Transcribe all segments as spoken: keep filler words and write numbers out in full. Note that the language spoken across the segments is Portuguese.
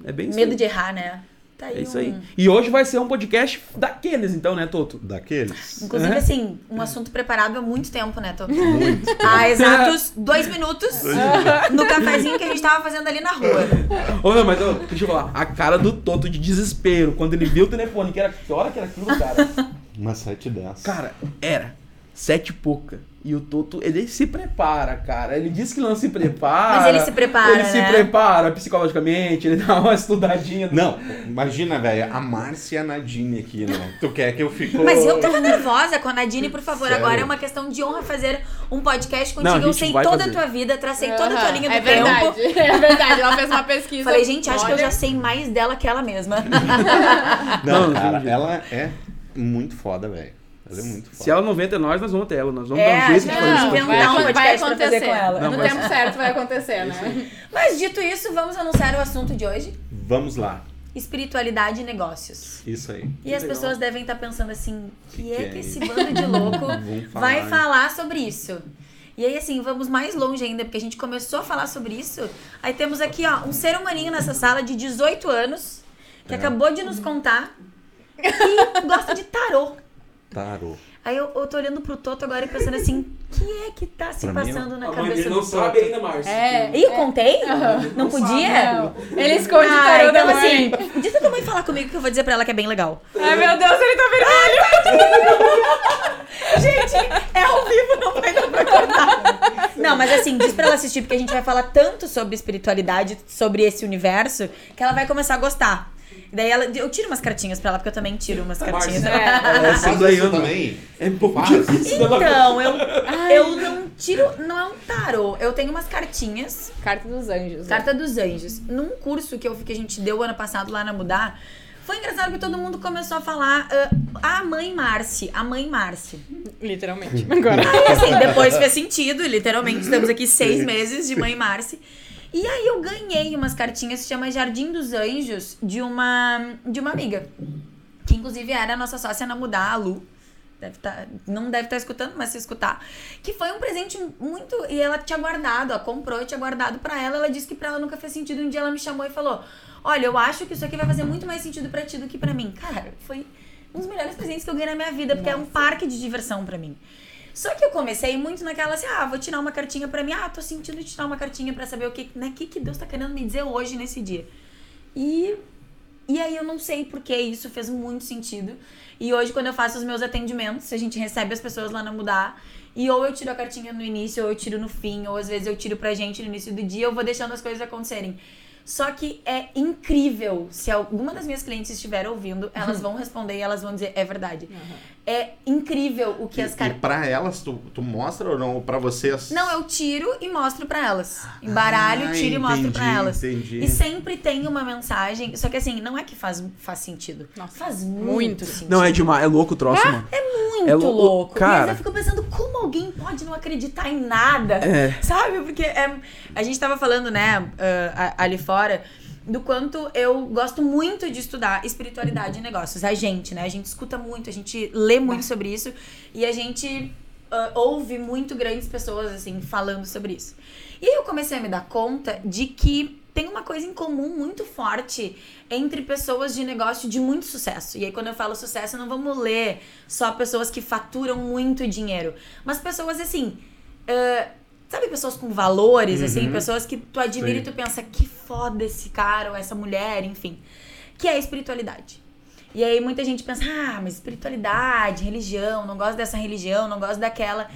É bem isso Medo aí. de errar, né? Tá aí É isso um... aí. E hoje vai ser um podcast daqueles, então, né, Toto? Daqueles. Inclusive, É. assim, um assunto preparado há muito tempo, né, Toto? Muito. Há exatos dois minutos no cafezinho que a gente tava fazendo ali na rua. Ô, não, mas ô, deixa eu falar. A cara do Toto de desespero quando ele viu o telefone, que era. Que hora que era aquilo, cara? Umas sete e dez. Cara, era sete e pouca. E o Toto, ele se prepara, cara. Ele diz que não se prepara. Mas ele se prepara, Ele se né? prepara psicologicamente, ele dá uma estudadinha. Não, imagina, velho, a Márcia e a Nadine aqui, né? Tu quer que eu fique... Mas eu tava nervosa com a Nadine, por favor. Sério? Agora é uma questão de honra fazer um podcast contigo. Não, a Eu gente sei vai toda fazer. a tua vida, tracei toda a tua linha do é tempo. verdade, é verdade. Ela fez uma pesquisa. Falei, gente, acho que eu Olha, já sei mais dela que ela mesma. Não, Não, cara, entendi. ela é muito foda, velho. Ela é muito foda. Se ela não vem até nós, nós vamos até ela. Nós vamos É, dar um jeito de a fazer esse gente podcast. inventar um vai, vai podcast pra acontecer. fazer com ela. Não, no vai tempo ser. certo vai acontecer, né? Mas dito isso, vamos anunciar o assunto de hoje. Vamos lá. Espiritualidade e negócios. Isso aí. E as legal. pessoas devem estar pensando assim, que Que é que que é esse isso? bando de louco Vamos falar, vai hein? falar sobre isso? E aí, assim, vamos mais longe ainda, porque a gente começou a falar sobre isso. Aí temos aqui, ó, um ser humaninho nessa sala de dezoito anos, que É. acabou de nos contar que gosta de tarô. Tarô. Aí eu, eu tô olhando pro Toto agora e pensando assim, o que é que tá se Pra mim, passando na A mãe cabeça dele do não Toto? sabe ainda, Márcio. É. Ih, eu contei? Não podia? Não. Ele esconde o Ah, tarô da então mãe. assim, diz pra tua mãe falar comigo que eu vou dizer pra ela que é bem legal. Ai, meu Deus, ele tá vermelho. Gente, é ao vivo, não vai dar pra contar. Não, mas assim, diz pra ela assistir, porque a gente vai falar tanto sobre espiritualidade, sobre esse universo, que ela vai começar a gostar. Daí ela, eu tiro umas cartinhas pra ela, porque eu também tiro umas cartinhas. É. Ela Essa faz daí isso eu não- também? É um pouco Faz. difícil. dela- Então, eu, eu não tiro, não é um tarô, eu tenho umas cartinhas, Carta dos anjos. né? Carta dos Anjos. Num curso que, eu, que a gente deu ano passado lá na Mudar, foi engraçado que todo mundo começou a falar ah, a mãe Marci, a mãe Marci. Literalmente. Agora. Aí, assim, depois fez sentido, literalmente, estamos aqui seis meses de mãe Marci. E aí eu ganhei umas cartinhas que se chama Jardim dos Anjos, de uma, de uma amiga. Que inclusive era a nossa sócia na Mudar, a Lu. Deve tá, não deve estar escutando, mas se escutar. Que foi um presente muito... E ela tinha guardado, ó, comprou e tinha guardado pra ela. Ela disse que pra ela nunca fez sentido. Um dia ela me chamou e falou, olha, eu acho que isso aqui vai fazer muito mais sentido pra ti do que pra mim. Cara, foi um dos melhores presentes que eu ganhei na minha vida, porque é um parque de diversão pra mim. Só que eu comecei muito naquela assim, ah, vou tirar uma cartinha pra mim. Ah, tô sentindo tirar uma cartinha pra saber o que, né, que, que Deus tá querendo me dizer hoje, nesse dia. E... E aí eu não sei porque isso fez muito sentido. E hoje, quando eu faço os meus atendimentos, a gente recebe as pessoas lá na Mudar. E ou eu tiro a cartinha no início, ou eu tiro no fim, ou às vezes eu tiro pra gente no início do dia, eu vou deixando as coisas acontecerem. Só que é incrível, se alguma das minhas clientes estiver ouvindo, elas vão responder e elas vão dizer, é verdade. Uhum. É incrível o que E, as e cartas... pra elas, tu, tu mostra ou não? Ou pra vocês? Não, eu tiro e mostro pra elas. Embaralho, Ah, tiro e mostro pra entendi, elas. entendi. E sempre tem uma mensagem, só que assim, não é que faz, faz sentido. Nossa, faz muito, muito. sentido. Não, é demais. É louco o troço, mano. Muito É lou- louco. cara. Mas eu fico pensando, como alguém pode não acreditar em nada? É. Sabe? Porque é, a gente tava falando, né, ah, ali fora, do quanto eu gosto muito de estudar espiritualidade e negócios. A gente, né? A gente escuta muito, a gente lê muito sobre isso e a gente ah, ouve muito grandes pessoas, assim, falando sobre isso. E aí eu comecei a me dar conta de que tem uma coisa em comum muito forte entre pessoas de negócio de muito sucesso. E aí, quando eu falo sucesso, não vamos ler só pessoas que faturam muito dinheiro, mas pessoas assim, uh, sabe, pessoas com valores, assim, pessoas que tu admira Sim. e tu pensa, que foda esse cara ou essa mulher, enfim, que é a espiritualidade. E aí muita gente pensa, ah, mas espiritualidade, religião, não gosto dessa religião, não gosto daquela.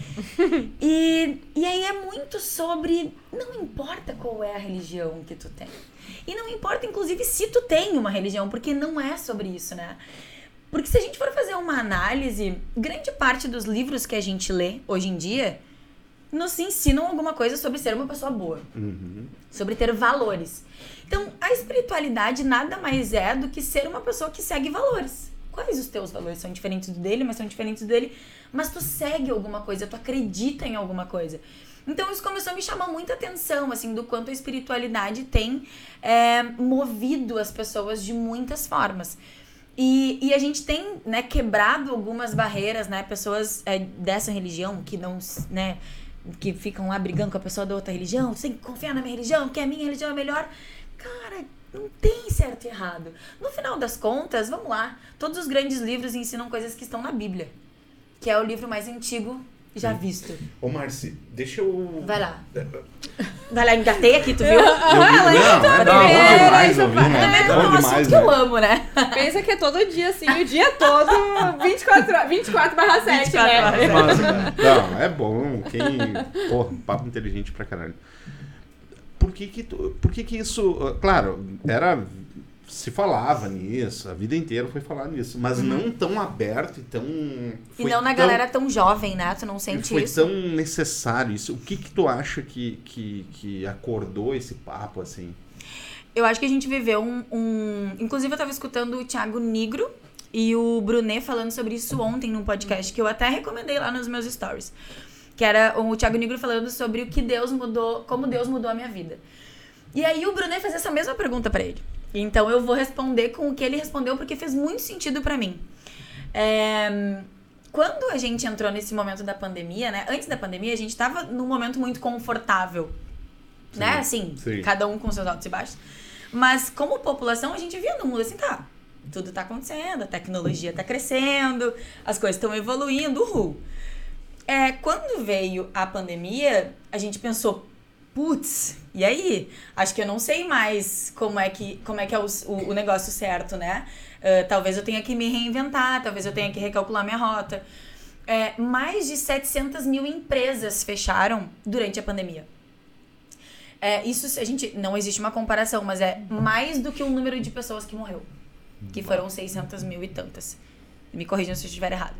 e, e aí é muito sobre, não importa qual é a religião que tu tem. E não importa, inclusive, se tu tem uma religião, porque não é sobre isso, né? Porque se a gente for fazer uma análise, grande parte dos livros que a gente lê hoje em dia nos ensinam alguma coisa sobre ser uma pessoa boa. Uhum. Sobre ter valores. Então, a espiritualidade nada mais é do que ser uma pessoa que segue valores. Quais os teus valores? São diferentes do dele, mas são diferentes do dele. Mas tu segue alguma coisa, tu acredita em alguma coisa. Então, isso começou a me chamar muita atenção, assim, do quanto a espiritualidade tem é, movido as pessoas de muitas formas. E, e a gente tem, né, quebrado algumas barreiras, né? Pessoas é, dessa religião que não, né... que ficam lá brigando com a pessoa da outra religião, você tem que confiar na minha religião, porque a minha religião é melhor. Cara, não tem certo certo e errado. No final das contas, vamos lá, todos os grandes livros ensinam coisas que estão na Bíblia, que é o livro mais antigo já visto. Ô, Marci, deixa eu... Vai lá. Vai lá, engatei aqui, tu viu? Eu vi, não, é bom demais ouvir, né? É Bom um demais, assunto que né? eu amo, né? Pensa que é todo dia, assim, o dia todo, vinte e quatro, vinte e quatro barra sete, né? Não, é bom. Quem... Porra, papo inteligente pra caralho. Por que que, tu, por que que isso... Claro, era... Se falava nisso, a vida inteira foi falar nisso, mas Uhum. não tão aberto e tão... E foi não na tão- galera tão jovem, né? Tu não sente Foi isso? tão necessário isso. O que que tu acha que, que, que acordou esse papo, assim? Eu acho que a gente viveu um, um... Inclusive, eu tava escutando o Thiago Nigro e o Brunet falando sobre isso ontem num podcast, que eu até recomendei lá nos meus stories. Que era o Thiago Nigro falando sobre o que Deus mudou, como Deus mudou a minha vida. E aí o Brunet fez essa mesma pergunta pra ele. Então eu vou responder com o que ele respondeu, porque fez muito sentido pra mim. É... Quando a gente entrou nesse momento da pandemia, né? Antes da pandemia, a gente tava num momento muito confortável. Sim, Né? Assim, sim. cada um com seus altos e baixos. Mas como população, a gente via no mundo assim, tá, tudo tá acontecendo, a tecnologia tá crescendo, as coisas estão evoluindo, uhul. É, quando veio a pandemia, a gente pensou, putz, e aí? Acho que eu não sei mais como é que, como é, que é o, o, o negócio certo, né? Uh, talvez eu tenha que me reinventar, talvez eu tenha que recalcular minha rota. É, mais de setecentas mil empresas fecharam durante a pandemia. É, isso, a gente, não existe uma comparação, mas é mais do que o número de pessoas que morreu. Que foram seiscentas mil e tantas. Me corrijam se eu estiver errado.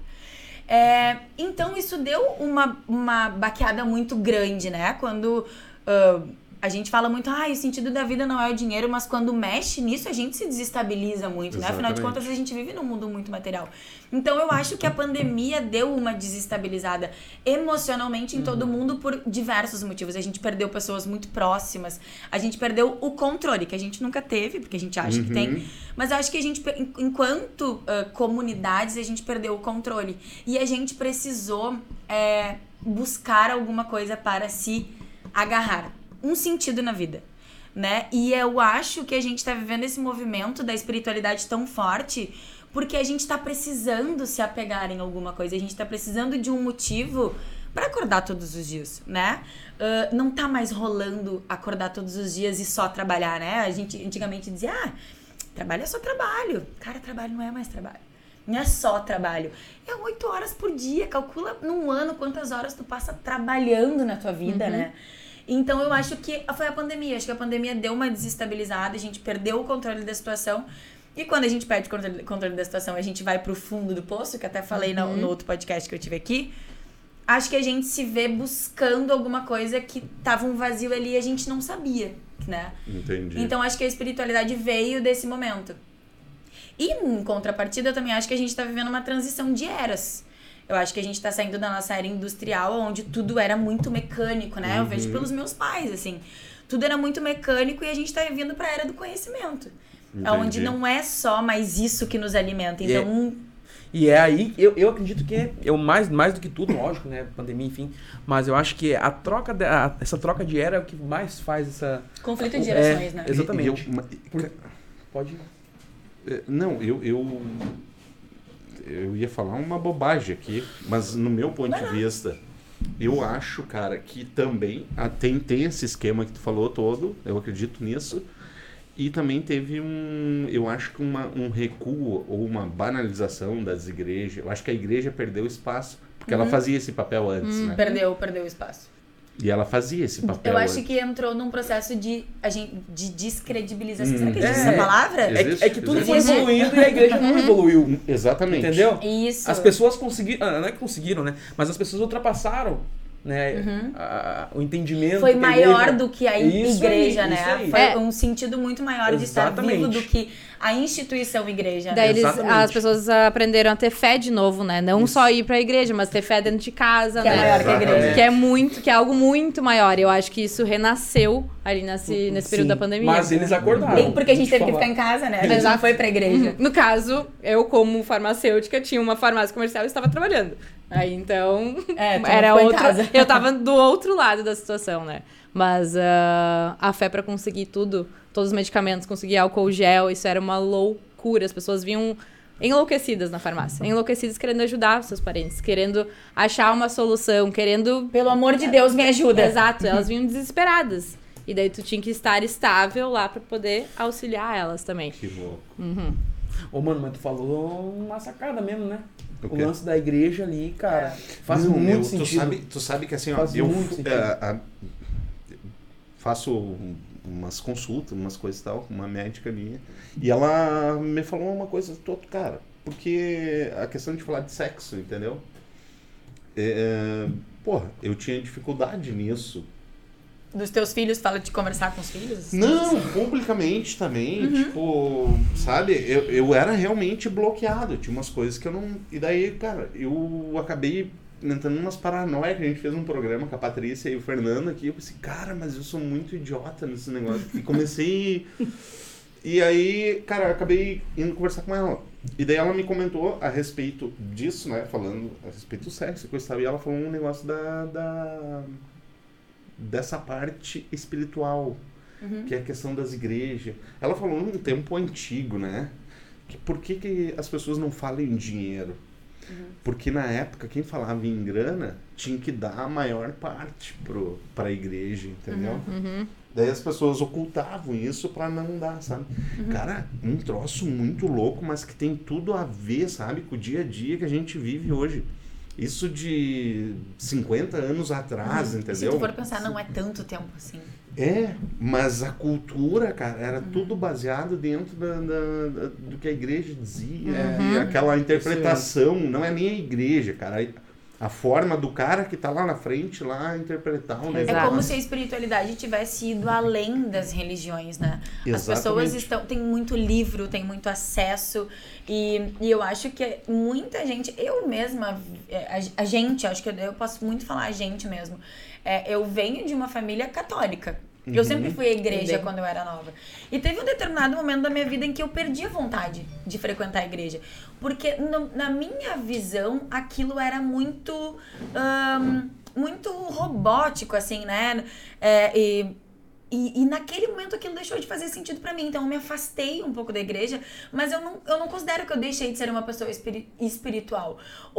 É, então, isso deu uma, uma baqueada muito grande, né? Quando uh, a gente fala muito, ah, o sentido da vida não é o dinheiro, mas quando mexe nisso, a gente se desestabiliza muito, né? Afinal de Exatamente. contas, a gente vive num mundo muito material. Então, eu acho que a pandemia deu uma desestabilizada emocionalmente em todo mundo por diversos motivos. A gente perdeu pessoas muito próximas, a gente perdeu o controle, que a gente nunca teve, porque a gente acha que tem. Mas eu acho que a gente, enquanto uh, comunidades, a gente perdeu o controle. E a gente precisou é, buscar alguma coisa para se agarrar. Um sentido na vida, né? E eu acho que a gente tá vivendo esse movimento da espiritualidade tão forte porque a gente tá precisando se apegar em alguma coisa. A gente tá precisando de um motivo para acordar todos os dias, né? Uh, não tá mais rolando acordar todos os dias e só trabalhar, né? A gente antigamente dizia, ah, trabalho é só trabalho. Cara, trabalho não é mais trabalho. Não é só trabalho. É oito horas por dia. Calcula num ano quantas horas tu passa trabalhando na tua vida, uhum. né? Então eu acho que foi a pandemia. Acho que a pandemia deu uma desestabilizada. A gente perdeu o controle da situação. E quando a gente perde o controle, controle da situação, a gente vai pro fundo do poço, que até falei uhum. no, no outro podcast que eu tive aqui. Acho que a gente se vê buscando alguma coisa que tava um vazio ali e a gente não sabia, né? Entendi. Então acho que a espiritualidade veio desse momento. E em contrapartida, eu também acho que a gente tá vivendo uma transição de eras. Eu acho que a gente tá saindo da nossa era industrial, onde tudo era muito mecânico, né? Eu vejo pelos meus pais, assim. Tudo era muito mecânico e a gente tá vindo pra era do conhecimento. Entendi. Onde não é só mais isso que nos alimenta. Então... Um... E é aí, eu, eu acredito que eu mais, mais do que tudo, lógico, né? Pandemia, enfim. Mas eu acho que a troca, de, a, essa troca de era é o que mais faz essa... Conflito de gerações, é, né? Exatamente. E eu, Por, pode... Não, eu, eu... Eu ia falar uma bobagem aqui, mas no meu ponto de vista, eu acho, cara, que também ah, tem, tem esse esquema que tu falou todo, eu acredito nisso, e também teve um, eu acho que uma, um recuo ou uma banalização das igrejas. Eu acho que a igreja perdeu espaço, porque uhum. ela fazia esse papel antes, hum, né? Perdeu, perdeu espaço. E ela fazia esse papel Eu acho antes. que entrou num processo de, a gente, de descredibilização. Hum. Será que existe É. essa palavra? É, que- é que tudo foi Existe. evoluindo e a igreja não evoluiu. Exatamente. Entendeu? Isso. As pessoas conseguiram, ah, não é que conseguiram, né? Mas as pessoas ultrapassaram, né? Uhum. a- o entendimento. Foi que a maior igreja- do que a Isso igreja, aí, né? isso aí. Foi É. um sentido muito maior de estar Exatamente. vivo do que a instituição igreja. Daí né? eles, Exatamente. as pessoas aprenderam a ter fé de novo, né? Não só ir pra igreja, mas ter fé dentro de casa, Que é né? maior que a igreja. Que é muito, que é algo muito maior. Eu acho que isso renasceu ali nesse, nesse período Sim, da pandemia. Mas eles acordaram. Bem porque a gente Vou teve te que falar. ficar em casa, né? A gente não Exato. foi pra igreja. No caso, eu como farmacêutica tinha uma farmácia comercial e estava trabalhando. Aí então, É, tu não era ficou em outro, casa. eu tava do outro lado da situação, né? Mas uh, a fé pra conseguir tudo todos os medicamentos, conseguir álcool gel, isso era uma loucura. As pessoas vinham enlouquecidas na farmácia, enlouquecidas querendo ajudar os seus parentes, querendo achar uma solução, querendo... Pelo amor de Deus, me ajuda. Exato, elas vinham desesperadas. E daí tu tinha que estar estável lá pra poder auxiliar elas também. Que louco. Uhum. Ô, mano, mas tu falou uma sacada mesmo, né? O O quê? lance da igreja ali, cara, faz Não, muito eu- sentido. Tu sabe, tu sabe que assim, ó, Faz eu muito fu- sentido. a- a- faço um- umas consultas, umas coisas e tal, com uma médica minha, e ela me falou uma coisa toda, cara, porque a questão de falar de sexo, entendeu? É, porra, eu tinha dificuldade nisso. Dos teus filhos, fala de conversar com os filhos? assim? Não, publicamente também, Uhum. tipo, sabe, eu, eu era realmente bloqueado, tinha umas coisas que eu não... E daí, cara, eu acabei entrando umas paranoias, que a gente fez um programa com a Patrícia e o Fernando aqui, eu pensei, cara, mas eu sou muito idiota nesse negócio. E comecei... E aí, cara, eu acabei indo conversar com ela. E daí ela me comentou a respeito disso, né, falando a respeito do sexo e coisa e tal, e ela falou um negócio da... da dessa parte espiritual, Uhum. que é a questão das igrejas. Ela falou num tempo antigo, né? Que por que, que as pessoas não falam em dinheiro? Uhum. Porque na época, quem falava em grana tinha que dar a maior parte pro, pra igreja, entendeu? Uhum. Daí as pessoas ocultavam isso pra não dar, sabe? Uhum. Cara, um troço muito louco, mas que tem tudo a ver, sabe? Com o dia a dia que a gente vive hoje. Isso de cinquenta anos atrás, Uhum. entendeu? Se tu for pensar, não é tanto tempo assim. É, mas a cultura, cara, era tudo baseado dentro da, da- da- do que a igreja dizia. Uhum. E aquela interpretação, não é nem a igreja, cara. A forma do cara que tá lá na frente, lá, interpretar um É negócio. como se a espiritualidade tivesse ido além das religiões, né? As pessoas Exatamente. estão, têm muito livro, têm muito acesso e, e eu acho que muita gente, eu mesma, é, a, a gente, acho que eu, eu posso muito falar a gente mesmo, é, eu venho de uma família católica. Eu Uhum. sempre fui à igreja Também. quando eu era nova. E teve um determinado momento da minha vida em que eu perdi a vontade de frequentar a igreja. Porque no- na minha visão, aquilo era muito... ahn, muito robótico, assim, né? É, e... E, e naquele momento aquilo deixou de fazer sentido pra mim. Então eu me afastei um pouco da igreja, mas eu não, eu não considero que eu deixei de ser uma pessoa espiri- espiritual.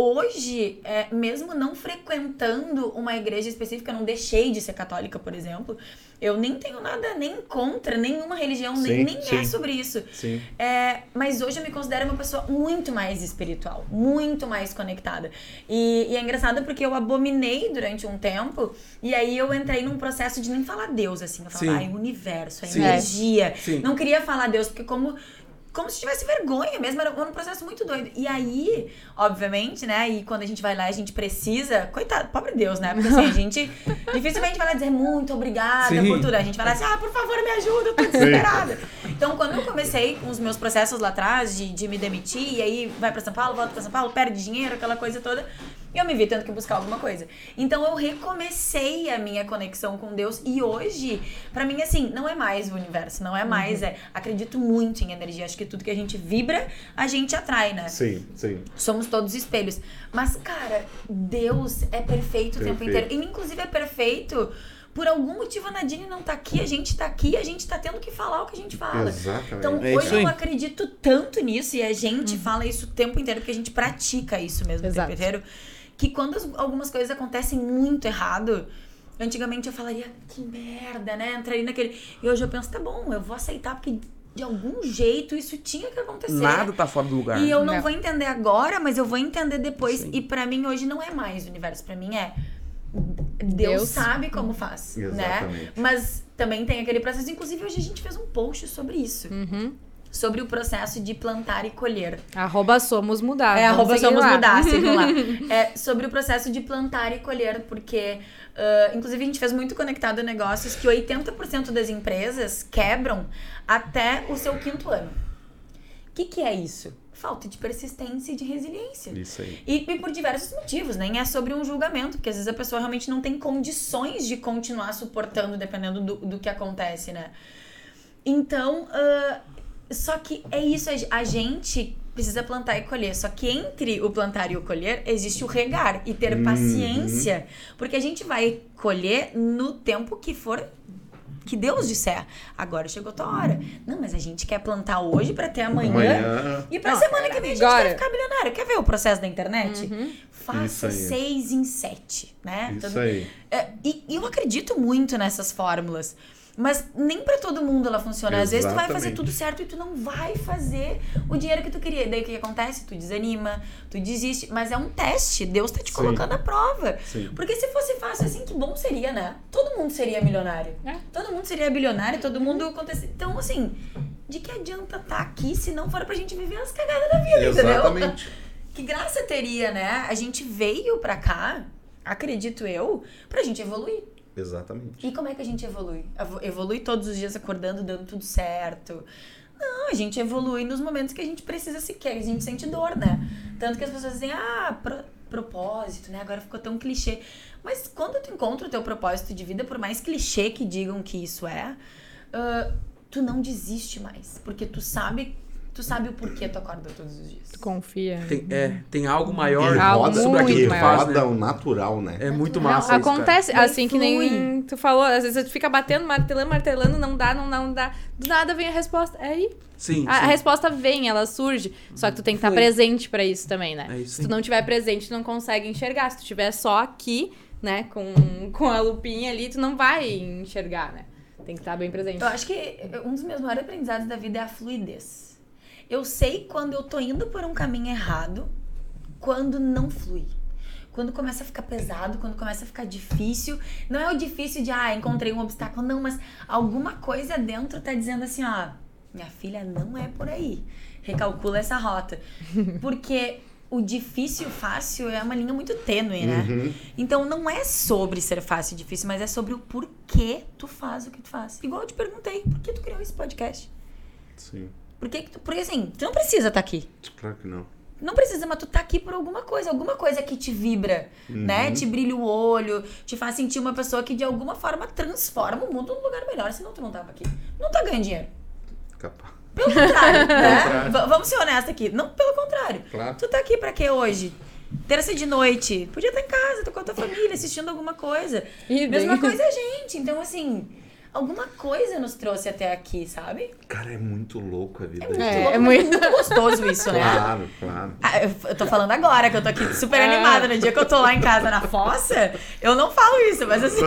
Hoje, é, mesmo não frequentando uma igreja específica, eu não deixei de ser católica, por exemplo. Eu nem tenho nada nem contra nenhuma religião, nem, Sim, nem sim. é sobre isso. Sim. É, mas hoje eu me considero uma pessoa muito mais espiritual, muito mais conectada. E, e é engraçado porque eu abominei durante um tempo, e aí eu entrei num processo de nem falar Deus, assim. Eu falava, Sim. ai, o universo, a Sim. energia. Sim. Não queria falar Deus, porque como... Como se tivesse vergonha mesmo, era um processo muito doido. E aí, obviamente, né, e quando a gente vai lá, a gente precisa... Coitado, pobre Deus, né? Porque assim, a gente dificilmente vai lá dizer muito obrigada Sim. por tudo. A gente vai lá assim, ah, por favor, me ajuda, eu tô desesperada. Então, quando eu comecei com os meus processos lá atrás de, de me demitir, e aí vai pra São Paulo, volta pra São Paulo, perde dinheiro, aquela coisa toda, eu me vi tendo que buscar alguma coisa. Então, eu recomecei a minha conexão com Deus, e hoje, pra mim, assim, não é mais o universo, não é mais, é, acredito muito em energia, acho que tudo que a gente vibra, a gente atrai, né? Sim, sim. Somos todos espelhos. Mas, cara, Deus é perfeito o tempo Perfeito. inteiro. E, inclusive, é perfeito. Por algum motivo, a Nadine não tá aqui, a gente tá aqui, a gente tá tendo que falar o que a gente fala. Exatamente. Então, É hoje isso aí. eu acredito tanto nisso, e a gente fala isso o tempo inteiro, porque a gente pratica isso mesmo Exato. o tempo inteiro, que quando as- algumas coisas acontecem muito errado, antigamente eu falaria, que merda, né? Entraria naquele... E hoje eu penso, tá bom, eu vou aceitar, porque de algum jeito isso tinha que acontecer. Nada tá fora do lugar. E eu não, Não. vou entender agora, mas eu vou entender depois. Sim. E pra mim hoje não é mais o universo, pra mim é Deus, Deus. sabe como faz, né? Exatamente. Mas também tem aquele processo, inclusive hoje a gente fez um post sobre isso, Uhum. sobre o processo de plantar e colher. Arroba somos mudar. É, vamos arroba seguir somos lá. mudar, sigam lá. É sobre o processo de plantar e colher, porque, ah, inclusive, a gente fez muito conectado a negócios que oitenta por cento das empresas quebram até o seu quinto ano. O que, que é isso? Falta de persistência e de resiliência. Isso aí. E, e por diversos motivos, nem é sobre um julgamento, porque às vezes a pessoa realmente não tem condições de continuar suportando, dependendo do, do que acontece, né? Então, ah, só que é isso, a gente precisa plantar e colher. Só que entre o plantar e o colher, existe o regar e ter Uhum. paciência, porque a gente vai colher no tempo que for que Deus disser. Agora chegou a tua hora. Não, mas a gente quer plantar hoje pra ter amanhã. Amanhã. E pra Não, semana que vem a gente agora. quer ficar bilionário. Quer ver o processo da internet? Isso Faça aí. seis em sete, né? Isso Todo- aí. É, e, e eu acredito muito nessas fórmulas. Mas nem pra todo mundo ela funciona. Às vezes tu vai fazer Exatamente. tudo certo e tu não vai fazer o dinheiro que tu queria. E daí o que, que acontece? Tu desanima, tu desiste. Mas é um teste. Deus tá te Sim. colocando à prova. Sim. Porque se fosse fácil assim, que bom seria, né? Todo mundo seria milionário. É. Todo mundo seria bilionário, todo mundo acontece. Então, assim, de que adianta estar aqui se não for pra gente viver as cagadas da vida, entendeu? Exatamente. Que graça teria, né? A gente veio pra cá, acredito eu, pra gente evoluir. Exatamente. E como é que a gente evolui? Evo- Evolui todos os dias acordando, dando tudo certo. Não, a gente evolui nos momentos que a gente precisa se quer, a gente sente dor, né? Tanto que as pessoas dizem, ah, pro- propósito, né? Agora ficou tão clichê. Mas quando tu encontra o teu propósito de vida, por mais clichê que digam que isso é, ah, tu não desiste mais. Porque tu sabe, tu sabe o porquê tu acorda todos os dias. Tu confia. Tem, é, tem algo maior E Algo roda, sobre aquilo que e tu muito faz, roda né? o natural, né? É muito Não, massa isso, cara. Acontece, cara. assim que Flui. nem tu falou, às vezes tu fica batendo, martelando, martelando, não dá, não dá, não dá. Do nada vem a resposta. É aí. Sim, A, a sim. resposta vem, ela surge. Só que tu tem que estar Flui. presente pra isso também, né? É isso Se aí. tu não tiver presente, tu não consegue enxergar. Se tu estiver só aqui, né, com, com a lupinha ali, tu não vai enxergar, né? Tem que estar bem presente. Eu acho que um dos meus maiores aprendizados da vida é a fluidez. Eu sei quando eu tô indo por um caminho errado, quando não flui. Quando começa a ficar pesado, quando começa a ficar difícil. Não é o difícil de, ah, encontrei um obstáculo, não, mas alguma coisa dentro tá dizendo assim, ó, minha filha, não é por aí. Recalcula essa rota. Porque o difícil e o fácil é uma linha muito tênue, né? Uhum. Então não é sobre ser fácil e difícil, mas é sobre o porquê tu faz o que tu faz. Igual eu te perguntei, por que tu criou esse podcast? Sim. Por que que tu, porque assim, tu não precisa estar aqui. Claro que não. Não precisa, mas tu tá aqui por alguma coisa. Alguma coisa que te vibra, né? Te brilha o olho, te faz sentir uma pessoa que de alguma forma transforma o mundo num lugar melhor. Senão tu não tava aqui. Não tá ganhando dinheiro. Capaz. Pelo contrário, né? contrário. V- vamos ser honestos aqui. Não, pelo contrário. Claro. Tu tá aqui pra quê hoje? Terça de noite. Podia estar em casa, tô com a tua família, assistindo alguma coisa. E Mesma bem- coisa a gente. Então, assim, alguma coisa nos trouxe até aqui, sabe? Cara, é muito louco a vida. Muito É, louco, é mas muito- gostoso isso, né? Claro, claro. Ah, eu, eu tô falando agora, que eu tô aqui super Ah. animada. No dia que eu tô lá em casa na fossa, eu não falo isso, mas assim.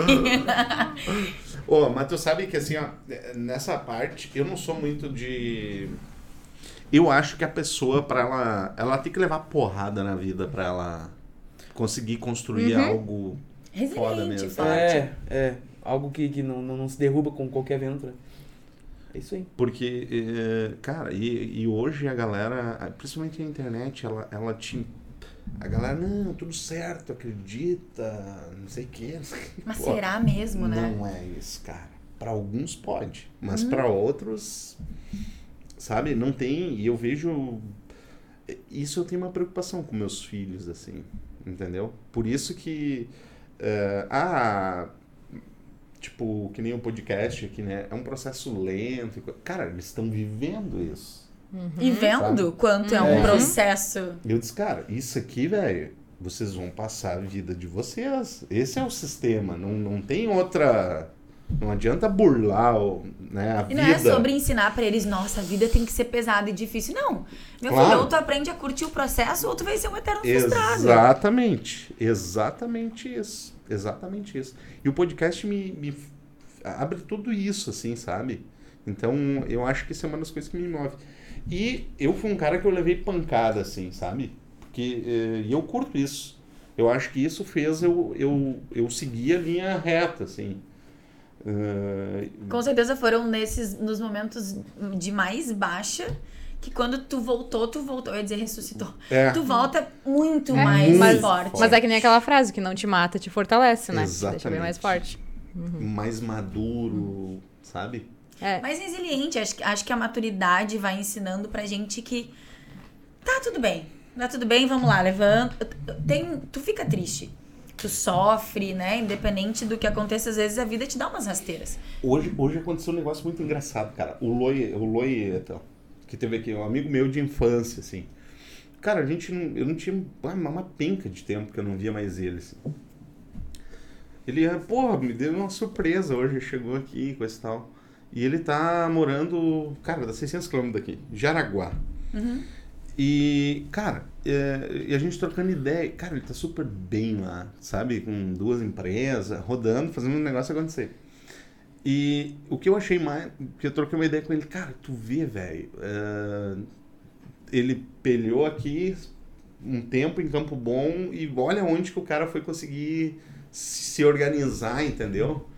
Ô, mas tu sabe que assim, ó, nessa parte, eu não sou muito de... Eu acho que a pessoa, pra ela... Ela tem que levar porrada na vida pra ela conseguir construir algo foda Resiliente, mesmo. forte. É, é. Algo que, que não, não, não se derruba com qualquer vento, né? É isso aí. Porque, eh, cara, e, e hoje a galera, principalmente na internet, ela, ela te... A galera, não, tudo certo, acredita, não sei o quê. Mas Pô, será mesmo, né? Não é isso, cara. Pra alguns pode, mas pra outros, sabe, não tem. E eu vejo. Isso eu tenho uma preocupação com meus filhos, assim, entendeu? Por isso que. eh, ah, tipo, que nem o podcast aqui, né? É um processo lento. e co- Cara, eles estão vivendo isso. E vendo Sabe? quanto é um É. processo. Eu disse, cara, isso aqui, velho, vocês vão passar a vida de vocês. Esse é o sistema. Não, não tem outra. Não adianta burlar o, né, a E vida. não é sobre ensinar pra eles, nossa, a vida tem que ser pesada e difícil. Não. Meu Claro. filho, ou tu aprende a curtir o processo, ou tu vai ser um eterno frustrado. Exatamente. Exatamente isso. Exatamente isso. E o podcast me, me f- abre tudo isso, assim, sabe? Então, eu acho que isso é uma das coisas que me move. E eu fui um cara que eu levei pancada, assim, sabe? Porque eh, e eu curto isso. Eu acho que isso fez eu, eu, eu seguir a linha reta, assim. Eh, Com certeza foram nesses, nos momentos de mais baixa, que quando tu voltou, tu voltou. Eu ia dizer ressuscitou. É. Tu volta muito É, mais muito forte. forte. Mas é que nem aquela frase, que não te mata, te fortalece, né? Te deixa bem Exatamente. mais forte. mais maduro, sabe? É. Mais resiliente. Acho, que- acho que a maturidade vai ensinando pra gente que tá tudo bem. Tá tudo bem, vamos lá, levanta. Tem, tu fica triste. Tu sofre, né? Independente do que aconteça, às vezes a vida te dá umas rasteiras. Hoje, hoje aconteceu um negócio muito engraçado, cara. O Loi, o Loi então, que teve aqui, um amigo meu de infância, assim. Cara, a gente não, eu não tinha uma, uma penca de tempo que eu não via mais ele, assim. Ele, porra, me deu uma surpresa hoje, chegou aqui, coisa e tal. E ele tá morando, cara, dá seiscentos quilômetros daqui, Jaraguá. Uhum. E, cara, é, e a gente trocando ideia, cara, ele tá super bem lá, sabe? Com duas empresas, rodando, fazendo um negócio acontecer. E o que eu achei mais, que eu troquei uma ideia com ele, cara, tu vê, velho, uh, ele pelhou aqui um tempo em Campo Bom e olha onde que o cara foi conseguir se organizar, entendeu?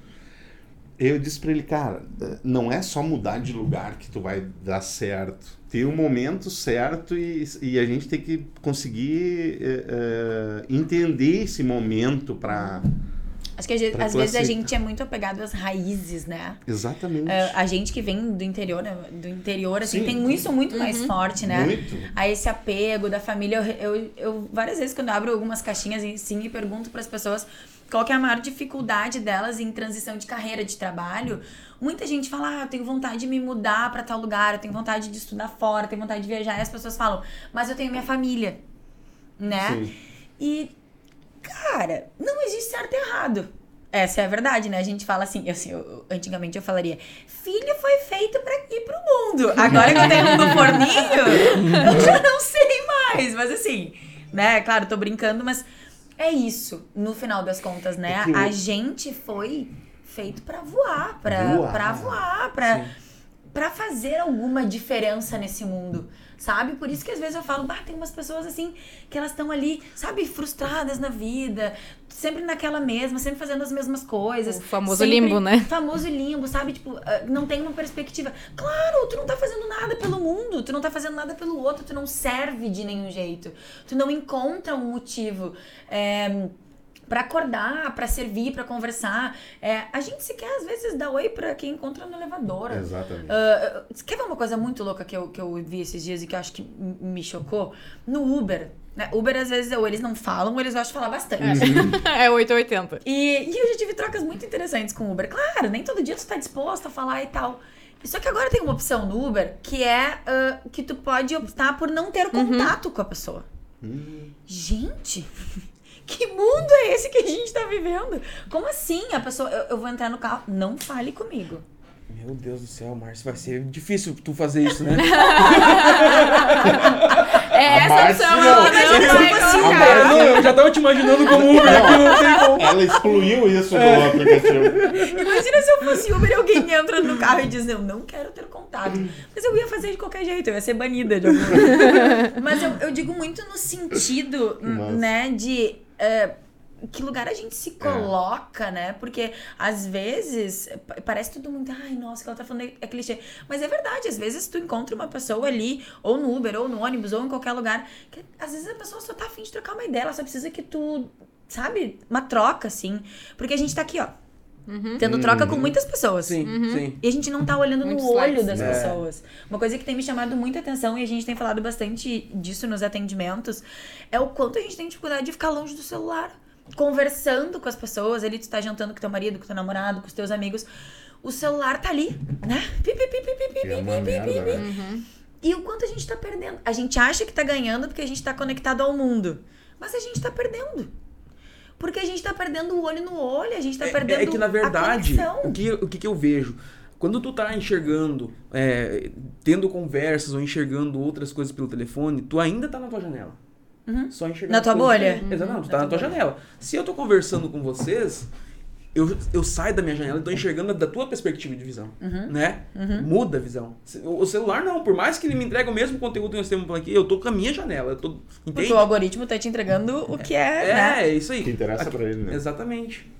Eu disse pra ele, cara, não é só mudar de lugar que tu vai dar certo. Tem um momento certo e, e a gente tem que conseguir uh, entender esse momento pra... Acho que às, às vezes a gente é muito apegado às raízes, né? Exatamente. Uh, a gente que vem do interior, do interior assim, Sim. tem isso muito uhum. mais forte, né? Muito. A esse apego da família. Eu, eu, eu várias vezes, quando eu abro algumas caixinhas assim, e pergunto para as pessoas qual que é a maior dificuldade delas em transição de carreira, de trabalho, muita gente fala, ah, eu tenho vontade de me mudar para tal lugar, eu tenho vontade de estudar fora, eu tenho vontade de viajar. E as pessoas falam, mas eu tenho minha família, né? Sim. E... cara, não existe certo e errado. Essa é a verdade, né? A gente fala assim, assim eu, antigamente eu falaria, filho foi feito pra ir pro mundo. Agora que eu tenho um do forninho, eu já não sei mais. Mas assim, né? Claro, tô brincando, mas é isso, no final das contas, né? É eu... A gente foi feito pra voar, pra voar, pra, voar, pra, pra fazer alguma diferença nesse mundo. Sabe? Por isso que às vezes eu falo, bah, tem umas pessoas assim, que elas estão ali, sabe, frustradas na vida, sempre naquela mesma, sempre fazendo as mesmas coisas. O famoso sempre, limbo, né? Famoso limbo, sabe? Tipo, não tem uma perspectiva. Claro, tu não tá fazendo nada pelo mundo, tu não tá fazendo nada pelo outro, tu não serve de nenhum jeito, tu não encontra um motivo. É... pra acordar, pra servir, pra conversar. É, a gente sequer, às vezes, dá oi pra quem encontra no elevador. Exatamente. Uh, quer ver uma coisa muito louca que eu, que eu vi esses dias e que eu acho que me chocou? No Uber. Né? Uber, às vezes, ou eles não falam, ou eles gostam de falar bastante. É oito ou oitenta. E, e eu já tive trocas muito interessantes com o Uber. Claro, nem todo dia tu tá disposto a falar e tal. Só que agora tem uma opção no Uber que é uh, que tu pode optar por não ter contato uhum. com a pessoa. Hum. Gente... que mundo é esse que a gente tá vivendo? Como assim? A pessoa, eu, eu vou entrar no carro, não fale comigo. Meu Deus do céu, Márcio, vai ser difícil tu fazer isso, né? É essa opção, ela não vai Não, eu já tava te imaginando como Uber, aqui não tem como. Ela excluiu isso do aplicativo. Imagina se eu fosse Uber e alguém entra no carro e diz, eu não quero ter contato. Mas eu ia fazer de qualquer jeito, eu ia ser banida de algum jeito. Mas eu, eu digo muito no sentido, Nossa. né, de... Uh, que lugar a gente se coloca, é. né? Porque, às vezes, parece todo mundo... Ai, nossa, o que ela tá falando é clichê. Mas é verdade, às vezes tu encontra uma pessoa ali, ou no Uber, ou no ônibus, ou em qualquer lugar, que às vezes a pessoa só tá afim de trocar uma ideia, ela só precisa que tu, sabe? Uma troca, assim. Porque a gente tá aqui, ó. Uhum. Tendo troca uhum. com muitas pessoas. Sim, uhum. sim. E a gente não tá olhando Muitos no olho likes. das é. pessoas. Uma coisa que tem me chamado muita atenção, e a gente tem falado bastante disso nos atendimentos, é o quanto a gente tem dificuldade de ficar longe do celular. Conversando com as pessoas, ali tu tá jantando com teu marido, com teu namorado, com os teus amigos. O celular tá ali, né? Pi, pi, pi, pi, pi, pi, é pi, pi, pi, pi. Uhum. E o quanto a gente tá perdendo. A gente acha que tá ganhando porque a gente tá conectado ao mundo. Mas a gente tá perdendo. Porque a gente tá perdendo o olho no olho, a gente tá perdendo a É que, na verdade, o que, o que que eu vejo? Quando tu tá enxergando, é, tendo conversas ou enxergando outras coisas pelo telefone, tu ainda tá na tua janela. Uhum. Só enxergando. Na tua bolha? Uhum. Exato, não, tu tá na, na tua bolha. janela. Se eu tô conversando com vocês, eu, eu saio da minha janela e tô enxergando da tua perspectiva de visão. Uhum. Né? Uhum. Muda a visão. O celular não, por mais que ele me entregue o mesmo conteúdo que nós temos aqui, eu tô com a minha janela. Eu tô, entende? Porque o algoritmo tá te entregando o que é. É, né? é isso aí. Que interessa aqui, pra ele, né? Exatamente.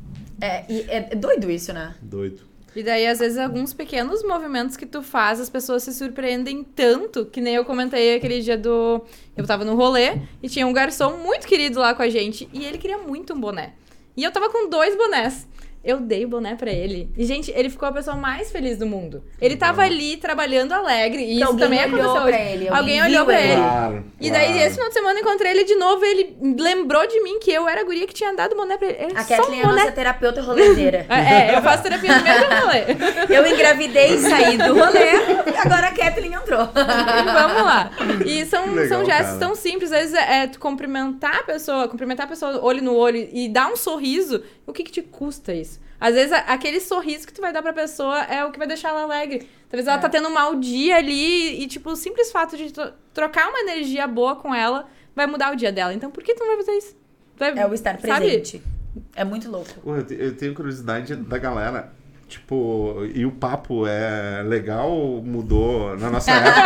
É, e é doido isso, né? Doido. E daí, às vezes, alguns pequenos movimentos que tu faz, as pessoas se surpreendem tanto, que nem eu comentei aquele dia do... Eu tava no rolê e tinha um garçom muito querido lá com a gente, e ele queria muito um boné. E eu tava com dois bonés. Eu dei o boné pra ele. E, gente, ele ficou a pessoa mais feliz do mundo. Ele tava ali, trabalhando alegre. E isso também aconteceu hoje. Ele, alguém olhou pra ele. Claro, e daí, claro. esse final de semana, eu encontrei ele de novo. Ele lembrou de mim que eu era a guria que tinha dado o boné pra ele. Era a Kathleen é a boné. nossa terapeuta rolezeira. É, eu faço terapia no mesmo rolê. Eu engravidei e saí do rolê. E agora a Kathleen entrou. E vamos lá. E são, Legal, são gestos cara. tão simples. Às vezes é tu cumprimentar a pessoa, cumprimentar a pessoa olho no olho e dar um sorriso o que que te custa isso? Às vezes, a- aquele sorriso que tu vai dar pra pessoa é o que vai deixar ela alegre. Talvez ela É. tá tendo um mau dia ali e, tipo, o simples fato de tro- trocar uma energia boa com ela vai mudar o dia dela. Então, por que tu não vai fazer isso? Tu vai- É o estar sabe? presente. É muito louco. Pô, eu, te- eu tenho curiosidade da galera. Tipo, e o papo é legal ou mudou? Na nossa época,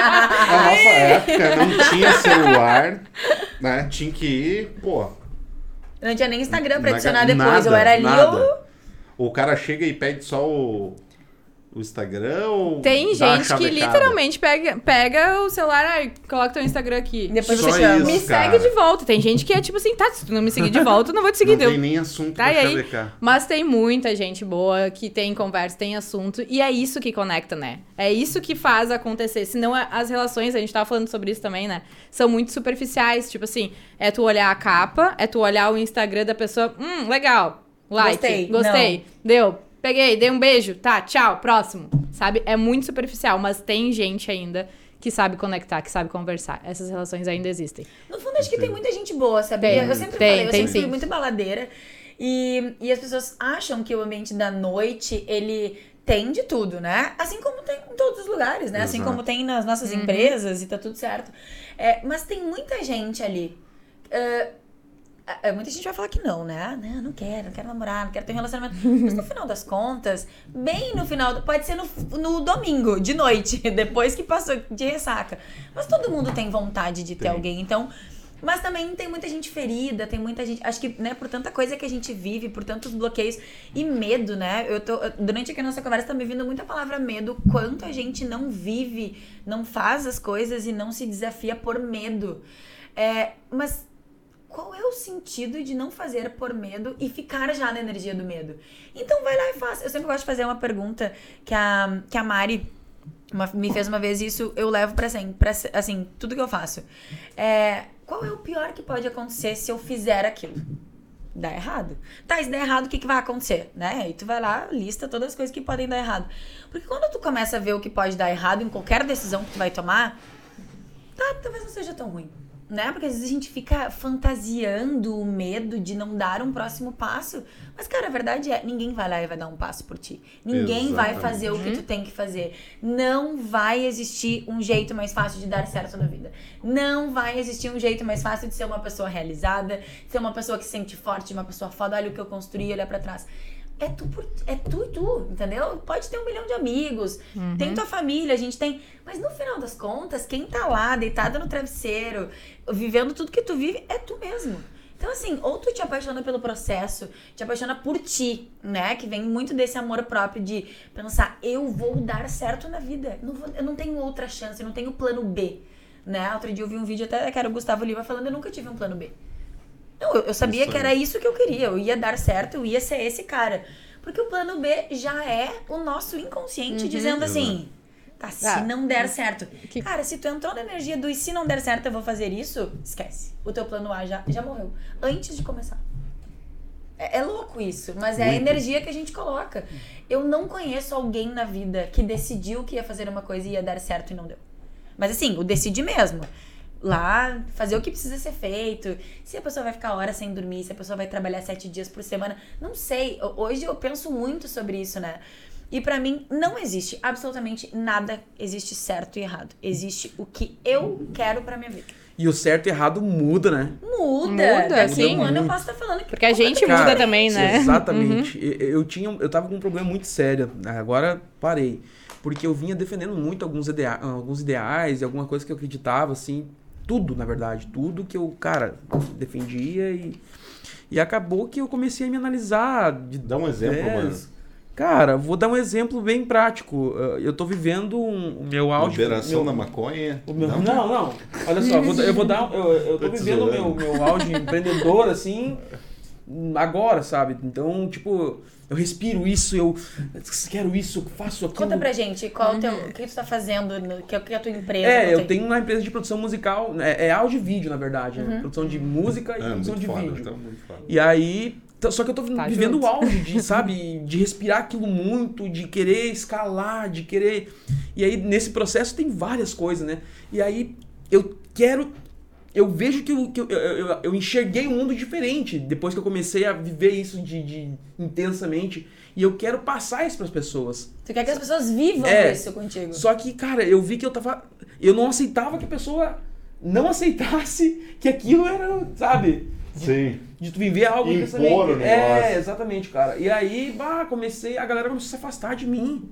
na nossa época não tinha celular, né? Tinha que ir, pô. Não tinha nem Instagram pra na- adicionar depois. nada, eu era ali nada. ou... O cara chega e pede só o, o Instagram ou Tem dá a gente que chavecada? literalmente pega, pega o celular e coloca teu Instagram aqui. Depois Só você chama. isso. Me cara. segue de volta. Tem gente que é tipo assim, tá, se tu não me seguir de volta, eu não vou te seguir. Não deu. tem nem assunto Tá, pra e aí? chavecar. Mas tem muita gente boa que tem conversa, tem assunto. E é isso que conecta, né? É isso que faz acontecer. Senão a- as relações, a gente tava falando sobre isso também, né? São muito superficiais. Tipo assim, é tu olhar a capa, é tu olhar o Instagram da pessoa. Hum, legal. Like. Gostei. Gostei. Deu. Peguei, dei um beijo. Tá, tchau, próximo. Sabe? É muito superficial, mas tem gente ainda que sabe conectar, que sabe conversar. Essas relações ainda existem. No fundo, acho que tem muita gente boa, sabia? Tem, eu sempre tem, falei, eu tem sempre fui sim. muito baladeira. E, e as pessoas acham que o ambiente da noite, ele tem de tudo, né? Assim como tem em todos os lugares, né? Assim Exato. como tem nas nossas Uhum. empresas e tá tudo certo. É, mas tem muita gente ali. É, é, muita gente vai falar que não, né? Ah, não, não quero, não quero namorar, não quero ter um relacionamento. Mas no final das contas, bem no final, do- pode ser no, no domingo, de noite, depois que passou de ressaca. Mas todo mundo tem vontade de ter Tem. alguém, então. Mas também tem muita gente ferida, tem muita gente. Acho que, né, por tanta coisa que a gente vive, por tantos bloqueios e medo, né? Eu tô. Durante aqui a nossa conversa tá me vindo muita palavra medo, quanto a gente não vive, não faz as coisas e não se desafia por medo. É, mas qual é o sentido de não fazer por medo e ficar já na energia do medo? Então vai lá e faz. Eu sempre gosto de fazer uma pergunta que a, que a Mari uma- me fez uma vez, e isso eu levo pra sempre, pra, se- assim, tudo que eu faço. É, qual é o pior que pode acontecer se eu fizer aquilo? Dá errado. Tá, se der errado, o que, que vai acontecer? Né? Aí tu vai lá, lista todas as coisas que podem dar errado. Porque quando tu começa a ver o que pode dar errado em qualquer decisão que tu vai tomar, tá, talvez não seja tão ruim, né? Porque às vezes a gente fica fantasiando o medo de não dar um próximo passo. Mas, cara, a verdade é, ninguém vai lá e vai dar um passo por ti. Ninguém vai Exatamente. fazer o que tu tem que fazer. Não vai existir um jeito mais fácil de dar certo na vida. Não vai existir um jeito mais fácil de ser uma pessoa realizada, de ser uma pessoa que se sente forte, uma pessoa foda, olha o que eu construí, olha pra trás. É tu, por, é tu e tu, entendeu? Pode ter um milhão de amigos, tem tua família, a gente tem... Mas no final das contas, quem tá lá, deitado no travesseiro, vivendo tudo que tu vive, é tu mesmo. Então, assim, ou tu te apaixona pelo processo, te apaixona por ti, né? Que vem muito desse amor próprio de pensar, eu vou dar certo na vida. Não vou- eu não tenho outra chance, eu não tenho plano B, né? Outro dia eu vi um vídeo até que era o Gustavo Lima falando, eu nunca tive um plano B. Não, eu, eu sabia Isso que aí. era isso que eu queria. Eu ia dar certo, eu ia ser esse cara. Porque o plano B já é o nosso inconsciente dizendo assim... Tá, se Ah, não der certo. que- Cara, se tu entrou na energia do e se não der certo eu vou fazer isso, esquece. O teu plano A já, já morreu. Antes de começar. É, é louco isso, mas é a Muito. energia que a gente coloca. Eu não conheço alguém na vida que decidiu que ia fazer uma coisa e ia dar certo e não deu. Mas assim, o decide mesmo. Lá, fazer o que precisa ser feito. Se a pessoa vai ficar horas sem dormir, se a pessoa vai trabalhar sete dias por semana. Não sei. Hoje eu penso muito sobre isso, né? E pra mim, não existe absolutamente nada. Existe certo e errado. Existe o que eu quero pra minha vida. E o certo e errado muda, né? Muda. Muda, Daqui a sim. um ano eu Muito. posso estar falando que Porque a gente completamente muda Cara, também, né? Exatamente. Eu, eu tinha, eu tava com um problema muito sério. Agora parei. Porque eu vinha defendendo muito alguns, idea alguns ideais e alguma coisa que eu acreditava, assim. Tudo, na verdade. Tudo que eu, cara, defendia e... E acabou que eu comecei a me analisar. De, Dá um exemplo, é, mano. Cara, vou dar um exemplo bem prático. Uh, Eu tô vivendo um, o meu auge... Liberação meu, da maconha. o meu- não? não, Olha só, vou- eu vou dar. Eu, eu tô Tô te vivendo o meu, zoando. meu auge empreendedor, assim, agora, sabe? Então, tipo, eu respiro isso, eu quero isso, faço aquilo. Conta pra gente, qual o teu, o que tu tá fazendo, no- que, que a tua empresa É, eu contém? tenho uma empresa de produção musical, é, é áudio e vídeo, na verdade, né? Produção de música e Ah, produção muito de foda, vídeo. então, muito foda. E aí, t- só que eu tô Tá vivendo junto. o auge de, sabe, de respirar aquilo muito, de querer escalar, de querer... E aí, nesse processo, tem várias coisas, né? E aí, eu quero eu vejo que, eu, que eu, eu, eu, eu enxerguei um mundo diferente depois que eu comecei a viver isso de, de intensamente. E eu quero passar isso pras pessoas. Tu quer que as pessoas vivam É, isso contigo. Só que, cara, eu vi que eu tava... Eu não aceitava que a pessoa não aceitasse que aquilo era, sabe? Sim. De tu viver algo Impor intensamente. o negócio. É, exatamente, cara. E aí, bah, comecei... A galera começou a se afastar de mim.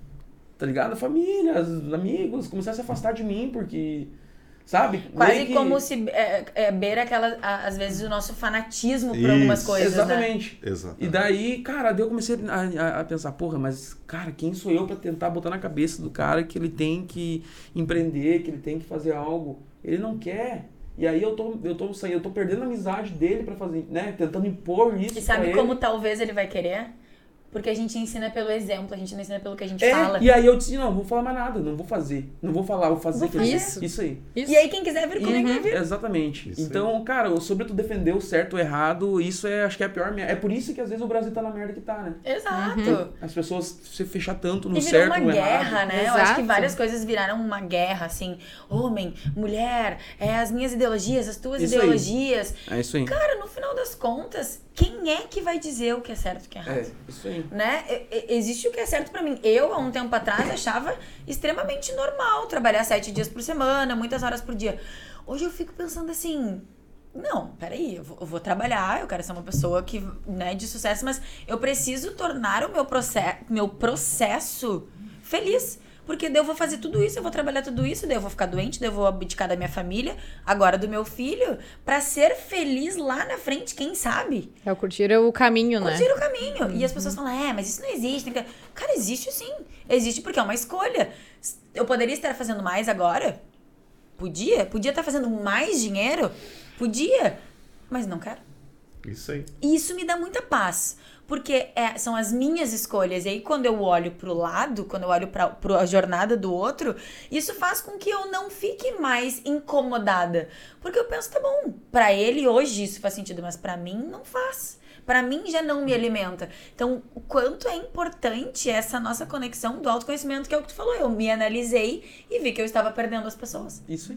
Tá ligado? A família, os amigos começaram a se afastar de mim porque... Sabe? Quase Meio que- como se é, é, beira aquela, a- às vezes, o nosso fanatismo por algumas Isso. coisas, né? Exatamente. Exatamente. E daí, cara, daí eu comecei a, a- a pensar, porra, mas, cara, quem sou eu pra tentar botar na cabeça do cara que ele tem que empreender, que ele tem que fazer algo? Ele não quer. E aí eu tô, eu tô saindo, eu tô perdendo a amizade dele pra fazer, né? Tentando impor isso E sabe pra como ele. talvez ele vai querer? Porque a gente ensina pelo exemplo, a gente não ensina pelo que a gente É, fala. e aí eu disse, não, não vou falar mais nada, não vou fazer. Não vou falar, vou fazer. Vou fazer. Isso. Isso aí. Isso. E aí quem quiser vir comigo vai vir. Exatamente. Isso Então, cara, eu- sobre tu defender o certo ou errado, isso é, acho que é a pior merda. É por isso que às vezes o Brasil tá na merda que tá, né? Exato. As pessoas se fechar tanto no E virou certo uma ou guerra, errado. né? Eu acho que Exato. várias coisas viraram uma guerra, assim. Homem, mulher, é, as minhas ideologias, as tuas Isso aí. ideologias. É isso aí. Cara, no final das contas, quem é que vai dizer o que é certo e o que é errado? É, isso aí. Né? E- e- Existe o que é certo pra mim. Eu, há um tempo atrás, achava extremamente normal trabalhar sete dias por semana, muitas horas por dia. Hoje eu fico pensando assim... Não, peraí, eu vou, eu vou trabalhar, eu quero ser uma pessoa que, né, de sucesso, mas eu preciso tornar o meu, proce- meu processo feliz. Porque daí eu vou fazer tudo isso, eu vou trabalhar tudo isso, daí eu vou ficar doente, daí eu vou abdicar da minha família, agora do meu filho, pra ser feliz lá na frente, quem sabe? É o curtir o caminho, né? Curtir o caminho. E as pessoas falam, é, mas isso não existe. tem que-" Cara, existe sim. Existe porque é uma escolha. Eu poderia estar fazendo mais agora? Podia. Podia estar fazendo mais dinheiro? Podia. Mas não quero. Isso aí. E isso me dá muita paz. Porque é, são as minhas escolhas. E aí, quando eu olho pro lado, quando eu olho pra, pra jornada do outro, isso faz com que eu não fique mais incomodada. Porque eu penso, tá bom, pra ele hoje isso faz sentido, mas pra mim não faz. Pra mim já não me alimenta. Então, o quanto é importante essa nossa conexão do autoconhecimento, que é o que tu falou. Eu me analisei e vi que eu estava perdendo as pessoas. Isso aí.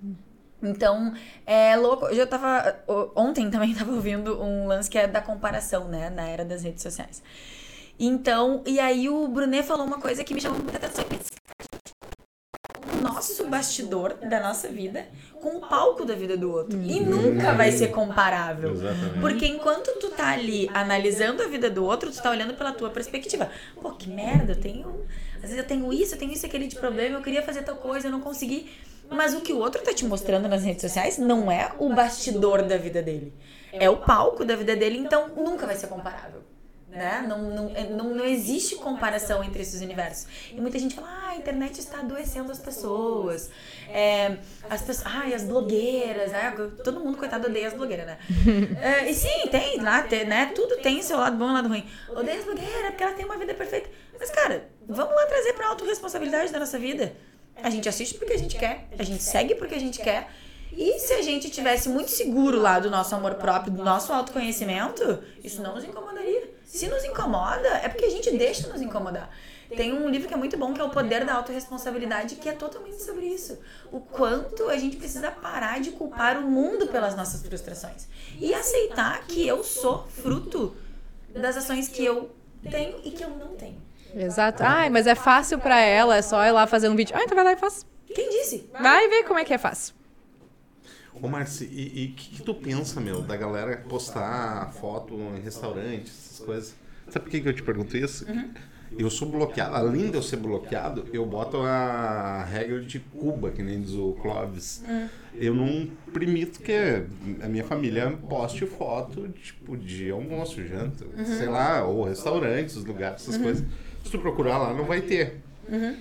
Então, é louco. Hoje eu tava. Ontem também tava ouvindo um lance que é da comparação, né? Na era das redes sociais. Então, e aí o Brunet falou uma coisa que me chamou muita atenção. O nosso bastidor da nossa vida com o palco da vida do outro. E nunca vai ser comparável. Exatamente. Porque enquanto tu tá ali analisando a vida do outro, tu tá olhando pela tua perspectiva. Pô, que merda, eu tenho. Às vezes eu tenho isso, eu tenho isso, aquele de problema, eu queria fazer tal coisa, eu não consegui. Mas o que o outro tá te mostrando nas redes sociais não é o bastidor da vida dele. É o palco da vida dele, então nunca vai ser comparável. Né? Não, não, não, não existe comparação entre esses universos. E muita gente fala, ah, a internet está adoecendo as pessoas. É, as pessoas, ai, as blogueiras. Ah, todo mundo, coitado, odeia as blogueiras, né? é, e sim, tem lá, tem, né? Tudo tem seu lado bom e lado ruim. Odeia as blogueiras porque ela tem uma vida perfeita. Mas, cara, vamos lá trazer pra autorresponsabilidade da nossa vida. A gente assiste porque a gente quer, a gente segue porque a gente quer. E se a gente tivesse muito seguro lá do nosso amor próprio, do nosso autoconhecimento, isso não nos incomodaria. Se nos incomoda, é porque a gente deixa nos incomodar. Tem um livro que é muito bom, que é O Poder da Autorresponsabilidade, que é totalmente sobre isso. O quanto a gente precisa parar de culpar o mundo pelas nossas frustrações. E aceitar que eu sou fruto das ações que eu tenho e que eu não tenho. Exato. Ai, mas é fácil pra ela, é só ir lá fazer um vídeo. Ah, então vai lá e faz. Quem disse? Vai ver como é que é fácil. Ô, Marci, e o que, que tu pensa, meu, da galera postar foto em restaurante, essas coisas? Sabe por que, que eu te pergunto isso? Uhum. Eu sou bloqueado, além de eu ser bloqueado, eu boto a regra de Cuba, que nem diz o Clóvis. Uhum. Eu não permito que a minha família poste foto, tipo, de almoço, janta, Uhum. sei lá, ou restaurantes, os lugares, essas coisas. Se tu procurar lá, não vai ter. Uhum.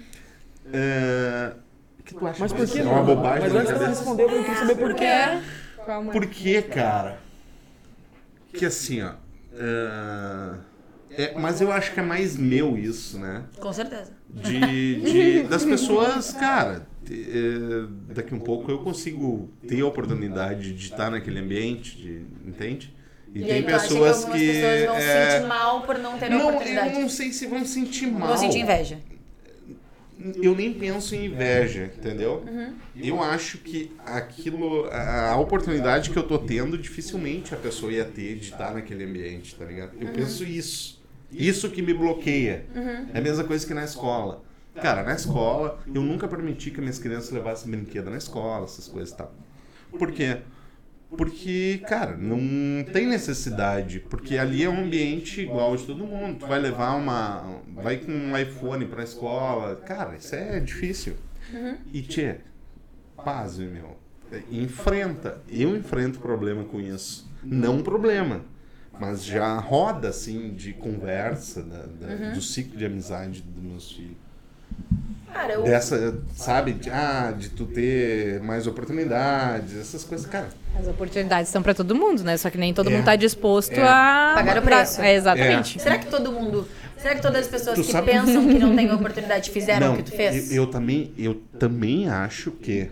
É, o que tu acha? Mas por que É não? uma bobagem. Mas na antes de ela cabeça. responder, eu queria saber por quê. Por que, cara? Que assim, ó. é, é, mas eu acho que é mais meu isso, né? Com certeza. De, de- das pessoas, cara. é, daqui um pouco eu consigo ter a oportunidade de estar naquele ambiente, de, entende? E, E tem aí tu acha pessoas que algumas que. pessoas vão se é, sentir mal por não ter a não, oportunidade. eu não sei se vão sentir mal. Vão sentir inveja. eu nem penso em inveja, entendeu? Uhum. Eu acho que aquilo, a, a oportunidade que eu tô tendo, dificilmente a pessoa ia ter de estar naquele ambiente, tá ligado? Eu uhum. penso isso. Isso que me bloqueia. Uhum. É a mesma coisa que na escola. Cara, na escola, eu nunca permiti que minhas crianças levassem brinquedo na escola, essas coisas e tal. Por quê? Porque, cara, não tem necessidade. Porque ali é um ambiente igual de todo mundo. Tu vai levar uma... Vai com um iPhone pra escola. Cara, isso é difícil. Uhum. E, tchê, paz, meu. Enfrenta. Eu enfrento problema com isso. Não um problema. Mas já roda, assim, de conversa, da, da, uhum. do ciclo de amizade dos meus filhos. Cara, eu... Dessa, sabe, de, ah, de tu ter mais oportunidades, essas coisas, cara. As oportunidades estão pra todo mundo, né? Só que nem todo é, mundo tá disposto é. a... pagar o preço. É, exatamente. É. Será que todo mundo... Será que todas as pessoas tu que sabe... pensam que não têm oportunidade fizeram não, o que tu fez? Eu, eu, também, eu também acho que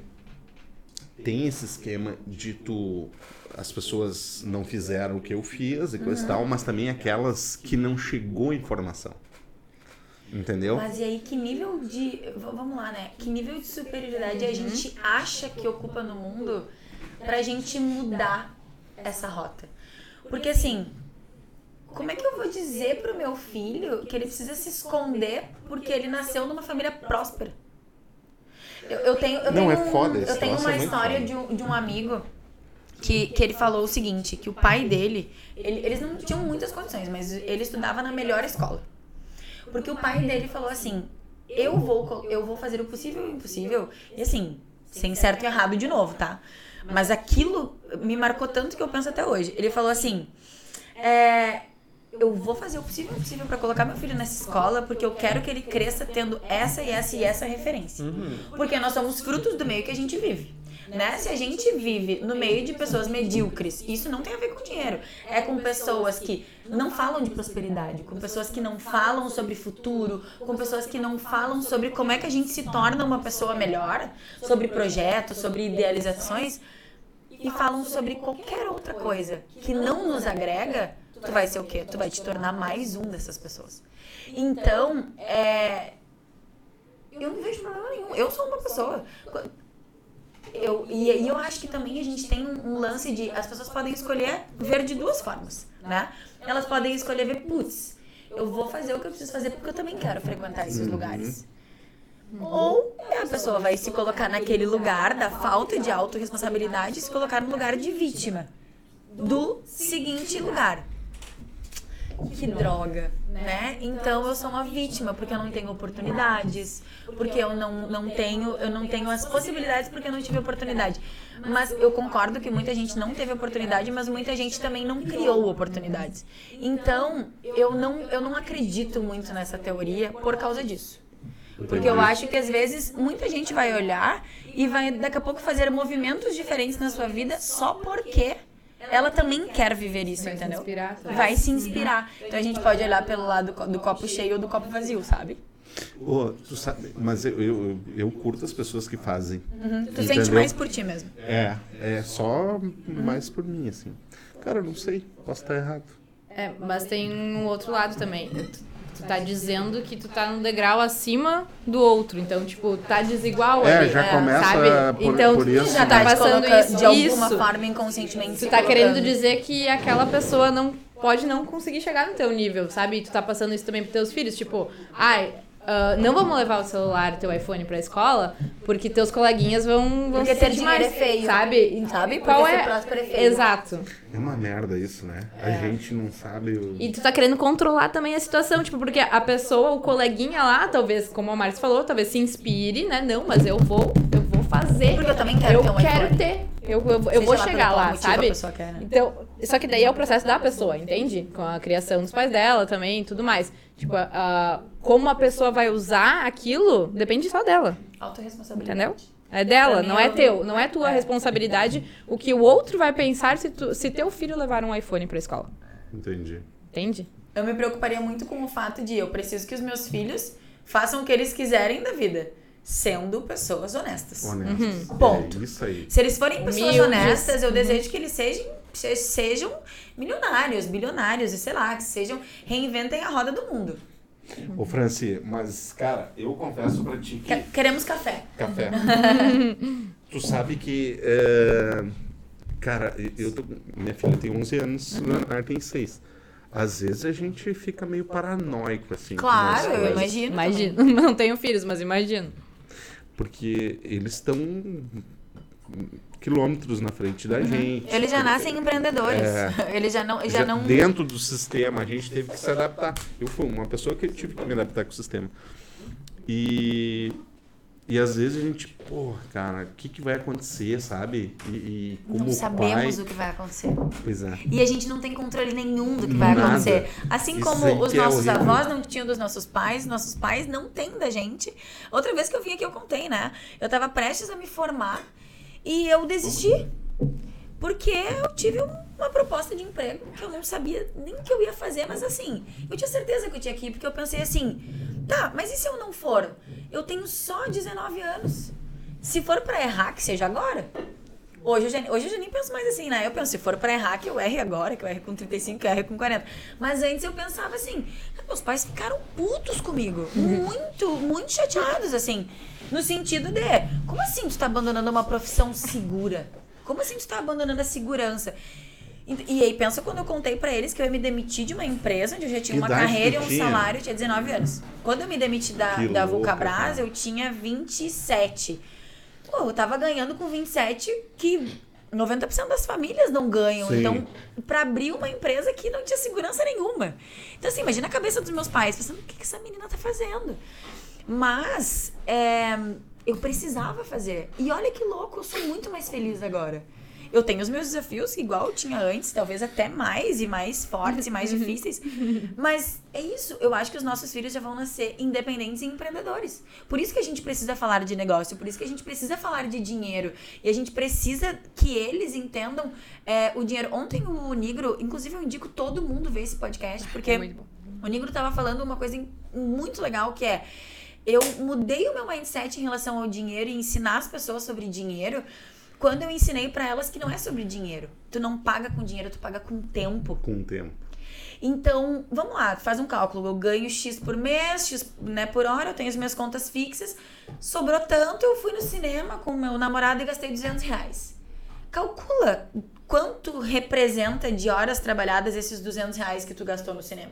tem esse esquema de tu... As pessoas não fizeram o que eu fiz e coisa e uhum. tal, mas também aquelas que não chegou informação. Entendeu? Mas e aí, que nível de... Vamos lá, né? Que nível de superioridade uhum. a gente acha que ocupa no mundo pra gente mudar essa rota? Porque, assim, como é que eu vou dizer pro meu filho que ele precisa se esconder porque ele nasceu numa família próspera? Eu, eu tenho, eu não, tenho é foda um, isso. Eu tenho Nossa, uma é história de um, de um amigo que, que ele falou o seguinte, que o pai dele... Ele, eles não tinham muitas condições, mas ele estudava na melhor escola. Porque o pai dele falou assim, eu vou, eu vou fazer o possível e o impossível, e assim, sem certo e errado de novo, tá? Mas aquilo me marcou tanto que eu penso até hoje. Ele falou assim, é, eu vou fazer o possível e o impossível pra colocar meu filho nessa escola, porque eu quero que ele cresça tendo essa e essa e essa referência. Uhum. Porque nós somos frutos do meio que a gente vive. Né? Se a gente vive no meio de pessoas medíocres, isso não tem a ver com dinheiro. É com pessoas que não falam de prosperidade, com pessoas que não falam sobre futuro, com pessoas que não falam sobre como é que a gente se torna uma pessoa melhor, sobre projetos, sobre idealizações, e falam sobre qualquer outra coisa que não nos agrega, tu vai ser o quê? Tu vai te tornar mais um dessas pessoas. Então, é... eu não vejo problema nenhum. Eu sou uma pessoa... Eu, e, e eu acho que também a gente tem um, um lance de... As pessoas podem escolher ver de duas formas, né? Elas podem escolher ver, putz, eu vou fazer o que eu preciso fazer porque eu também quero frequentar esses lugares. Ou a pessoa vai se colocar naquele lugar da falta de autorresponsabilidade e se colocar no lugar de vítima do seguinte lugar. Que droga, né? Então eu sou uma vítima porque eu não tenho oportunidades, porque eu não, não tenho, eu não tenho as possibilidades porque eu não tive oportunidade. Mas eu concordo que muita gente não teve oportunidade, mas muita gente também não criou oportunidades. Então, eu não, eu não acredito muito nessa teoria por causa disso. Porque eu acho que às vezes muita gente vai olhar e vai daqui a pouco fazer movimentos diferentes na sua vida só porque ela também quer viver isso, vai entendeu? Se inspirar, vai se inspirar. Então a gente pode olhar pelo lado do copo cheio ou do copo vazio, sabe? Oh, tu sabe, mas eu, eu, eu curto as pessoas que fazem. Uhum. Tu entendeu? Sente mais por ti mesmo. É, é só uhum. mais por mim, assim. Cara, eu não sei, posso estar errado. É, mas tem um outro lado também. Tu tá dizendo que tu tá num degrau acima do outro. Então, tipo, tá desigual é, ali. Já é, já começa sabe? por, então, por isso. Tu já tá passando isso. De alguma isso. forma, inconscientemente. Tu tá querendo dizer que aquela pessoa não pode não conseguir chegar no teu nível, sabe? E tu tá passando isso também pros teus filhos. Tipo, ai... Uh, não vamos levar o celular, o teu iPhone pra escola, porque teus coleguinhas vão, vão porque se ter sentir dinheiro mais, é feio. Sabe? Sabe? Qual porque é? Ser próspero é feio. Exato. É uma merda isso, né? É. A gente não sabe o... E tu tá querendo controlar também a situação, tipo, porque a pessoa, o coleguinha lá, talvez, como a Márcia falou, talvez se inspire, né? Não, mas eu vou, eu vou fazer. Porque eu também quero eu ter um quero iPhone. ter. Eu, eu, eu vou chegar lá, sabe? Quer, né? Então, só que daí é o processo da pessoa, entende? Com a criação dos pais dela também e tudo mais. Tipo, uh, como a pessoa vai usar aquilo, depende só dela. Autorresponsabilidade. Entendeu? É dela, não é teu. Não é tua responsabilidade o que o outro vai pensar se, tu, se teu filho levar um iPhone pra escola. Entendi. Entende? Eu me preocuparia muito com o fato de eu preciso que os meus filhos façam o que eles quiserem da vida. Sendo pessoas honestas. Honestas. Uhum. Ponto. É isso aí. Se eles forem pessoas Humildes. honestas, eu uhum. desejo que eles sejam, sejam milionários, bilionários, e sei lá, que sejam, reinventem a roda do mundo. Ô, Franci, mas, cara, eu confesso pra ti que... Queremos café. Café. Tu sabe que... É... Cara, eu tô... minha filha tem onze anos, uhum. A Ana tem seis. Às vezes a gente fica meio paranoico, assim. Claro, eu imagino. Imagino. Não tenho filhos, mas imagino. Porque eles estão quilômetros na frente da uhum. gente. Eles já nascem empreendedores. É, eles já não, já, já não... Dentro do sistema, a gente teve que se adaptar. Eu fui uma pessoa que tive que me adaptar com o sistema. E... E às vezes a gente, porra, cara, o que, que vai acontecer, sabe? E, e como não sabemos pai... o que vai acontecer. Pois é. E a gente não tem controle nenhum do que vai Nada. acontecer. Assim Isso como os nossos é avós não tinham dos nossos pais, nossos pais não têm da gente. Outra vez que eu vim aqui eu contei, né? Eu tava prestes a me formar e eu desisti. Porque eu tive uma proposta de emprego que eu não sabia nem o que eu ia fazer, mas assim, eu tinha certeza que eu tinha que ir, porque eu pensei assim, tá, mas e se eu não for? Eu tenho só dezenove anos. Se for pra errar, que seja agora. Hoje eu, já, hoje eu já nem penso mais assim, né? Eu penso, se for pra errar, que eu erre agora, que eu erre com trinta e cinco, que eu erre com quarenta. Mas antes eu pensava assim, meus pais ficaram putos comigo. Muito, muito chateados, assim. No sentido de, como assim tu tá abandonando uma profissão segura? Como assim tu tá abandonando a segurança? E, e aí, pensa quando eu contei pra eles que eu ia me demitir de uma empresa onde eu já tinha uma carreira e um tinha? salário, eu tinha dezenove anos. Quando eu me demiti da, da Vulcabras, eu tinha vinte e sete. Pô, eu tava ganhando com vinte e sete, que noventa por cento das famílias não ganham. Sim. Então, pra abrir uma empresa que não tinha segurança nenhuma. Então, assim, imagina a cabeça dos meus pais, pensando, o que, que essa menina tá fazendo? Mas, é, eu precisava fazer. E olha que louco, eu sou muito mais feliz agora. Eu tenho os meus desafios, igual eu tinha antes, talvez até mais e mais fortes e mais difíceis. Mas é isso, eu acho que os nossos filhos já vão nascer independentes e empreendedores. Por isso que a gente precisa falar de negócio, por isso que a gente precisa falar de dinheiro. E a gente precisa que eles entendam é, o dinheiro. Ontem o Nigro, inclusive eu indico todo mundo ver esse podcast, porque é muito bom. O Nigro tava falando uma coisa muito legal, que é... Eu mudei o meu mindset em relação ao dinheiro e ensinar as pessoas sobre dinheiro quando eu ensinei pra elas que não é sobre dinheiro. Tu não paga com dinheiro, tu paga com tempo. Com tempo. Então, vamos lá, faz um cálculo. Eu ganho X por mês, X, né, por hora, eu tenho as minhas contas fixas. Sobrou tanto, eu fui no cinema com o meu namorado e gastei duzentos reais. Calcula quanto representa de horas trabalhadas esses duzentos reais que tu gastou no cinema.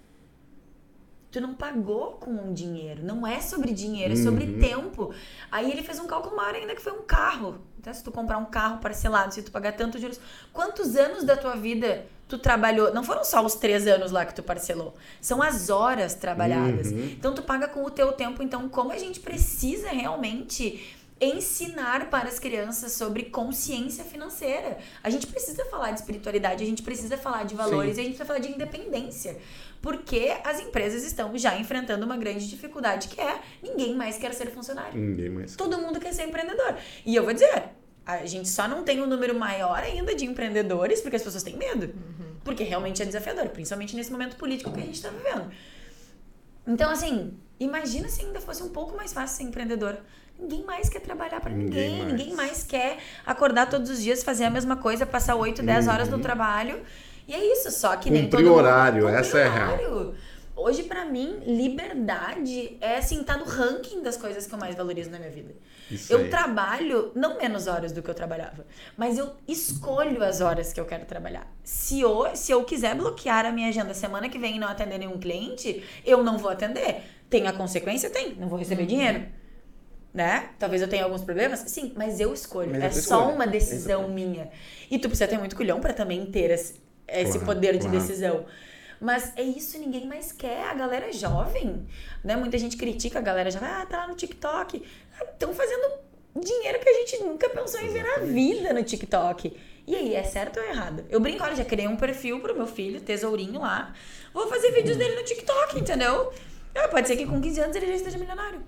Tu não pagou com um dinheiro. Não é sobre dinheiro, é sobre uhum. tempo. Aí ele fez um cálculo maior ainda, que foi um carro. Então, se tu comprar um carro parcelado, se tu pagar tantos juros... Quantos anos da tua vida tu trabalhou? Não foram só os três anos lá que tu parcelou. São as horas trabalhadas. Uhum. Então, tu paga com o teu tempo. Então, como a gente precisa realmente ensinar para as crianças sobre consciência financeira. A gente precisa falar de espiritualidade, a gente precisa falar de valores, Sim. e a gente precisa falar de independência. Porque as empresas estão já enfrentando uma grande dificuldade, que é ninguém mais quer ser funcionário. Ninguém mais. Todo mundo quer ser empreendedor. E eu vou dizer, a gente só não tem um número maior ainda de empreendedores porque as pessoas têm medo. Uhum. Porque realmente é desafiador, principalmente nesse momento político que a gente está vivendo. Então, assim, imagina se ainda fosse um pouco mais fácil ser empreendedor. Ninguém mais quer trabalhar pra ninguém, ninguém mais. ninguém mais quer acordar todos os dias, fazer a mesma coisa, passar oito, dez horas no trabalho. E é isso, só que nem todo mundo... horário, Cumprir essa horário. é a real. Hoje, pra mim, liberdade é, assim, tá no ranking das coisas que eu mais valorizo na minha vida. Isso eu aí. trabalho, não menos horas do que eu trabalhava, mas eu escolho as horas que eu quero trabalhar. Se eu, se eu quiser bloquear a minha agenda semana que vem e não atender nenhum cliente, eu não vou atender. Tem a consequência? Tem. Não vou receber uhum. dinheiro. Né? Talvez eu tenha alguns problemas, sim, mas eu escolho. Mas é só escolhe. uma decisão Exatamente. minha. E tu precisa ter muito culhão pra também ter esse, esse claro, poder de claro. decisão. Mas é isso, ninguém mais quer. A galera é jovem, né? Muita gente critica a galera jovem. Ah, tá lá no TikTok. Estão fazendo dinheiro que a gente nunca pensou em ver na vida no TikTok. E aí, é certo ou errado? Eu brinco, olha, já criei um perfil pro meu filho, tesourinho lá. Vou fazer vídeos dele no TikTok, entendeu? Ah, pode ser que com quinze anos ele já esteja milionário.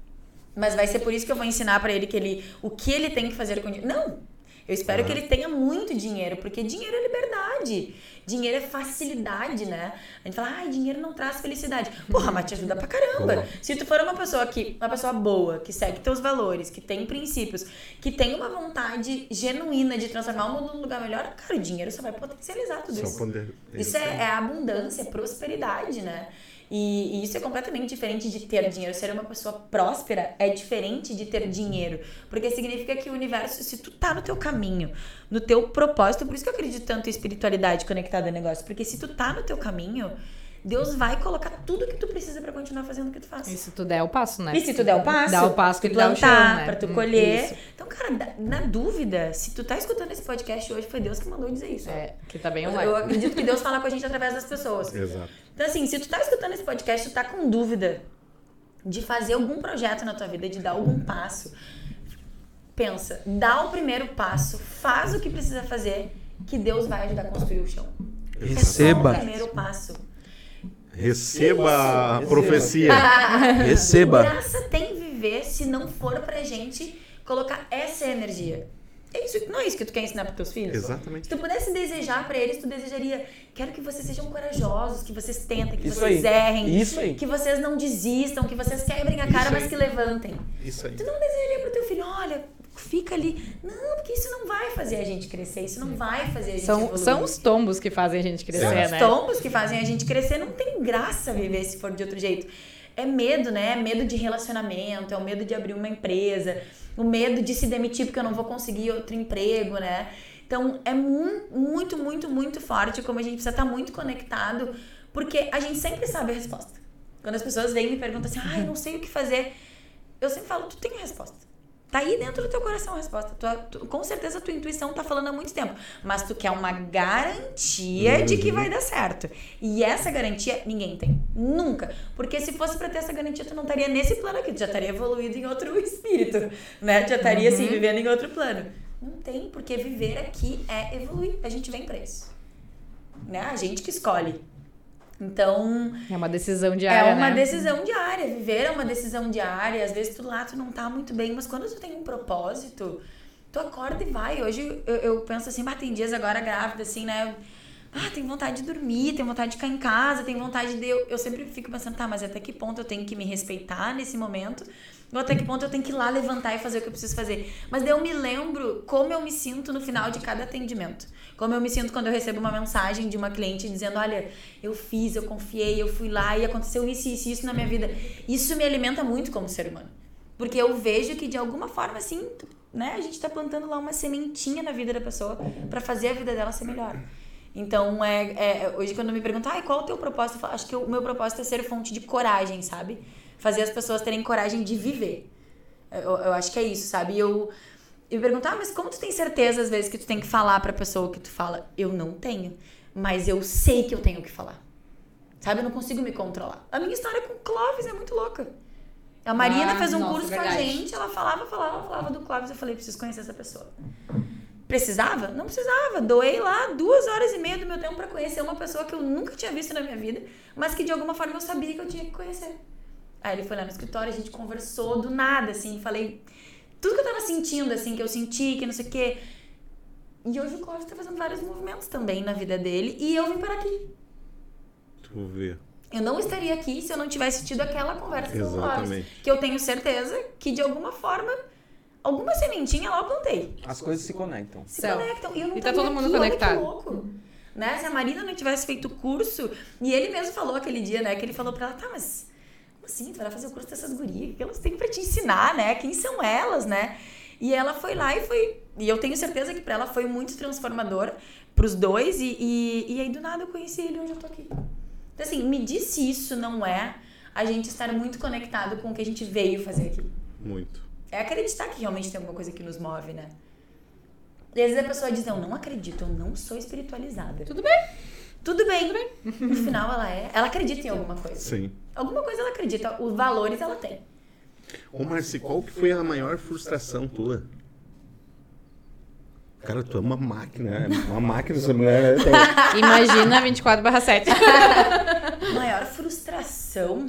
Mas vai ser por isso que eu vou ensinar pra ele que ele, o que ele tem que fazer com dinheiro. Não! Eu espero uhum. que ele tenha muito dinheiro, porque dinheiro é liberdade. Dinheiro é facilidade, né? A gente fala, ai, dinheiro não traz felicidade. Porra, mas te ajuda pra caramba. Uhum. Se tu for uma pessoa que, uma pessoa boa, que segue teus valores, que tem princípios, que tem uma vontade genuína de transformar o mundo num lugar melhor, cara, o dinheiro só vai potencializar tudo só isso. Poder... Isso é, é abundância, é prosperidade, né? E, e isso é completamente diferente de ter dinheiro. Ser uma pessoa próspera é diferente de ter dinheiro. Porque significa que o universo, se tu tá no teu caminho, no teu propósito, por isso que eu acredito tanto em espiritualidade conectada a negócio. Porque se tu tá no teu caminho, Deus vai colocar tudo que tu precisa pra continuar fazendo o que tu faz. E se tu der o passo, né? E se tu der o passo, dá o passo que ele dá o chão, plantar, né? pra tu Hum, colher. isso. Então, cara, na dúvida, se tu tá escutando esse podcast hoje, foi Deus que mandou dizer isso. É, que tá bem Eu, online. eu acredito que Deus fala com a gente através das pessoas. Exato. Então, assim, se tu tá escutando esse podcast, tu tá com dúvida de fazer algum projeto na tua vida, de dar algum passo, pensa, dá o primeiro passo, faz o que precisa fazer, que Deus vai ajudar a construir o chão. Receba. É só o primeiro passo. Receba a profecia. Receba. Que graça tem viver se não for pra gente colocar essa energia. É isso, não é isso que tu quer ensinar pros teus filhos? Exatamente. Se tu pudesse desejar pra eles, tu desejaria, quero que vocês sejam corajosos, que vocês tentem, que Isso vocês aí. errem, Isso aí. que vocês não desistam, que vocês quebrem a cara, Isso mas aí. que levantem. Isso aí. Tu não desejaria pro teu filho, olha, fica ali. Não, porque isso não vai fazer a gente crescer, isso não vai fazer a gente São, evoluir. são os tombos que fazem a gente crescer, São os né? tombos que fazem a gente crescer. Não tem graça viver se for de outro jeito. É medo, né? É medo de relacionamento, é o medo de abrir uma empresa, o medo de se demitir porque eu não vou conseguir outro emprego, né? Então, é mu- muito, muito, muito forte como a gente precisa estar muito conectado, porque a gente sempre sabe a resposta. Quando as pessoas vêm e me perguntam assim, ah, eu não sei o que fazer, eu sempre falo, tu tem a resposta. Tá aí dentro do teu coração a resposta. Tua, tu, com certeza a tua intuição tá falando há muito tempo. Mas tu quer uma garantia de que vai dar certo. E essa garantia ninguém tem. Nunca. Porque se fosse pra ter essa garantia, tu não estaria nesse plano aqui. Tu já estaria evoluído em outro espírito. Né? Tu já estaria, assim, vivendo em outro plano. Não tem, porque viver aqui é evoluir. A gente vem pra isso. Né? A gente que escolhe. Então, É uma decisão diária, é uma né? decisão diária. Viver é uma decisão diária. Às vezes tu lá tu não tá muito bem, mas quando tu tem um propósito, tu acorda e vai. Hoje eu, eu penso assim, ah, tem dias agora grávida, assim, né? Ah, tem vontade de dormir, tem vontade de ficar em casa, tem vontade de... Eu, eu sempre fico pensando, tá, mas até que ponto eu tenho que me respeitar nesse momento? Ou até que ponto eu tenho que ir lá levantar e fazer o que eu preciso fazer? Mas daí eu me lembro como eu me sinto no final de cada atendimento. Como eu me sinto quando eu recebo uma mensagem de uma cliente dizendo, olha, eu fiz, eu confiei, eu fui lá e aconteceu isso, isso, isso na minha vida. Isso me alimenta muito como ser humano. Porque eu vejo que de alguma forma, assim, né, a gente tá plantando lá uma sementinha na vida da pessoa pra fazer a vida dela ser melhor. Então, é, é, hoje quando me perguntam, ah, qual é o teu propósito? Eu falo, acho que o meu propósito é ser fonte de coragem, sabe? Fazer as pessoas terem coragem de viver. Eu, eu acho que é isso, sabe? E eu, eu pergunto, ah, mas como tu tem certeza, às vezes, que tu tem que falar pra pessoa o que tu fala? Eu não tenho, mas eu sei que eu tenho que falar. Sabe? Eu não consigo me controlar. A minha história com o Clóvis é muito louca. A Marina Ah, fez um nossa, curso verdade. com a gente, ela falava, falava, falava do Clóvis, eu falei, preciso conhecer essa pessoa. Precisava? Não precisava. Doei lá duas horas e meia do meu tempo pra conhecer uma pessoa que eu nunca tinha visto na minha vida, mas que de alguma forma eu sabia que eu tinha que conhecer. Aí ele foi lá no escritório, a gente conversou do nada, assim, falei tudo que eu tava sentindo, assim, que eu senti, que não sei o quê. E hoje o Clóvis tá fazendo vários movimentos também na vida dele, e eu vim parar aqui. Tu vê. Eu não estaria aqui se eu não tivesse tido aquela conversa com o Clóvis. Exatamente. Que eu tenho certeza que de alguma forma, alguma sementinha lá eu plantei. As coisas se conectam. Se São. conectam. E eu não E tá estaria todo mundo aqui, olha que conectado. louco. Né? Se a Marina não tivesse feito o curso, e ele mesmo falou aquele dia, né? Que ele falou pra ela, tá, mas como assim? Tu vai lá fazer o curso dessas gurias? O que elas têm pra te ensinar, né? Quem são elas, né? E ela foi lá e foi... E eu tenho certeza que pra ela foi muito transformador pros dois. E, e, e aí, do nada, eu conheci ele e hoje eu tô aqui. Então, assim, me diz se isso não é a gente estar muito conectado com o que a gente veio fazer aqui. Muito. É acreditar que realmente tem alguma coisa que nos move, né? E às vezes a pessoa diz, eu não acredito, eu não sou espiritualizada. Tudo bem. Tudo bem. Tudo bem. No final ela é. Ela acredita em alguma coisa. Sim. Alguma coisa ela acredita. Os valores ela tem. Ô, Marci, qual que foi a maior frustração tua? Cara, tu é uma máquina, né? Uma máquina essa mulher. Tem... Imagina vinte e quatro barra sete. Maior frustração.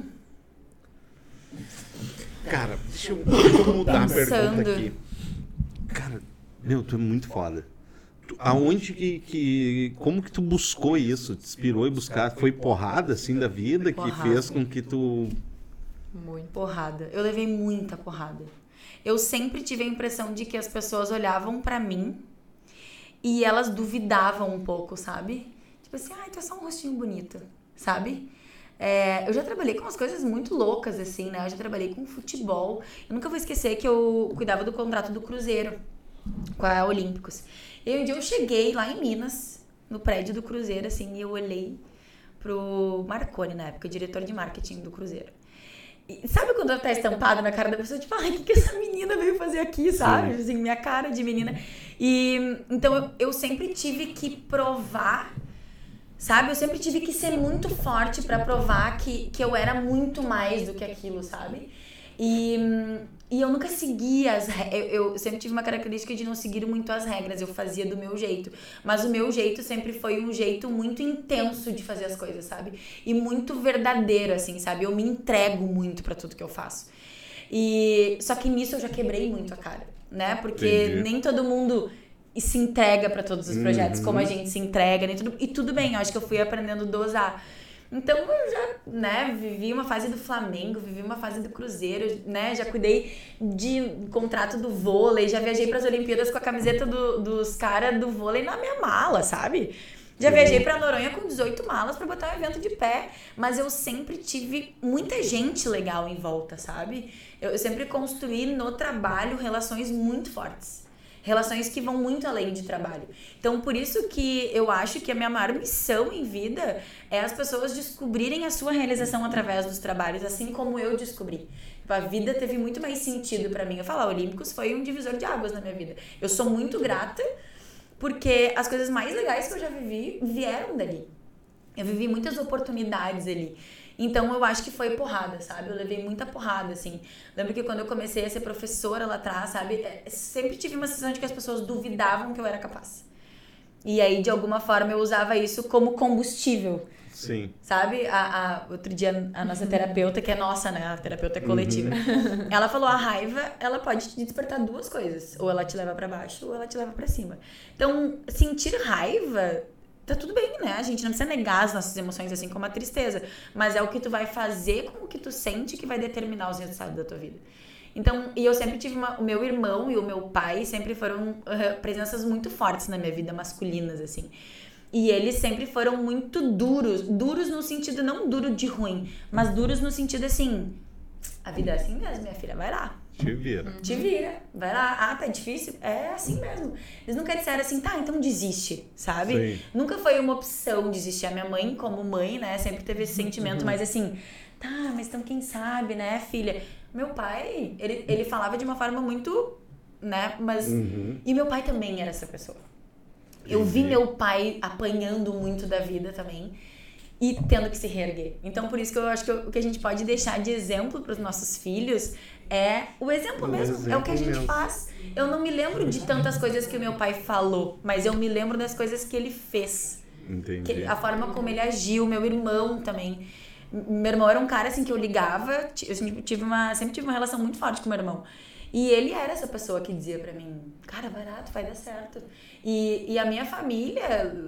Cara, deixa eu, deixa eu mudar a pergunta Pensando. aqui. Cara, meu, tu é muito foda. Tu, aonde que, que... Como que tu buscou isso? Te inspirou e buscar? Foi porrada, assim, da vida que Porrada. fez com que tu... Muito. Porrada. Eu levei muita porrada. Eu sempre tive a impressão de que as pessoas olhavam pra mim e elas duvidavam um pouco, sabe? Tipo assim, ai, tu é só um rostinho bonito, sabe? É, eu já trabalhei com umas coisas muito loucas, assim, né? Eu já trabalhei com futebol. Eu nunca vou esquecer que eu cuidava do contrato do Cruzeiro com a Olímpicos. E um dia eu cheguei lá em Minas, no prédio do Cruzeiro, assim, e eu olhei pro Marconi, na época, diretor de marketing do Cruzeiro. E sabe quando tá estampado na cara da pessoa, tipo, ai, o que, que essa menina veio fazer aqui, sabe? Assim, minha cara de menina. E então eu, eu sempre tive que provar, sabe? Eu sempre tive que ser muito forte pra provar que, que eu era muito mais do que aquilo, sabe? E, e eu nunca seguia as regras. Eu, eu sempre tive uma característica de não seguir muito as regras. Eu fazia do meu jeito. Mas o meu jeito sempre foi um jeito muito intenso de fazer as coisas, sabe? E muito verdadeiro, assim, sabe? Eu me entrego muito pra tudo que eu faço. E só que nisso eu já quebrei muito a cara, né? Porque Entendi. nem todo mundo se entrega pra todos os projetos, uhum, como a gente se entrega, nem tudo, e tudo bem, eu acho que eu fui aprendendo a dosar. Então eu já, né, vivi uma fase do Flamengo, vivi uma fase do Cruzeiro, né, já cuidei de contrato do vôlei, já viajei pras Olimpíadas com a camiseta do, dos caras do vôlei na minha mala, sabe? Já viajei pra Noronha com dezoito malas pra botar um evento de pé, mas eu sempre tive muita gente legal em volta, sabe? Eu, eu sempre construí no trabalho relações muito fortes. Relações que vão muito além de trabalho. Então, por isso que eu acho que a minha maior missão em vida é as pessoas descobrirem a sua realização através dos trabalhos, assim como eu descobri. A vida teve muito mais sentido pra mim. Eu falo, Olímpicos foi um divisor de águas na minha vida. Eu sou muito grata porque as coisas mais legais que eu já vivi vieram dali. Eu vivi muitas oportunidades ali. Então, eu acho que foi porrada, sabe? Eu levei muita porrada, assim. Lembro que quando eu comecei a ser professora lá atrás, sabe? Sempre tive uma sensação de que as pessoas duvidavam que eu era capaz. E aí, de alguma forma, eu usava isso como combustível. Sim. Sabe? A, a, outro dia, a nossa terapeuta, que é nossa, né? A terapeuta é coletiva. Uhum. Ela falou, a raiva, ela pode te despertar duas coisas. Ou ela te leva pra baixo, ou ela te leva pra cima. Então, sentir raiva... Tá tudo bem, né? A gente não precisa negar as nossas emoções, assim como a tristeza. Mas é o que tu vai fazer com o que tu sente que vai determinar os resultados da tua vida. Então, e eu sempre tive uma... O meu irmão e o meu pai sempre foram uh, presenças muito fortes na minha vida, masculinas, assim. E eles sempre foram muito duros. Duros no sentido, não duro de ruim, mas duros no sentido, assim... A vida é assim mesmo, minha filha, vai lá. Te vira. Te vira, vai lá. Ah, tá difícil? É assim mesmo. Eles nunca disseram assim, tá, então desiste, sabe? Sim. Nunca foi uma opção desistir. A minha mãe, como mãe, né, sempre teve esse sentimento, mas assim, tá, mas então quem sabe, né, filha? Meu pai, ele, ele falava de uma forma muito, né, mas... Uhum. E meu pai também era essa pessoa. Eu vi meu pai apanhando muito da vida também. E tendo que se reerguer. Então, por isso que eu acho que o que a gente pode deixar de exemplo para os nossos filhos é o exemplo o mesmo. exemplo é o que a gente mesmo. faz. Eu não me lembro de tantas coisas que o meu pai falou, mas eu me lembro das coisas que ele fez. Entendi. Que, a forma como ele agiu, meu irmão também. Meu irmão era um cara assim que eu ligava, eu tive uma, sempre tive uma relação muito forte com meu irmão. E ele era essa pessoa que dizia pra mim, cara, vai lá, tu vai dar certo. E, e a minha família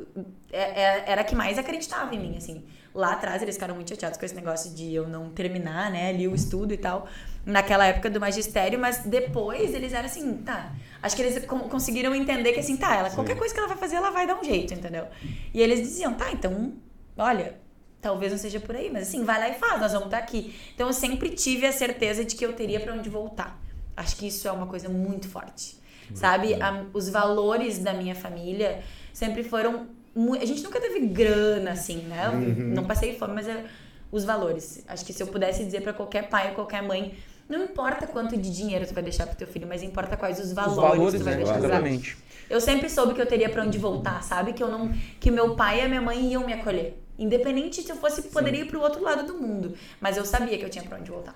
é, é, era a que mais acreditava em mim, assim. Lá atrás eles ficaram muito chateados com esse negócio de eu não terminar, né, ali o estudo e tal, naquela época do magistério, mas depois eles eram assim, tá, acho que eles con- conseguiram entender que assim, tá, ela, qualquer coisa que ela vai fazer, ela vai dar um jeito, entendeu? E eles diziam, tá, então, olha... Talvez não seja por aí, mas assim, vai lá e faz, nós vamos estar aqui. Então eu sempre tive a certeza de que eu teria pra onde voltar. Acho que isso é uma coisa muito forte, sabe? A, os valores da minha família sempre foram... Mu- a gente nunca teve grana, assim, né? Uhum. Não passei fome, mas é os valores. Acho que se eu pudesse dizer pra qualquer pai ou qualquer mãe, não importa quanto de dinheiro tu vai deixar pro teu filho, mas importa quais os valores, Os valores, tu vai né? deixar pro teu filho. Exatamente. Eu sempre soube que eu teria pra onde voltar, sabe? Que eu não, que meu pai e a minha mãe iam me acolher. Independente se eu fosse, poderia ir pro outro lado do mundo. Mas eu sabia que eu tinha pra onde voltar.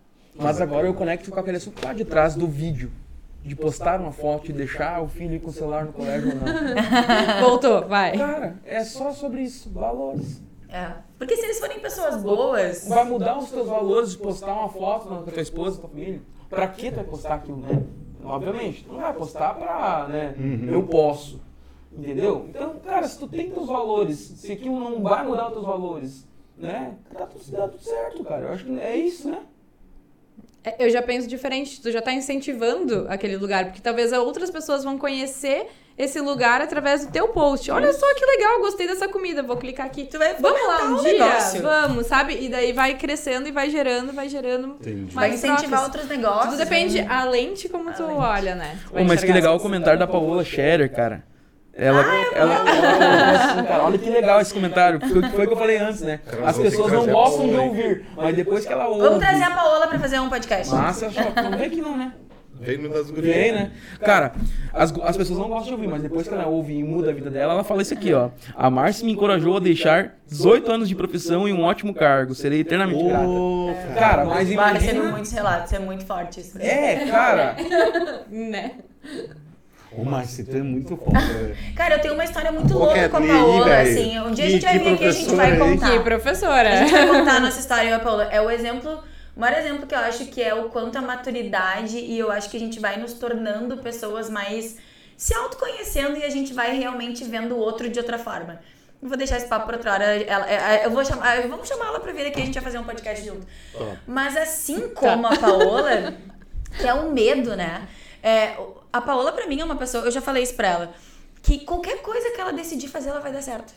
Mas agora eu conecto com aquele assunto lá de trás do vídeo. De postar uma foto e deixar o filho ir com o celular no colégio ou não. Voltou, vai. Cara, é só sobre isso, valores. É. Porque se eles forem pessoas boas... Vai mudar os teus valores de postar uma foto com a tua esposa, com a tua família? Pra que tu vai postar aquilo, né? Obviamente, tu não vai postar pra, né, Uhum. eu posso. Entendeu? Então, cara, se tu tem teus valores, se aquilo não vai mudar os teus valores, né? Tá tudo, dá tudo certo, cara. Eu acho que é isso, né? Eu já penso diferente, tu já tá incentivando aquele lugar, porque talvez outras pessoas vão conhecer esse lugar através do teu post. Olha só que legal, gostei dessa comida, vou clicar aqui. Tu vai vamos lá um um dia? negócio. Vamos, sabe? E daí vai crescendo e vai gerando, vai gerando. Entendi. Vai mais incentivar trocas. outros negócios. Tudo depende né? a lente como tu lente. olha, né? Tu vai Ô, mas que enxergar legal o essas- comentário da Paola Scherer, cara. Ela, Ah, ela, ela, ela assim, cara, olha que legal esse comentário. Foi, foi o que eu falei antes, né? As pessoas não gostam de ouvir, mas depois que ela ouve... Vamos trazer a Paola pra fazer um podcast. Massa, não vem que não, né? Vem no das gurias. Vem, né? Cara, as, as pessoas não gostam de ouvir, mas depois que ela ouve e muda a vida dela, ela fala isso aqui, ó. A Márcia me encorajou a deixar dezoito anos de profissão e um ótimo cargo. Serei eternamente grata. Ô, Cara, mas Vai receber imagina... muitos relatos, é muito forte isso. É, cara. Né? Ô, Márcia, tu é muito foda, velho. Cara, eu tenho uma história muito Ô, louca com a Kathleen, Paola, velho. assim. Um dia a Que- gente vai que vir aqui e a gente vai professora, hein? contar. Que professora. A gente vai contar a nossa história, eu e a Paola. É o exemplo, o maior exemplo que eu acho que é o quanto a maturidade e eu acho que a gente vai nos tornando pessoas mais se autoconhecendo e a gente vai realmente vendo o outro de outra forma. Não vou deixar esse papo pra outra hora. Ela, ela- eu vou chamar, vamos chamar ela pra vir aqui, a gente vai fazer um podcast junto. Tá. Mas assim como a Paola, que é o medo, né? É, a Paola pra mim é uma pessoa, eu já falei isso pra ela, que qualquer coisa que ela decidir fazer, ela vai dar certo.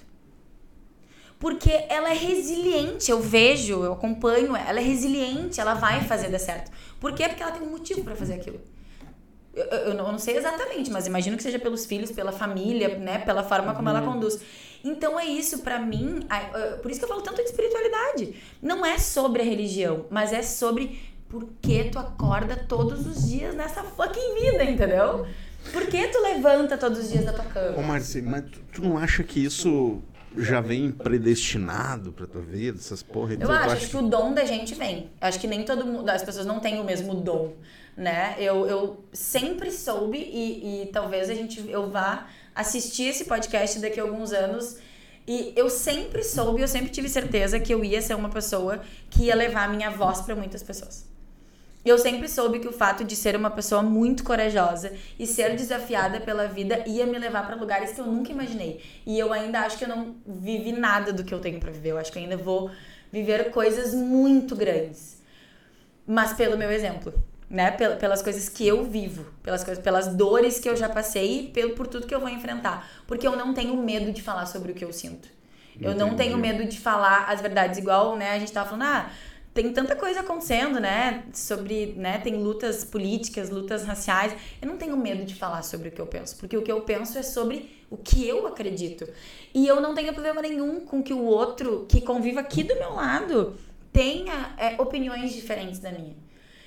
Porque ela é resiliente, eu vejo, eu acompanho, ela é resiliente, ela vai fazer dar certo. Por quê? Porque ela tem um motivo pra fazer aquilo. Eu, eu, eu não eu não sei exatamente, mas imagino que seja pelos filhos, pela família, né? Pela forma como ela conduz. Então é isso, pra mim, a- a- por isso que eu falo tanto de espiritualidade. Não é sobre a religião, mas é sobre por que tu acorda todos os dias nessa fucking vida, entendeu? Por que tu levanta todos os dias da tua Ô, cama? Márcia, mas tu, tu não acha que isso já vem predestinado pra tua vida, essas porra? e Eu tudo? Tu acho, acha acho que o dom da gente vem. Eu acho que nem todo mundo, as pessoas não têm o mesmo dom, né? Eu, eu sempre soube e, e talvez a gente, eu vá assistir esse podcast daqui a alguns anos e eu sempre soube, eu sempre tive certeza que eu ia ser uma pessoa que ia levar a minha voz pra muitas pessoas. Eu sempre soube que o fato de ser uma pessoa muito corajosa e ser desafiada pela vida ia me levar pra lugares que eu nunca imaginei. E eu ainda acho que eu não vivi nada do que eu tenho pra viver. Eu acho que eu ainda vou viver coisas muito grandes. Mas pelo meu exemplo, né? Pel- Pelas coisas que eu vivo, pelas coisas, pelas dores que eu já passei e pelo, por tudo que eu vou enfrentar. Porque eu não tenho medo de falar sobre o que eu sinto. Eu não Entendi. tenho medo de falar as verdades, igual, né? A gente tava falando, ah, tem tanta coisa acontecendo, né? Sobre, né? Tem lutas políticas, lutas raciais. Eu não tenho medo de falar sobre o que eu penso, porque o que eu penso é sobre o que eu acredito. E eu não tenho problema nenhum com que o outro que convive aqui do meu lado tenha é, opiniões diferentes da minha.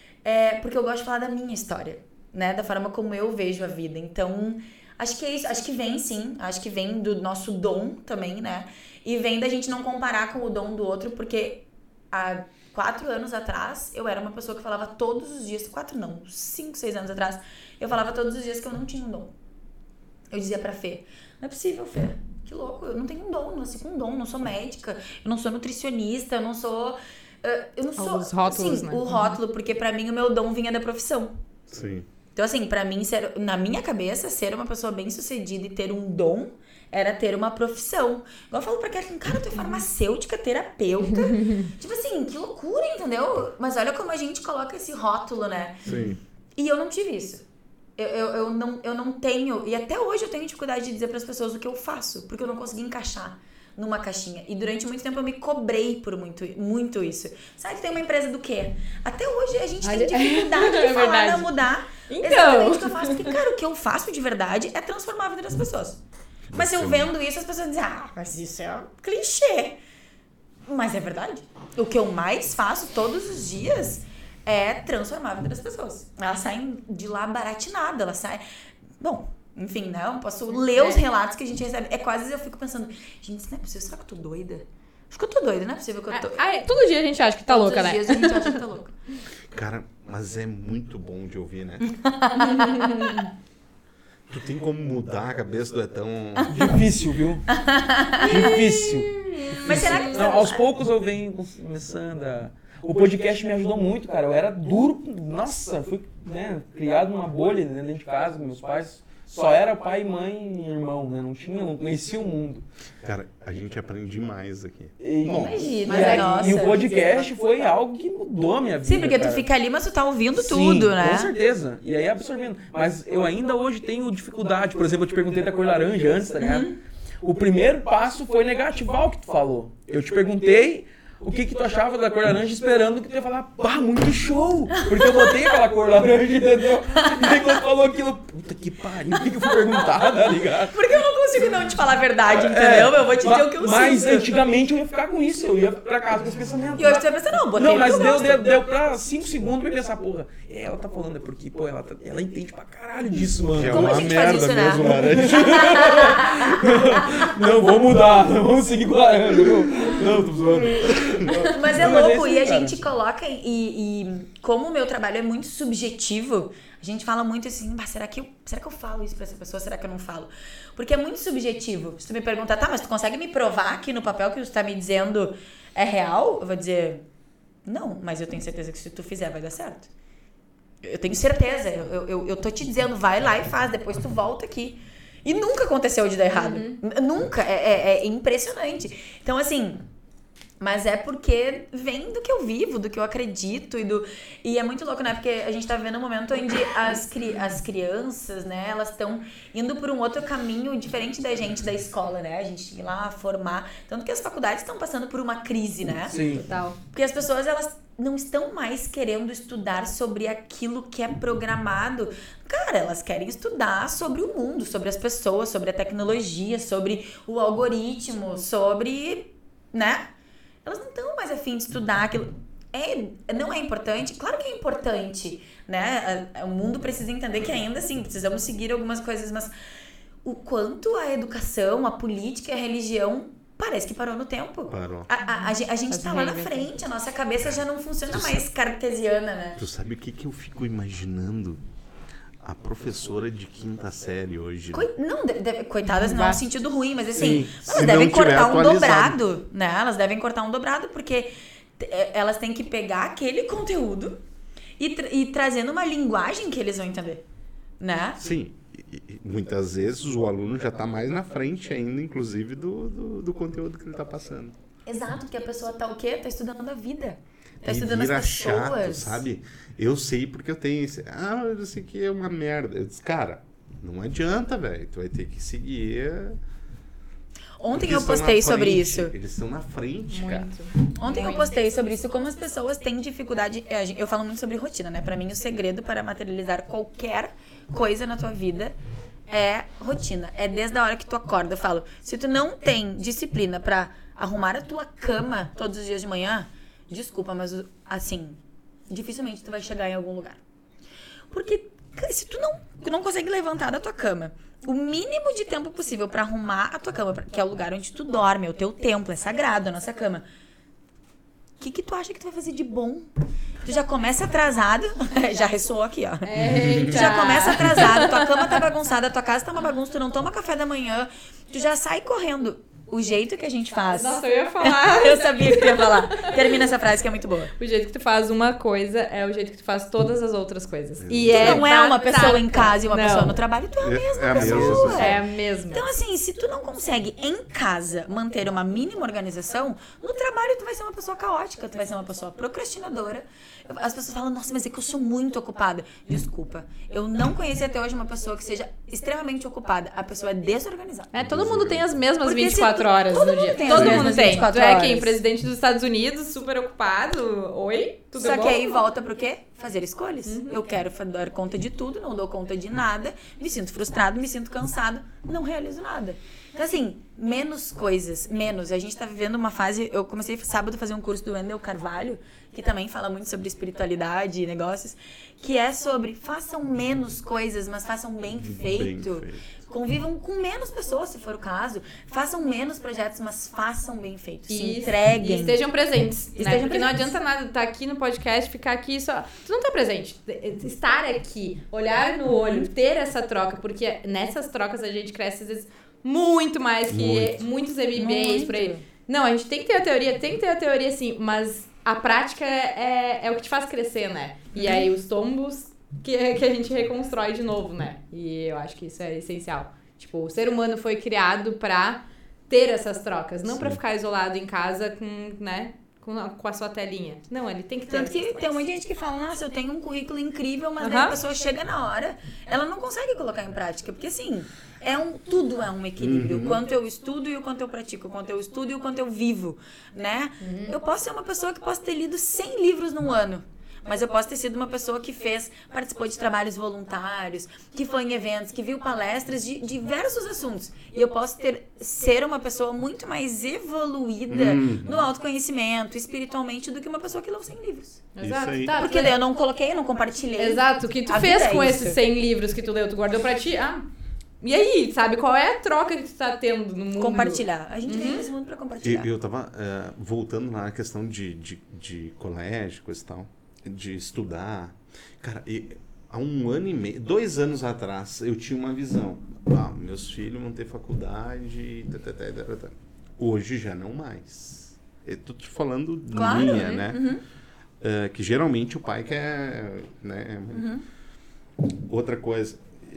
É, porque eu gosto de falar da minha história, né? Da forma como eu vejo a vida. Então, acho que é isso. Acho que vem, sim. Acho que vem do nosso dom também, né? E vem da gente não comparar com o dom do outro, porque há quatro anos atrás, eu era uma pessoa que falava todos os dias, quatro não, cinco, seis anos atrás, eu falava todos os dias que eu não tinha um dom. Eu dizia pra Fê, não é possível, Fê, que louco, eu não tenho um dom, não nasci com um dom, não sou médica, eu não sou nutricionista, eu não sou... uh, eu não sou... Os rótulos, sim, né? o rótulo, porque pra mim o meu dom vinha da profissão. Sim. Então, assim, pra mim, ser, na minha cabeça, ser uma pessoa bem-sucedida e ter um dom era ter uma profissão. Igual eu falo pra Kathleen, cara, tu é farmacêutica, terapeuta. Tipo assim, que loucura, entendeu? Mas olha como a gente coloca esse rótulo, né? Sim. E eu não tive isso. Eu, eu, eu, não, eu não tenho... E até hoje eu tenho dificuldade de dizer pras pessoas o que eu faço. Porque eu não consegui encaixar numa caixinha. E durante muito tempo eu me cobrei por muito, muito isso. Sabe que tem uma empresa do quê? Até hoje a gente Olha- tem dificuldade de É falar, verdade. não mudar. Então. Exatamente o que eu faço. Porque, cara, o que eu faço de verdade é transformar a vida das pessoas. Mas eu vendo isso, as pessoas dizem, ah, mas isso é um clichê. Mas é verdade. O que eu mais faço todos os dias é transformar a vida das pessoas. Elas saem de lá baratinadas, elas saem... Bom, enfim, né? Eu posso ler os relatos que a gente recebe. É quase, eu fico pensando, gente, isso não é possível, será que eu tô doida? Acho que eu tô doida, não é possível que eu tô... Ah, é, todo dia a gente acha que tá Todos louca, os né? dias a gente acha que tá louca. Cara, mas é muito bom de ouvir, né? Tu tem como mudar a cabeça do Etão? Difícil, viu? Difícil. Mas será que... Não, aos poucos eu venho começando a... O podcast me ajudou muito, cara. Eu era duro, nossa, fui né, criado numa bolha né, dentro de casa, meus pais só era pai, mãe e irmão, né? Não tinha, não conhecia o mundo. Cara, a gente aprende demais aqui. E, Imagina, e, aí, nossa. e o podcast foi algo que mudou a minha vida. Sim, porque cara. tu fica ali, mas tu tá ouvindo Sim, tudo, né? Com certeza. E aí absorvendo. Mas eu ainda hoje tenho dificuldade. Por exemplo, eu te perguntei da cor laranja antes, tá ligado? Uhum. O primeiro passo foi negativar o que tu falou. Eu te perguntei o que que tu achava da cor laranja, esperando que tu ia falar, pá, muito show! Porque eu botei aquela cor laranja, entendeu? E aí quando tu falou aquilo, puta que pariu, o que que eu fui perguntar, tá ligado? Porque eu não consigo não te falar a verdade, entendeu? É, eu vou te dizer o que eu mas sinto. Mas antigamente eu ia ficar com isso, eu ia pra casa com esse pensamento. E hoje tu vai pensar, não, botei Não, mas o que deu, eu deu, deu pra cinco segundos pra eu pensar, porra, ela tá falando, é porque, pô, ela, tá, ela entende pra caralho disso, mano. Que é Como uma a gente faz merda isso, né? mesmo, laranja. Não, vamos mudar, não vamos seguir com a laranja. Não, não, tô zoando. Mas é Não, mas louco, é e a assim, cara. gente coloca, e, e como o meu trabalho é muito subjetivo, a gente fala muito assim, bah, será que eu, será que eu falo isso pra essa pessoa, será que eu não falo? Porque é muito subjetivo. Se tu me perguntar, tá, mas tu consegue me provar que no papel que tu tá me dizendo é real? Eu vou dizer, não, mas eu tenho certeza que se tu fizer vai dar certo. Eu tenho certeza, eu, eu, eu tô te dizendo, vai lá e faz, depois tu volta aqui. E nunca aconteceu de dar errado. Uhum. Nunca, é, é, é impressionante. Então, assim... Mas é porque vem do que eu vivo, do que eu acredito e do... E é muito louco, né? Porque a gente tá vivendo um momento onde as, cri... as crianças, né? Elas estão indo por um outro caminho diferente da gente da escola, né? A gente ir lá formar... Tanto que as faculdades estão passando por uma crise, né? Sim. Total. Porque as pessoas, elas não estão mais querendo estudar sobre aquilo que é programado. Cara, elas querem estudar sobre o mundo, sobre as pessoas, sobre a tecnologia, sobre o algoritmo, sobre... né? Elas não estão mais a fim de estudar aquilo. É, não é importante? Claro que é importante, né? O mundo precisa entender que ainda assim, precisamos seguir algumas coisas, mas o quanto a educação, a política e a religião parece que parou no tempo. Parou. A, a, a, a gente tá lá na frente, a nossa cabeça já não funciona mais cartesiana, né? Tu sabe o que, que eu fico imaginando? A professora de quinta série hoje. Coi- não, de, de, coitadas não é um sentido ruim, mas assim, Sim, elas se devem não tiver cortar um atualizado. dobrado, né? Elas devem cortar um dobrado, porque t- elas têm que pegar aquele conteúdo e, tra- e trazer numa linguagem que eles vão entender, né? Sim, e, e muitas vezes o aluno já está mais na frente ainda, inclusive, do, do, do conteúdo que ele está passando. Exato, porque a pessoa tá o quê? Tá estudando a vida. Tá E estudando vira as pessoas. chato, sabe? Eu sei porque eu tenho esse... Ah, eu sei que é uma merda. Eu disse, cara, não adianta, velho. Tu vai ter que seguir... Ontem Porque eu estão na postei sobre frente. isso. Eles estão na frente, cara. Ontem eu postei sobre isso, como as pessoas têm dificuldade. Eu falo muito sobre rotina, né? Pra mim, o segredo para materializar qualquer coisa na tua vida é rotina. É desde a hora que tu acorda. Eu falo, se tu não tem disciplina pra arrumar a tua cama todos os dias de manhã, desculpa, mas assim, dificilmente tu vai chegar em algum lugar. Porque cara, se tu não, tu não consegue levantar da tua cama o mínimo de tempo possível pra arrumar a tua cama, que é o lugar onde tu dorme, é o teu templo, é sagrado a nossa cama. O que que tu acha que tu vai fazer de bom? Tu já começa atrasado, já ressoou aqui, ó. Eita. Tu já começa atrasado, tua cama tá bagunçada, tua casa tá uma bagunça, tu não toma café da manhã, tu já sai correndo. O jeito que a gente faz... Nossa, eu ia falar. Eu sabia que tu ia falar. Termina essa frase que é muito boa. O jeito que tu faz uma coisa é o jeito que tu faz todas as outras coisas. E tu é não é uma batata. pessoa em casa e uma Não. pessoa no trabalho, tu é a É- mesma é a mesma pessoa. pessoa. É a mesma. Então, assim, se tu não consegue em casa manter uma mínima organização, no trabalho tu vai ser uma pessoa caótica, tu vai ser uma pessoa procrastinadora. As pessoas falam, nossa, mas é que eu sou muito ocupada. Desculpa, eu não conheci até hoje uma pessoa que seja extremamente ocupada. A pessoa é desorganizada. É, todo mundo tem as mesmas Porque se vinte e quatro tu- horas todo no mundo dia. tem as Todo mesmas mundo tem. vinte e quatro Tu é horas. quem? Presidente dos Estados Unidos, super ocupado. Oi? Tudo Só bom? que aí volta pro quê? Fazer escolhas. Eu quero fa- dar conta de tudo, não dou conta de nada, me sinto frustrado, me sinto cansado, não realizo nada. Então, assim, menos coisas, menos. A gente tá vivendo uma fase... Eu comecei sábado a fazer um curso do Wendel Carvalho, que também fala muito sobre espiritualidade e negócios, que é sobre façam menos coisas, mas façam bem feito. Bem feito. Convivam com menos pessoas, se for o caso. Façam menos projetos, mas façam bem feito. Se E- entreguem. E estejam presentes. né? Estejam Porque não presentes. adianta nada estar aqui no podcast, ficar aqui só. Tu não tá presente. Estar aqui, olhar no olho, ter essa troca, porque nessas trocas a gente cresce, às vezes, muito mais que Muito. muitos M B As Muito. por aí. Não, a gente tem que ter a teoria, tem que ter a teoria sim, mas a prática é, é, é o que te faz crescer, né? E aí os tombos que, que a gente reconstrói de novo, né? E eu acho que isso é essencial. Tipo, o ser humano foi criado pra ter essas trocas, não Sim. pra ficar isolado em casa com, né, com a, com a sua telinha. Não, ele tem que ter. Tanto que tem muita gente que fala, nossa, eu tenho um currículo incrível, mas uhum. daí a pessoa chega na hora, ela não consegue colocar em prática, porque assim, é um, tudo é um equilíbrio. Uhum. O quanto eu estudo e o quanto eu pratico, o quanto eu estudo e o quanto eu vivo, né? Uhum. Eu posso ser uma pessoa que posso ter lido cem livros num ano. Mas eu posso ter sido uma pessoa que fez, participou de trabalhos voluntários, que foi em eventos, que viu palestras de diversos assuntos. E eu posso ter, ser uma pessoa muito mais evoluída hum. no autoconhecimento, espiritualmente, do que uma pessoa que leu cem livros. Exato. Tá, porque daí eu não coloquei, eu não compartilhei. Exato. O que tu fez com é esses cem livros que tu leu? Tu guardou pra ti? Ah, e aí, sabe? Qual é a troca que tu tá tendo no mundo? Compartilhar. A gente uhum. vem nesse mundo pra compartilhar. Eu, eu tava uh, voltando lá na questão de, de, de colégio, coisa e tal. De estudar. Cara, e, há um ano e meio, dois anos atrás, eu tinha uma visão. Ah, meus filhos vão ter faculdade. Tata, tata, tata. Hoje já não mais. Eu tô te falando claro, minha, né? né? Uhum. Uh, que geralmente o pai quer. Né? Uhum. Outra coisa,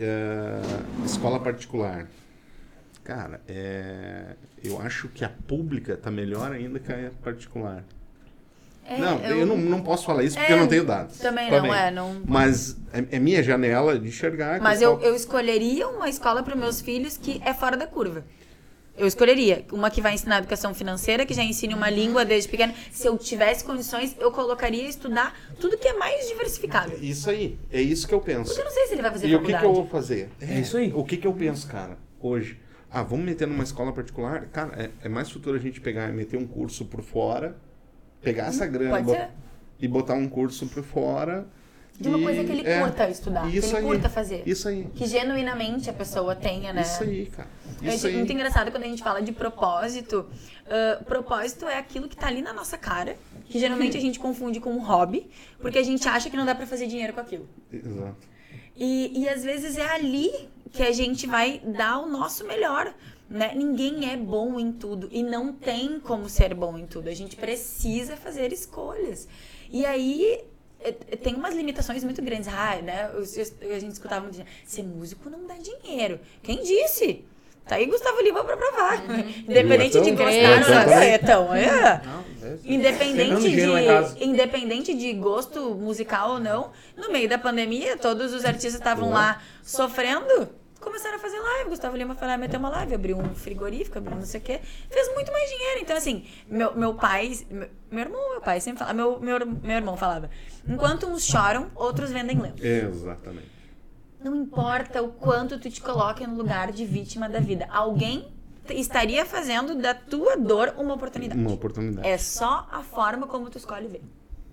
uh, escola particular. Cara, é, eu acho que a pública tá melhor ainda que a particular. É, não, eu, eu não, não posso falar isso porque é, eu não tenho dados. Também não, também. é. Não... Mas é, é minha janela de enxergar. Mas eu, eu escolheria uma escola para meus filhos que é fora da curva. Eu escolheria uma que vai ensinar educação financeira, que já ensine uma língua desde pequeno. Se eu tivesse condições, eu colocaria estudar tudo que é mais diversificado. Isso aí, é isso que eu penso. Porque eu não sei se ele vai fazer e faculdade. E o que, que eu vou fazer? É, é isso aí. O que, que eu penso, cara, hoje? Ah, vamos meter numa escola particular? Cara, é, é mais futuro a gente pegar e meter um curso por fora, pegar essa grana bo- e botar um curso por fora. De uma e, coisa que ele é, curta estudar, que ele aí, curta fazer. Isso aí. Que genuinamente a pessoa tenha, né? Isso aí, cara. Isso é aí. muito engraçado quando a gente fala de propósito. Uh, propósito é aquilo que tá ali na nossa cara, que geralmente a gente confunde com um hobby, porque a gente acha que não dá pra fazer dinheiro com aquilo. Exato. E, e às vezes é ali que a gente vai dar o nosso melhor. Né? Ninguém é bom em tudo e não tem como ser bom em tudo. A gente precisa fazer escolhas. E aí tem umas limitações muito grandes. Ah, né? A gente escutava muito, ser músico não dá dinheiro. Quem disse? Tá aí Gustavo Lima pra provar. Uhum. Independente de gostar, não é tão. É. Independente de, independente de gosto musical ou não, no meio da pandemia, todos os artistas estavam lá sofrendo. Começaram a fazer live, Gustavo Lima foi lá meter uma live, abriu um frigorífico, abriu não sei o quê, fez muito mais dinheiro. Então, assim, meu, meu pai, meu, meu irmão, meu pai sempre falava, meu, meu, meu irmão falava, enquanto uns choram, outros vendem lenços. Exatamente. Não importa o quanto tu te coloca no lugar de vítima da vida, alguém estaria fazendo da tua dor uma oportunidade. Uma oportunidade. É só a forma como tu escolhe ver.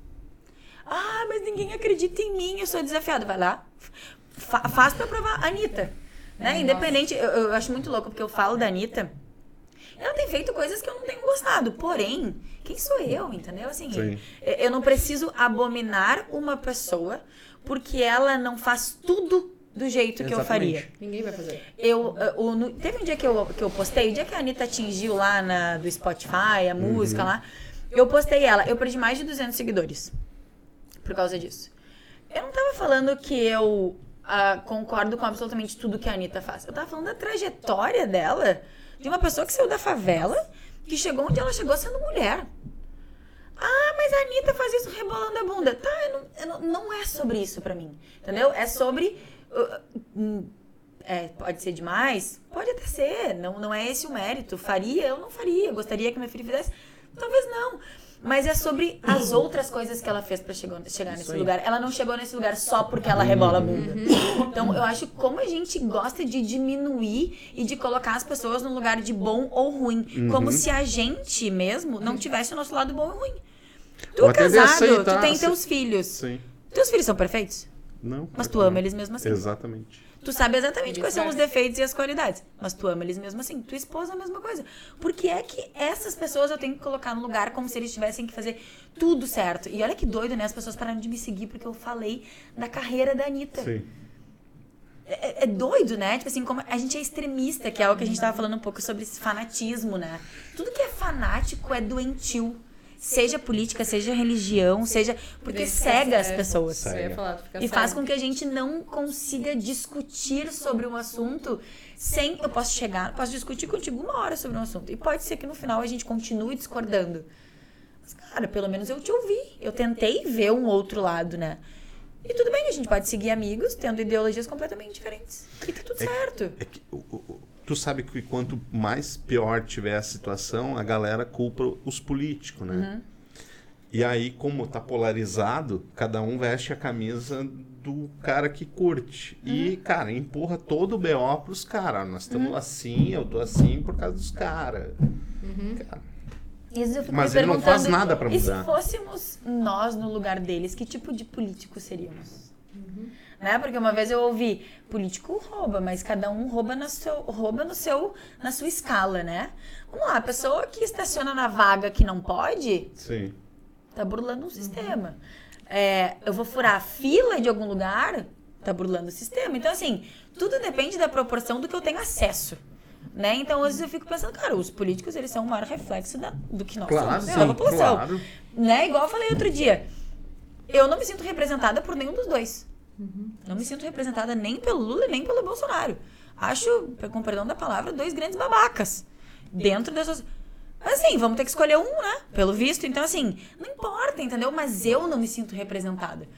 Ah, mas ninguém acredita em mim, eu sou desafiado. Vai lá, fa- faz pra provar. Anitta. Né? Independente, eu, eu acho muito louco, porque eu falo da Anitta, ela tem feito coisas que eu não tenho gostado, porém, quem sou eu, entendeu? Assim, Sim. eu não preciso abominar uma pessoa porque ela não faz tudo do jeito Exatamente. que eu faria. Ninguém vai fazer. Eu, eu, no, teve um dia que eu, que eu postei, o dia que a Anitta atingiu lá na, do Spotify, a uhum. música lá, eu postei ela, eu perdi mais de duzentos seguidores por causa disso. Eu não tava falando que eu... Uh, concordo com absolutamente tudo que a Anitta faz. Eu tava falando da trajetória dela, de uma pessoa que saiu da favela, que chegou onde ela chegou sendo mulher. Ah, mas a Anitta faz isso rebolando a bunda. Tá, eu não, eu não, não é sobre isso pra mim, entendeu? É sobre... Uh, uh, é, pode ser demais? Pode até ser, não, não é esse o mérito. Faria? Eu não faria. Gostaria que minha filha fizesse? Talvez não. Mas é sobre as outras coisas que ela fez pra chegar, chegar nesse aí. lugar. Ela não chegou nesse lugar só porque ela rebola a bunda. Então, eu acho como a gente gosta de diminuir e de colocar as pessoas num lugar de bom ou ruim. Uhum. Como se a gente mesmo não tivesse o nosso lado bom ou ruim. Tu é casado, tu tem teus filhos. Sim. Teus filhos são perfeitos? Não. Mas tu ama eles mesmo assim. Exatamente. Tu sabe exatamente quais são os defeitos e as qualidades. Mas tu ama eles mesmo assim. Tua esposa é a mesma coisa. Por que é que essas pessoas eu tenho que colocar no lugar como se eles tivessem que fazer tudo certo? E olha que doido, né? As pessoas pararam de me seguir porque eu falei da carreira da Anitta. Sim. É, é doido, né? Tipo assim, como a gente é extremista, que é o que a gente tava falando um pouco sobre esse fanatismo, né? Tudo que é fanático é doentio. seja política, seja religião, seja... Porque cega as pessoas. Eu ia falar, tu fica E faz cego. com que a gente não consiga discutir sobre um assunto sem... Eu posso chegar, posso discutir contigo uma hora sobre um assunto. E pode ser que no final a gente continue discordando. Mas, cara, pelo menos eu te ouvi. Eu tentei ver um outro lado, né? E tudo bem, a gente pode seguir amigos tendo ideologias completamente diferentes. E tá tudo certo. É que, o- o- tu sabe que quanto mais pior tiver a situação, a galera culpa os políticos, né? E aí, como tá polarizado, cada um veste a camisa do cara que curte. E, cara, empurra todo o B O pros caras. Nós estamos assim, eu tô assim por causa dos caras. Cara, Isso eu fico Mas me ele não faz perguntando, nada pra E se mudar. fôssemos nós no lugar deles, que tipo de político seríamos? Né? Porque uma vez eu ouvi, político rouba, mas cada um rouba, na seu, rouba no seu, na sua escala, né? Vamos lá, a pessoa que estaciona na vaga que não pode, sim. tá burlando um sistema. É, eu vou furar a fila de algum lugar, tá burlando o sistema. Então, assim, tudo depende da proporção do que eu tenho acesso. Né? Então, às vezes eu fico pensando, cara, os políticos, eles são o maior reflexo da, do que nós Claro, somos, sim, da população. claro. Né? Igual eu falei outro dia, eu não me sinto representada por nenhum dos dois. Não me sinto representada nem pelo Lula, nem pelo Bolsonaro. Acho, com perdão da palavra, dois grandes babacas. Dentro dessas... Assim, vamos ter que escolher um, né? Pelo visto. Então, assim, não importa, entendeu? Mas eu não me sinto representada.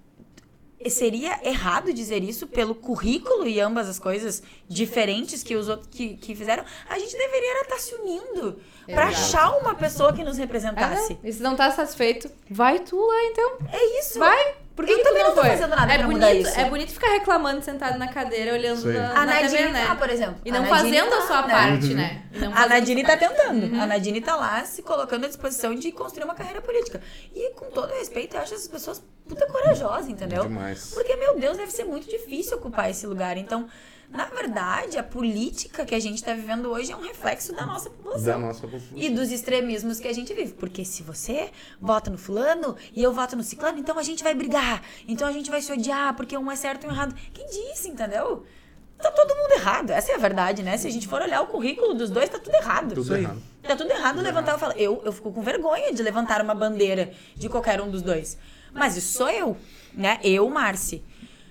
E seria errado dizer isso pelo currículo e ambas as coisas diferentes que os outros que, que fizeram. A gente deveria estar se unindo pra Exato. achar uma pessoa que nos Ah, representasse. não. E se não tá satisfeito, vai tu lá então. É isso. Vai. Por que Eu que tu também não tô foi? fazendo nada é pra bonito, mudar isso. É bonito ficar reclamando sentado na cadeira, olhando Sim. na, A na T V, Nadine né? tá, por exemplo. E não A Nadine fazendo a tá, sua né? parte, né? E não A fazendo Nadine a tá sua parte. tentando. A Nadine tá lá se colocando à disposição de construir uma carreira política. E com todo respeito, eu acho essas pessoas puta corajosas, entendeu? Demais. Porque, meu Deus, deve ser muito difícil ocupar esse lugar. Então, na verdade, a política que a gente tá vivendo hoje é um reflexo da nossa população. Da nossa população. E dos extremismos que a gente vive. Porque se você vota no fulano e eu voto no ciclano, então a gente vai brigar. Então a gente vai se odiar porque um é certo e um é errado. Quem disse, entendeu? Tá todo mundo errado. Essa é a verdade, né? Se a gente for olhar o currículo dos dois, tá tudo errado. Tudo errado. Tá tudo errado levantar e falar. Eu, eu fico com vergonha de levantar uma bandeira de qualquer um dos dois. Mas isso sou eu, né? Eu, Marci.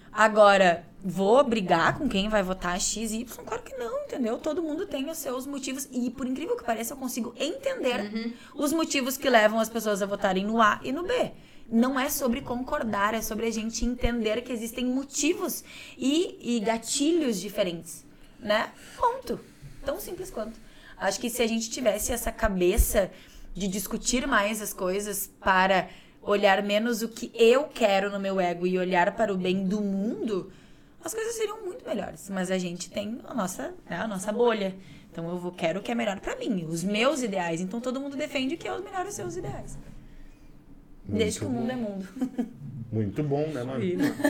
Agora, vou brigar com quem vai votar X e Y? Claro que não, entendeu? Todo mundo tem os seus motivos. E, por incrível que pareça, eu consigo entender os motivos que levam as pessoas a votarem no A e no B. Não é sobre concordar, é sobre a gente entender que existem motivos e, e gatilhos diferentes, né? Ponto. Tão simples quanto. Acho que se a gente tivesse essa cabeça de discutir mais as coisas para olhar menos o que eu quero no meu ego e olhar para o bem do mundo, as coisas seriam muito melhores. Mas a gente tem a nossa, né, a nossa bolha. Então eu vou, quero o que é melhor para mim, os meus ideais. Então todo mundo defende o que é os melhores seus ideais. Desde que o mundo é mundo. Muito bom, né, mano? Aí, mano.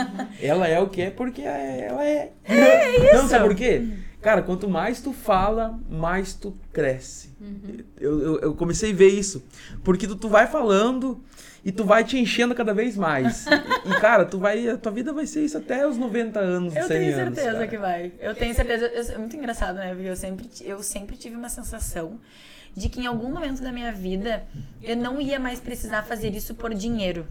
Ela é o que é porque ela é. É isso. Não, sabe por quê? Cara, quanto mais tu fala, mais tu cresce. Eu, eu, eu comecei a ver isso. Porque tu, tu vai falando e tu vai te enchendo cada vez mais. E, e, cara, tu vai, a tua vida vai ser isso até os noventa anos, Eu cem tenho anos, certeza cara. que vai. Eu tenho certeza. Eu- é muito engraçado, né? Porque eu sempre, eu sempre tive uma sensação de que em algum momento da minha vida eu não ia mais precisar fazer isso por dinheiro.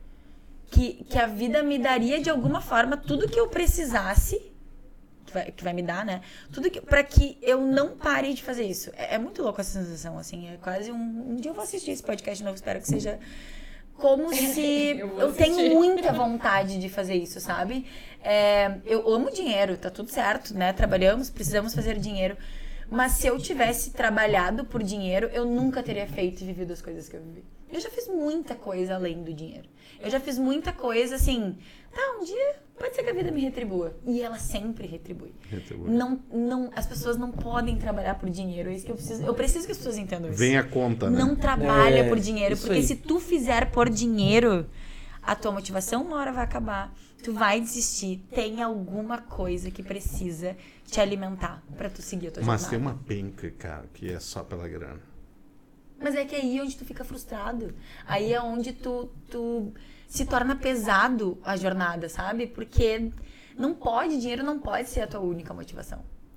Que, que a vida me daria de alguma forma tudo que eu precisasse, que vai, que vai me dar, né? Tudo que, pra que eu não pare de fazer isso. É, é muito louco essa sensação, assim. É quase um. Um dia eu vou assistir esse podcast de novo, espero que seja. Como se Eu vou eu tenho assistir. muita vontade de fazer isso, sabe? É, eu amo dinheiro, tá tudo certo, né? Trabalhamos, precisamos fazer dinheiro. Mas se eu tivesse trabalhado por dinheiro, eu nunca teria feito e vivido as coisas que eu vivi. Eu já fiz muita coisa além do dinheiro. Eu já fiz muita coisa assim, tá, um dia pode ser que a vida me retribua. E ela sempre retribui. Retribui. Não, não, as pessoas não podem trabalhar por dinheiro. É isso que eu preciso. Eu preciso que as pessoas entendam isso. Vem a conta, né? Não trabalha É, por dinheiro. isso Porque aí. se tu fizer por dinheiro, a tua motivação uma hora vai acabar. Tu vai desistir. Tem alguma coisa que precisa te alimentar pra tu seguir a tua Mas jornada. tem uma penca, cara, que é só pela grana. Mas é que aí é onde tu fica frustrado. Aí é onde tu, tu se torna pesado a jornada, sabe? Porque não pode, dinheiro não pode ser a tua única motivação.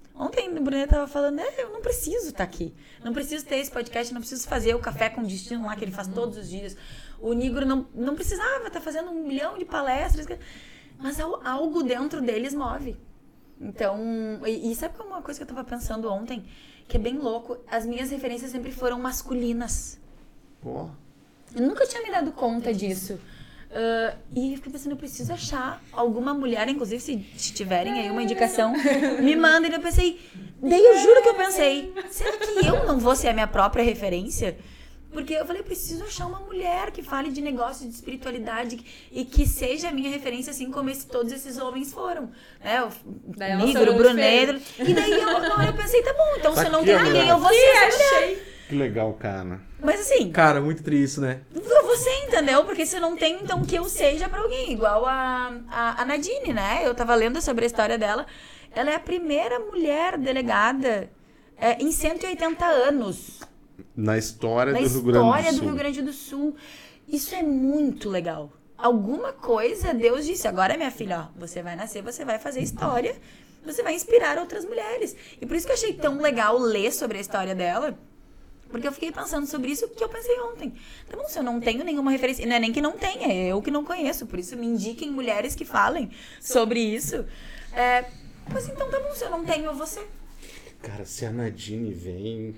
Ontem o Brunet tava falando, é, eu não preciso estar aqui. Não preciso ter esse podcast, não preciso fazer o Café com Destino lá, que ele faz todos os dias. O Nigro não, não precisava estar fazendo um milhão de palestras. Mas algo dentro deles move. Então, e, e sabe uma coisa que eu tava pensando ontem? Que é bem louco. As minhas referências sempre foram masculinas. Pô. Eu nunca tinha me dado conta disso. Uh, e eu fiquei pensando, eu preciso achar alguma mulher, inclusive se, se tiverem aí uma indicação, me mandem. E eu pensei, daí eu juro que eu pensei, será que eu não vou ser a minha própria referência? Porque eu falei, eu preciso achar uma mulher que fale de negócio, de espiritualidade e que seja a minha referência, assim como esse, todos esses homens foram. Né? O Nigro, o Brunet. E daí eu, não, eu pensei, tá bom, então tá se eu não tenho ninguém, eu vou ser essa mulher. Que legal, cara. Mas assim... Cara, muito triste, né? Você entendeu? Porque se não tem, então que eu seja pra alguém. Igual a, a, a Nadine, né? Eu tava lendo sobre a história dela. Ela é a primeira mulher delegada é, em cento e oitenta anos. Na história, Na do, história Rio Grande do, do Sul. Rio Grande do Sul. Isso é muito legal. Alguma coisa Deus disse, agora minha filha, ó, você vai nascer, você vai fazer história, você vai inspirar outras mulheres. E por isso que eu achei tão legal ler sobre a história dela. Porque eu fiquei pensando sobre isso que eu pensei ontem. Tá bom, se eu não tenho nenhuma referência, não é nem que não tenha, é eu que não conheço. Por isso me indiquem mulheres que falem sobre isso. É, mas então tá bom, se eu não tenho, eu vou ser. Cara, se a Nadine vem,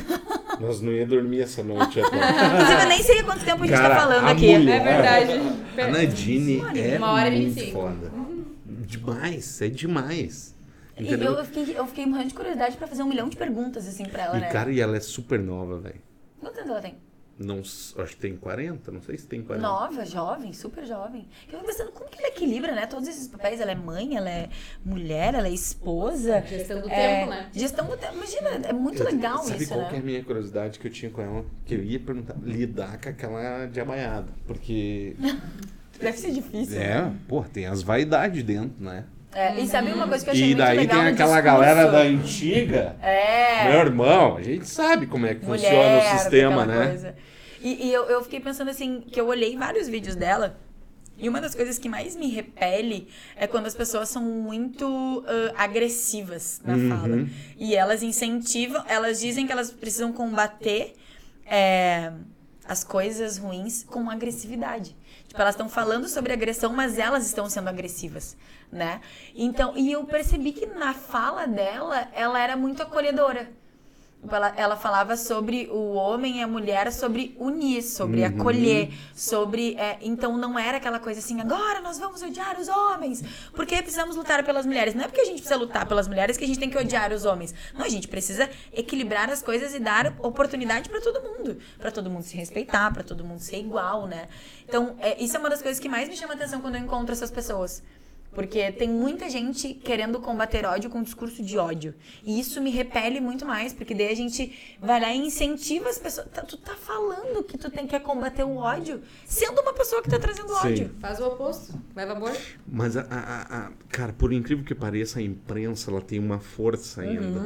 nós não ia dormir essa noite até. Inclusive, eu nem sei há quanto tempo a gente Cara, tá falando a aqui. mulher- É verdade. A Nadine é Uma hora e vinte e muito cinco. foda. Demais, é demais. E Entendeu? eu fiquei, eu fiquei morrendo de curiosidade pra fazer um milhão de perguntas, assim, pra ela, E, né? cara, e ela é super nova, velho. Quantos anos ela tem? Não, s- acho que tem quarenta, não sei se tem quarenta. Nova, jovem, super jovem. Eu fico pensando, como que ela equilibra, né? Todos esses papéis. Ela é mãe, ela é mulher, ela é esposa. Gestão do é, tempo, né? Gestão do tempo. Imagina, é muito legal Sabe isso, qual né? que é a minha curiosidade que eu tinha com ela? Que eu ia perguntar, lidar com aquela diabaiada. Porque, Deve ser difícil. né? é, pô, tem as vaidades dentro, né? É, e sabe uma coisa que eu achei E muito daí legal tem no aquela discurso? galera da antiga. É. Meu irmão, a gente sabe como é que Mulher, funciona o sistema, aquela né? coisa. E, e eu, eu fiquei pensando assim, que eu olhei vários vídeos dela, e uma das coisas que mais me repele é quando as pessoas são muito ah, agressivas na Uhum. fala. E elas incentivam, elas dizem que elas precisam combater é, as coisas ruins com agressividade. Tipo, elas estão falando sobre agressão, mas elas estão sendo agressivas, né? Então, e eu percebi que na fala dela, ela era muito acolhedora. Ela, ela falava sobre o homem e a mulher, sobre unir, sobre Uhum. acolher, sobre... é, então não era aquela coisa assim, agora nós vamos odiar os homens, porque precisamos lutar pelas mulheres. Não é porque a gente precisa lutar pelas mulheres que a gente tem que odiar os homens. Não, a gente precisa equilibrar as coisas e dar oportunidade para todo mundo. Para todo mundo se respeitar, para todo mundo ser igual, né? Então, é, isso é uma das coisas que mais me chama a atenção quando eu encontro essas pessoas. Porque tem muita gente querendo combater ódio com discurso de ódio. E isso me repele muito mais, porque daí a gente vai lá e incentiva as pessoas. Tá, tu tá falando que tu tem que combater o ódio, sendo uma pessoa que tá trazendo Sim. ódio. Faz o oposto. Leva amor. Mas, a, a- a- cara, por incrível que pareça, a imprensa ela tem uma força ainda.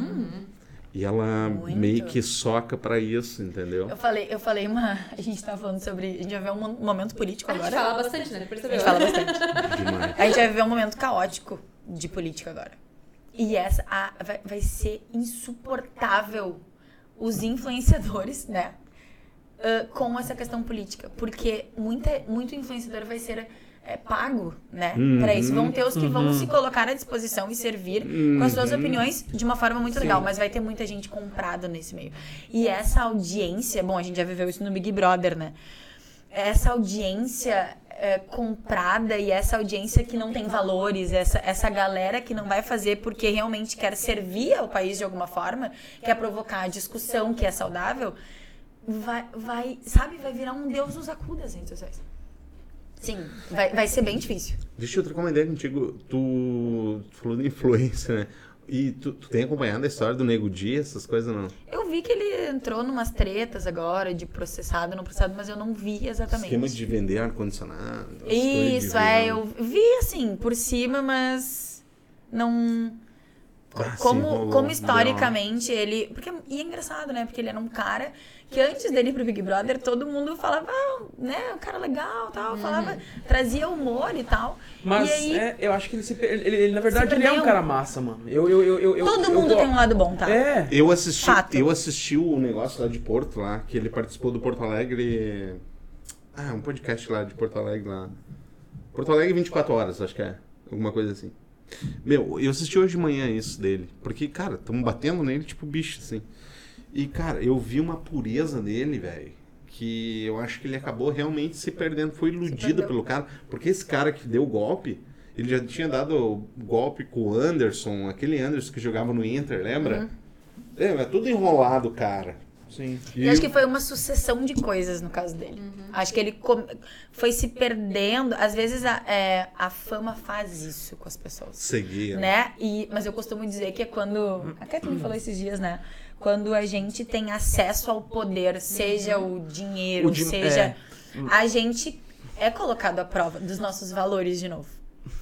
E ela Muito. meio que soca pra isso, entendeu? Eu falei, eu falei uma... A gente tava falando sobre... A gente vai ver um mo- momento político A gente agora. fala bastante, né? A Percebeu? gente fala bastante. Demais. A gente vai viver um momento caótico de política agora. E essa a, vai, vai ser insuportável os influenciadores, né? ah, com essa questão política. Porque muita, muito influenciador vai ser é, pago, né? Uhum. Pra isso. Vão ter os que vão se colocar à disposição e servir com as suas opiniões de uma forma muito legal. Mas vai ter muita gente comprada nesse meio. E essa audiência... Bom, a gente já viveu isso no Big Brother, né? Essa audiência é, comprada e essa audiência que não tem valores, essa, essa galera que não vai fazer porque realmente quer servir ao país de alguma forma, quer provocar a discussão que é saudável, vai, vai, sabe, vai virar um Deus nos acuda as redes sociais. Sim, vai, vai ser bem difícil. Deixa eu trocar uma ideia contigo. Tu, tu falou de influência, né? E tu, tu tem acompanhado a história do Nego Di, essas coisas não? Eu vi que ele entrou numas tretas agora, de processado, não processado, mas eu não vi exatamente. Esquema de vender ar-condicionado. essas coisas de Isso, é, ver- eu vi assim, por cima, mas não... Ah, como, sim, rolou. como historicamente ele... Porque, e é engraçado, né? Porque ele era um cara que antes dele ir pro Big Brother, todo mundo falava, ah, né? Um cara legal, tal. Falava, trazia humor e tal. Mas e aí, é, eu acho que ele, se, ele, ele, ele, na verdade, se ele é um perdeu. cara massa, mano. Eu, eu, eu, eu, eu, todo eu, mundo eu, tem um lado bom, tá? É. Eu assisti, Fato. eu assisti o negócio lá de Porto, lá, que ele participou do Porto Alegre... Ah, um podcast lá de Porto Alegre, lá. Porto Alegre vinte e quatro horas, acho que é. Alguma coisa assim. Meu, eu assisti hoje de manhã isso dele. Porque, cara, estamos batendo nele tipo bicho, assim. E, cara, eu vi uma pureza nele, velho. Que eu acho que ele acabou realmente se perdendo. Foi iludido pelo cara. Porque esse cara que deu o golpe, ele já tinha dado o golpe com o Anderson, aquele Anderson que jogava no Inter, lembra? Uhum. É, é tudo enrolado, cara. Sim. E acho que foi uma sucessão de coisas no caso dele. Acho que ele com- foi se perdendo. Às vezes a, é, a fama faz isso com as pessoas. Seguia. Né? E, mas eu costumo dizer que é quando... A Kathleen falou esses dias, né? Quando a gente tem acesso ao poder, seja o dinheiro, O din- seja... é. A gente é colocado à prova dos nossos valores de novo.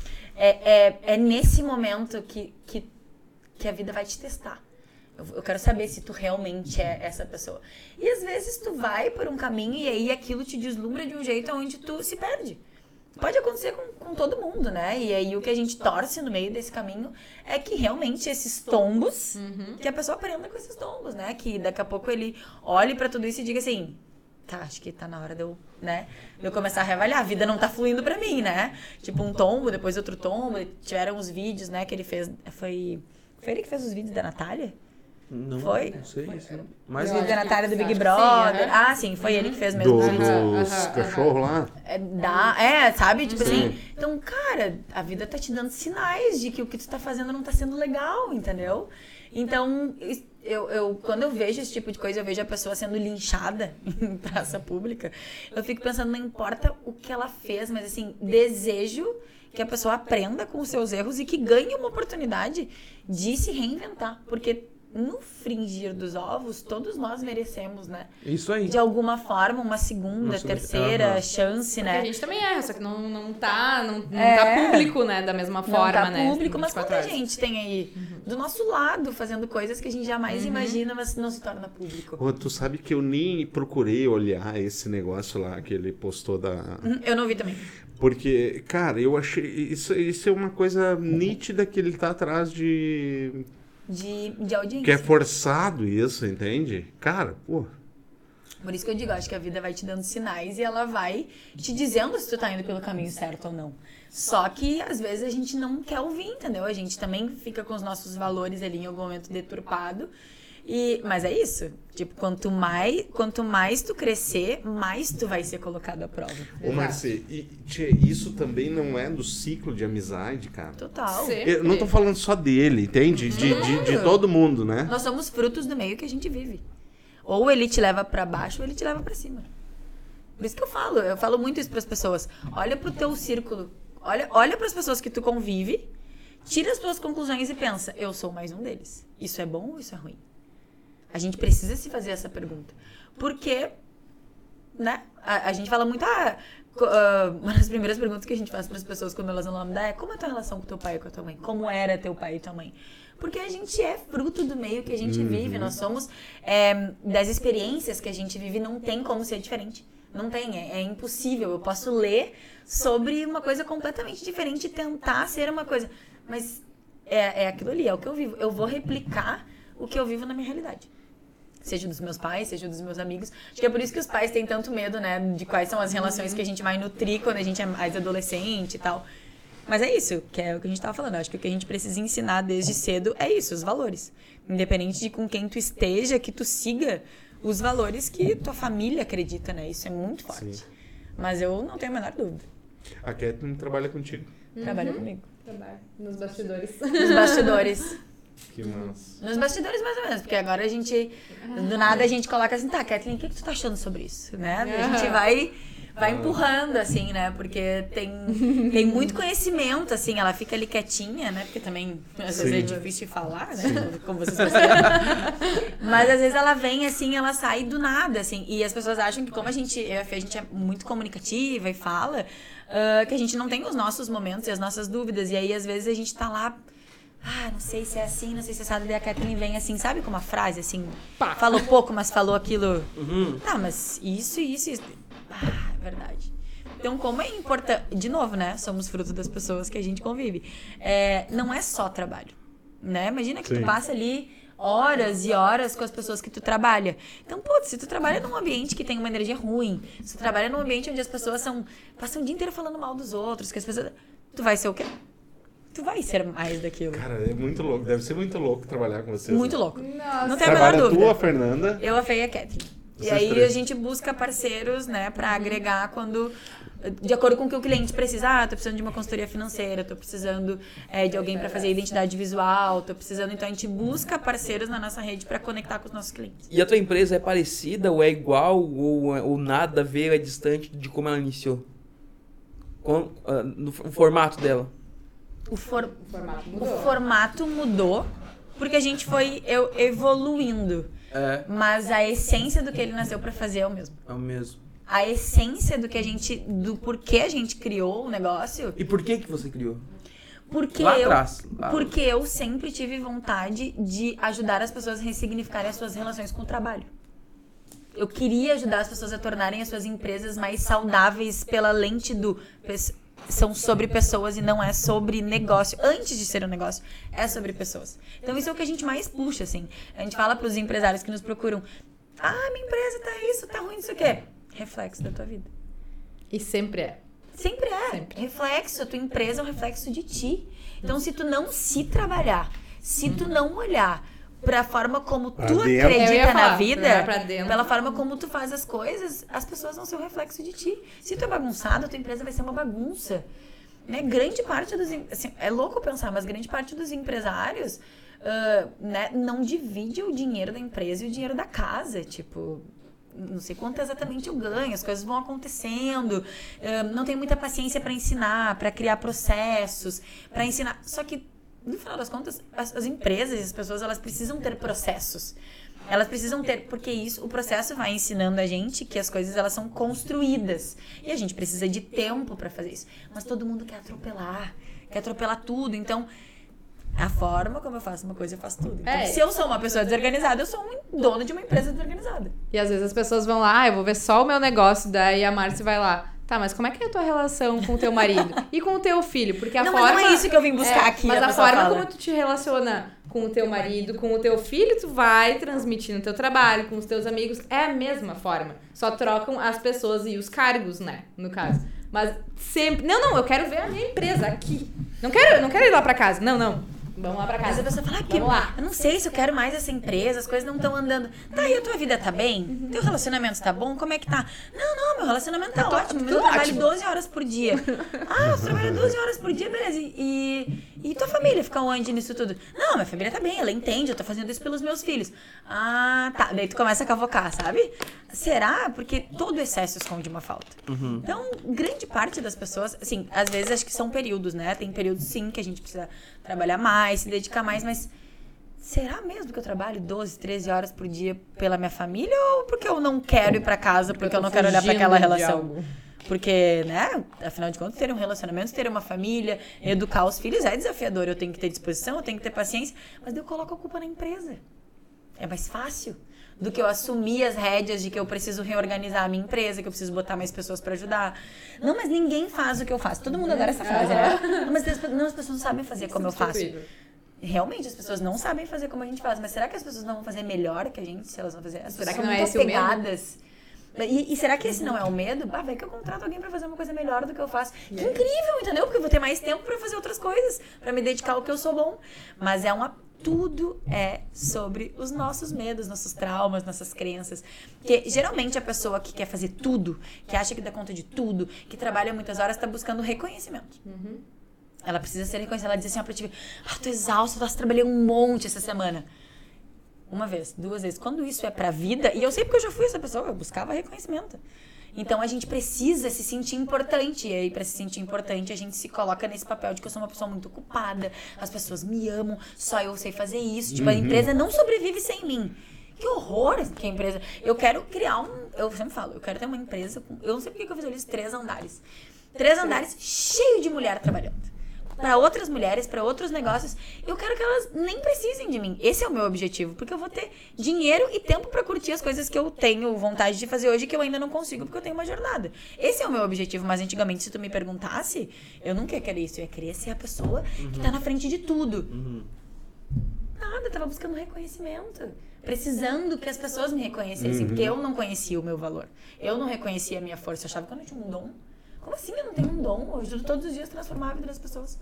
É, é, é nesse momento que, que, que a vida vai te testar. Eu, eu quero saber se tu realmente é essa pessoa. E às vezes tu vai por um caminho e aí aquilo te deslumbra de um jeito onde tu se perde. Pode acontecer com, com todo mundo, né? E aí o que a gente torce no meio desse caminho é que realmente esses tombos, que a pessoa aprenda com esses tombos, né? Que daqui a pouco ele olhe pra tudo isso e diga assim, tá, acho que tá na hora de eu, né? De eu começar a reavaliar. A vida não tá fluindo pra mim, né? Tipo um tombo, depois outro tombo. Tiveram uns vídeos, né, que ele fez. Foi, foi ele que fez os vídeos da Natália? Não, Foi? Não sei. Mas Mas Eu o acho da que- Natália do acho Big que Brother. sim, aham. Ah, sim, foi ele que fez mesmo Dos os vídeos. Aham, aham, cachorros lá. É, dá, é, sabe? Tipo Sim. assim. Então, cara, a vida tá te dando sinais de que o que tu tá fazendo não tá sendo legal, entendeu? Então, eu, eu, quando eu vejo esse tipo de coisa, eu vejo a pessoa sendo linchada em praça pública, eu fico pensando, não importa o que ela fez, mas assim, desejo que a pessoa aprenda com os seus erros e que ganhe uma oportunidade de se reinventar. Porque no fringir dos ovos, todos nós merecemos, né? Isso aí. De alguma forma, uma segunda, Uma segunda- terceira Aham. chance, Porque a né? gente também erra, só que não, não tá, não, não É. tá público, né, da mesma forma, não tá né? público, mas vinte e quatro quanta horas. gente tem aí do nosso lado fazendo coisas que a gente jamais imagina, mas não se torna público. Pô, tu sabe que eu nem procurei olhar esse negócio lá que ele postou da... Hum, Eu não vi também. Porque, cara, eu achei... Isso, isso é uma coisa nítida que ele tá atrás de... De, de audiência. Que é forçado isso, entende? Cara, pô... Por isso que eu digo, acho que a vida vai te dando sinais e ela vai te dizendo se tu tá indo pelo caminho certo ou não. Só que, às vezes, a gente não quer ouvir, entendeu? A gente também fica com os nossos valores ali em algum momento deturpado. E, mas é isso. Tipo, quanto mais, quanto mais tu crescer, mais tu vai ser colocado à prova. Ô, Marci, e, tchê, isso também não é do ciclo de amizade, cara? Total. Sim. Eu não tô falando só dele, entende? De, de, de todo mundo, né? Nós somos frutos do meio que a gente vive. Ou ele te leva pra baixo ou ele te leva pra cima. Por isso que eu falo, eu falo muito isso pras pessoas. Olha pro teu círculo, olha, olha pras pessoas que tu convive, tira as tuas conclusões e pensa, eu sou mais um deles. Isso é bom ou isso é ruim? A gente precisa se fazer essa pergunta. Porque, né, a, a gente fala muito, ah, co- ah, uma das primeiras perguntas que a gente faz pras pessoas quando elas vão lá mudar é como é a tua relação com teu pai e com a tua mãe? Como era teu pai e tua mãe? Porque a gente é fruto do meio que a gente vive, nós somos é, das experiências que a gente vive, não tem como ser diferente. Não tem, é, é impossível. Eu posso ler sobre uma coisa completamente diferente e tentar ser uma coisa. Mas é, é aquilo ali, é o que eu vivo. Eu vou replicar o que eu vivo na minha realidade. Seja dos meus pais, seja dos meus amigos. Acho que é por isso que os pais têm tanto medo, né? De quais são as relações que a gente vai nutrir quando a gente é mais adolescente e tal. Mas é isso, que é o que a gente tava falando. Acho que o que a gente precisa ensinar desde cedo é isso, os valores. Independente de com quem tu esteja, que tu siga os valores que tua família acredita, né? Isso é muito forte. Sim. Mas eu não tenho a menor dúvida. A Kathleen trabalha contigo. Trabalha comigo. Trabalho nos bastidores. Nos bastidores. Que massa. Nos bastidores, mais ou menos, porque agora a gente, do nada a gente coloca assim, tá, Kathleen, o que, que tu tá achando sobre isso, né? A gente vai, vai empurrando, assim, né? Porque tem, tem muito conhecimento, assim, ela fica ali quietinha, né? Porque também, às vezes, Sim. é difícil de falar, né? Como vocês percebem. Mas, às vezes, ela vem, assim, ela sai do nada, assim. E as pessoas acham que, como a gente, eu e a Fê, a gente é muito comunicativa e fala, uh, que a gente não tem os nossos momentos e as nossas dúvidas. E aí, às vezes, a gente tá lá... ah, não sei se é assim, não sei se é assado. Daí a Kathleen vem assim, sabe, com uma frase assim, pá, falou pouco, mas falou aquilo. Uhum. Tá, mas isso, isso, isso. Ah, é verdade. Então, como é importante... De novo, né? Somos fruto das pessoas que a gente convive. É, não é só trabalho, né? Imagina que Sim. tu passa ali horas e horas com as pessoas que tu trabalha. Então, putz, se tu trabalha num ambiente que tem uma energia ruim, se tu trabalha num ambiente onde as pessoas são, passam o dia inteiro falando mal dos outros, que as pessoas... Tu vai ser o quê? Tu vai ser mais daquilo. Cara, é muito louco. Deve ser muito louco trabalhar com vocês. Muito né? louco. Nossa. Não tem a menor Trabalha dúvida. tu, a Fernanda. Eu, a Fê e a Kathleen. E Vocês aí três. a gente busca parceiros, né, pra agregar quando... De acordo com o que o cliente precisa. Ah, tô precisando de uma consultoria financeira, tô precisando é, de alguém pra fazer identidade visual, tô precisando... Então a gente busca parceiros na nossa rede pra conectar com os nossos clientes. E a tua empresa é parecida, ou é igual, ou, ou nada a ver, é distante de como ela iniciou? Com, uh, no f- o formato dela? O, for... O formato o mudou. formato mudou porque a gente foi eu, evoluindo. É, Mas a essência do que ele nasceu pra fazer é o mesmo. é o mesmo. A essência do que a gente... Do porquê a gente criou o negócio... E por que que você criou? Porque Lá eu, atrás, lá. porque eu sempre tive vontade de ajudar as pessoas a ressignificarem as suas relações com o trabalho. Eu queria ajudar as pessoas a tornarem as suas empresas mais saudáveis pela lente do... São sobre pessoas e não é sobre negócio. Antes de ser um negócio, é sobre pessoas. Então isso é o que a gente mais puxa, assim. A gente fala pros empresários que nos procuram. Ah, minha empresa tá isso, tá ruim, isso aqui. Reflexo da tua vida. E sempre é. Sempre é. Sempre. Reflexo. A tua empresa é um reflexo de ti. Então, se tu não se trabalhar, se tu não olhar pra forma como Pra tu dentro. Eu ia acredita falar, na vida, olhar pra dentro. pela forma como tu faz as coisas, as pessoas vão ser o reflexo de ti. Se tu é bagunçado, a tua empresa vai ser uma bagunça. Né? Grande parte dos... em- Assim, é louco pensar, mas grande parte dos empresários ah, né, não divide o dinheiro da empresa e o dinheiro da casa. Tipo... Não sei quanto exatamente eu ganho, as coisas vão acontecendo, eh, não tenho muita paciência para ensinar, para criar processos, para ensinar. Só que, no final das contas, as, as empresas e as pessoas, elas precisam ter processos. Elas precisam ter, porque isso, o processo vai ensinando a gente que as coisas, elas são construídas. E a gente precisa de tempo para fazer isso. Mas todo mundo quer atropelar, quer atropelar tudo. Então, a forma como eu faço uma coisa, eu faço tudo. Então, É. se eu sou uma pessoa desorganizada, eu sou um dono de uma empresa desorganizada. E às vezes as pessoas vão lá, ah, eu vou ver só o meu negócio, daí a Márcia vai lá. Tá, mas como é que é a tua relação com o teu marido? E com o teu filho? Porque a Não, mas forma... não é isso que eu vim buscar aqui, Mas a a, pessoa forma fala. como tu te relaciona com o teu marido, com o teu filho, tu vai transmitir no teu trabalho, com os teus amigos. É a mesma forma. Só trocam as pessoas e os cargos, né? No caso. Mas sempre... Não, não, eu quero ver a minha empresa aqui. Não quero, não quero ir lá pra casa. Não, não. Vamos lá pra Mas casa. a pessoa fala, ah, porque Vamos lá. eu não sei se eu quero mais essa empresa, as coisas não estão andando. Tá, e a tua vida tá bem? Teu relacionamento tá bom? Como é que tá? Não, não, meu relacionamento tá, Tá ótimo, mas tudo eu trabalho ótimo. doze horas por dia. Ah, você trabalha doze horas por dia, beleza. E, e tua família fica onde nisso tudo? Não, minha família tá bem, ela entende, eu tô fazendo isso pelos meus filhos. Ah, tá. Daí tu começa a cavocar, sabe? Será? Porque todo excesso esconde uma falta. Então, grande parte das pessoas, assim, às vezes acho que são períodos, né? Tem períodos sim que a gente precisa trabalhar mais, se dedicar mais, mas será mesmo que eu trabalho doze, treze horas por dia pela minha família ou porque eu não quero ir pra casa, porque eu, tô não quero olhar pra fugindo aquela de relação? algo. Porque, né, afinal de contas, ter um relacionamento, ter uma família, educar os filhos é desafiador. Eu tenho que ter disposição, eu tenho que ter paciência, mas daí eu coloco a culpa na empresa. É mais fácil do que eu assumir as rédeas de que eu preciso reorganizar a minha empresa, que eu preciso botar mais pessoas pra ajudar. Não, mas ninguém faz o que eu faço. Todo mundo adora essa frase, né? Não, mas as, não, as pessoas não sabem fazer como eu faço. Substituível. Realmente, as pessoas não sabem fazer como a gente faz. Mas será que as pessoas não vão fazer melhor que a gente, se elas vão fazer? As Será pessoas que são não é muito esse o medo? apegadas. E, e será que esse não é o medo? Ah, vai que eu contrato alguém pra fazer uma coisa melhor do que eu faço. Que incrível, entendeu? Porque eu vou ter mais tempo pra fazer outras coisas, pra me dedicar ao que eu sou bom. Mas é uma... Tudo é sobre os nossos medos, nossos traumas, nossas crenças. Porque geralmente a pessoa que quer fazer tudo, que acha que dá conta de tudo, que trabalha muitas horas, tá buscando reconhecimento. Ela precisa ser reconhecida. Ela diz assim, ó, pra ti, ah, tô exausta, nossa, trabalhei um monte essa semana. Uma vez, duas vezes. Quando isso é pra vida, e eu sei porque eu já fui essa pessoa, eu buscava reconhecimento. Então a gente precisa se sentir importante. E aí, pra se sentir importante, a gente se coloca nesse papel de que eu sou uma pessoa muito ocupada, as pessoas me amam, só eu sei fazer isso. Tipo, a empresa não sobrevive sem mim. Que horror que a empresa... Eu quero criar um... Eu sempre falo, eu quero ter uma empresa com... Eu não sei porque que eu fiz isso, três andares. Três andares cheio de mulher trabalhando. pra outras mulheres, pra outros negócios. Eu quero que elas nem precisem de mim. Esse é o meu objetivo, porque eu vou ter dinheiro e tempo pra curtir as coisas que eu tenho vontade de fazer hoje que eu ainda não consigo porque eu tenho uma jornada. Esse é o meu objetivo, mas antigamente se tu me perguntasse, eu nunca ia querer isso, eu ia querer ser a pessoa uhum. que tá na frente de tudo. Uhum. Nada, eu tava buscando reconhecimento. Precisando que as pessoas me reconhecessem, uhum. porque eu não conhecia o meu valor. Eu não reconhecia a minha força, eu achava que eu não tinha um dom. Como assim eu não tenho um dom? Eu ajudo todos os dias a transformar a vida das pessoas.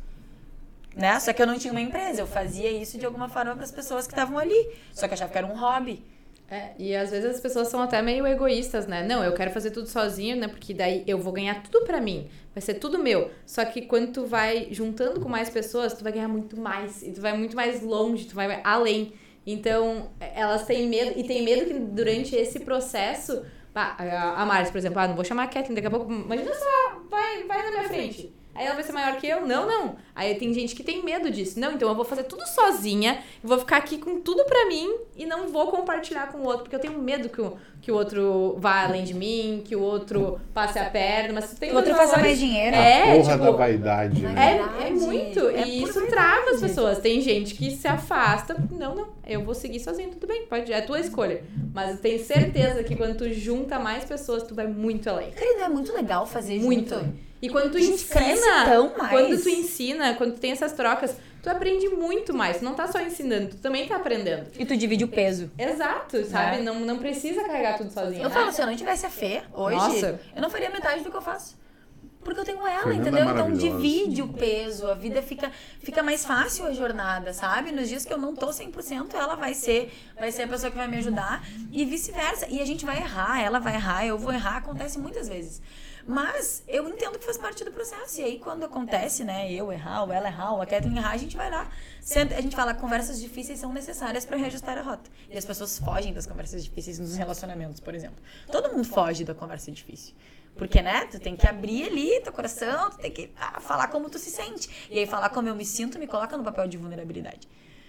Né? Só que eu não tinha uma empresa, eu fazia isso de alguma forma para as pessoas que estavam ali. Só que eu achava que era um hobby. É, e às vezes as pessoas são até meio egoístas, né? Não, eu quero fazer tudo sozinho, né? Porque daí eu vou ganhar tudo pra mim. Vai ser tudo meu. Só que quando tu vai juntando com mais pessoas, tu vai ganhar muito mais. E tu vai muito mais longe, tu vai além. Então, elas têm medo. E tem medo que durante esse processo... A, a Márcia, por exemplo, ah, não vou chamar a Kathleen daqui a pouco. Imagina só, vai, vai na minha frente. Aí ela vai ser maior que eu? Não, não. Aí tem gente que tem medo disso. Não, então eu vou fazer tudo sozinha, vou ficar aqui com tudo pra mim e não vou compartilhar com o outro, porque eu tenho medo que o, que o outro vá além de mim, que o outro passe a perna, mas tu tem o outro faça mais dinheiro. É, a porra tipo, da vaidade. Né? É, é muito. É e isso trava as pessoas. Tem gente que se afasta. Não, não. Eu vou seguir sozinho, tudo bem. Pode, é a tua escolha. Mas eu tenho certeza que quando tu junta mais pessoas, tu vai muito além. Querida, é muito legal fazer muito. Junto. E quando tu ensina, tão mais. quando tu ensina, quando tu tem essas trocas, tu aprende muito mais. Tu não tá só ensinando, tu também tá aprendendo. E tu divide o peso. Exato, sabe? É. Não, não precisa carregar tudo sozinho. Eu né? falo, se eu não tivesse a Fê hoje, Nossa. eu não faria metade do que eu faço. Porque eu tenho ela, Fernanda entendeu? É então divide o peso, a vida fica, fica mais fácil a jornada, sabe? Nos dias que eu não tô cem por cento, ela vai ser, vai ser a pessoa que vai me ajudar e vice-versa. E a gente vai errar, ela vai errar, eu vou errar, acontece muitas vezes. Mas eu entendo que faz parte do processo. E aí, quando acontece, né, eu errar, ou ela errar, ou a Kathleen errar, a gente vai lá. A gente fala que conversas difíceis são necessárias para reajustar a rota. E as pessoas fogem das conversas difíceis nos relacionamentos, por exemplo. Todo mundo foge da conversa difícil. Porque, né, tu tem que abrir ali teu coração, tu tem que ah, falar como tu se sente. E aí, falar como eu me sinto me coloca no papel de vulnerabilidade.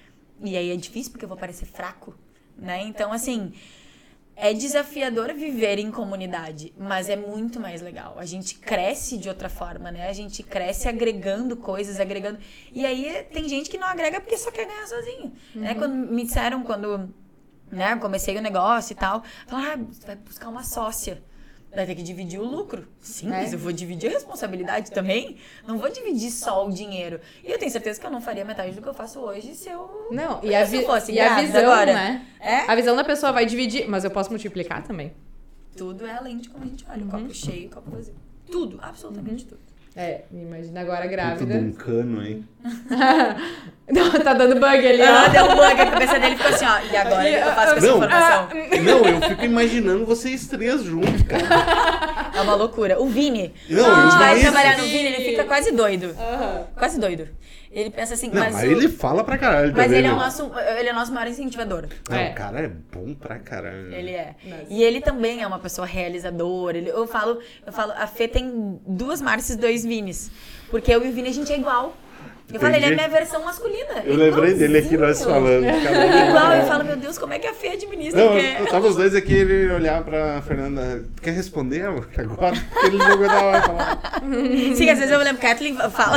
E aí é difícil porque eu vou parecer fraco, né? Então, assim... É desafiador viver em comunidade, mas é muito mais legal. A gente cresce de outra forma, né? A gente cresce agregando coisas, agregando... E aí tem gente que não agrega porque só quer ganhar sozinho. Uhum. Né? Quando me disseram, quando né, comecei o negócio e tal, falaram, ah, você vai buscar uma sócia. Vai ter que dividir o lucro. Sim, é. Mas eu vou dividir a responsabilidade também. Não vou dividir só o dinheiro. E eu tenho certeza que eu não faria metade do que eu faço hoje se eu... Não, e a, vi- fosse e a visão, agora. Né? É? A visão da pessoa vai dividir, mas eu posso multiplicar também. Tudo é além de como a gente olha. Uhum. O copo cheio, o copo vazio. Tudo, absolutamente uhum. tudo. É, imagina agora grávida. Tudo um cano, hein? Não, tá dando bug ali, ó. Deu um bug, a cabeça dele ficou assim, ó. E agora o que eu faço com essa não, informação? Não, eu fico imaginando vocês três juntos, cara. É uma loucura. O Vini, não, a gente vai isso. trabalhar no Vini, ele fica quase doido. Uhum. Quase doido. Ele pensa assim, não, mas... mas o... ele fala pra caralho Mas também, ele é, né? o nosso, ele é o nosso maior incentivador. Não, é. O cara é bom pra caralho. Ele é. Nossa. E ele também é uma pessoa realizadora. Ele, eu, falo, eu falo, a Fê tem duas Márcias e dois Vinis. Porque eu e o Vini, a gente é igual. Eu falo, ele é a minha versão masculina. Eu lembrei dele aqui, nós falando. Igual, eu falo, meu Deus, como é que a Fê administra? Não, porque... eu tava os dois aqui, ele olhar pra Fernanda, quer responder agora? Porque ele não aguentava mais falar. Sim, às vezes eu lembro, Kathleen fala.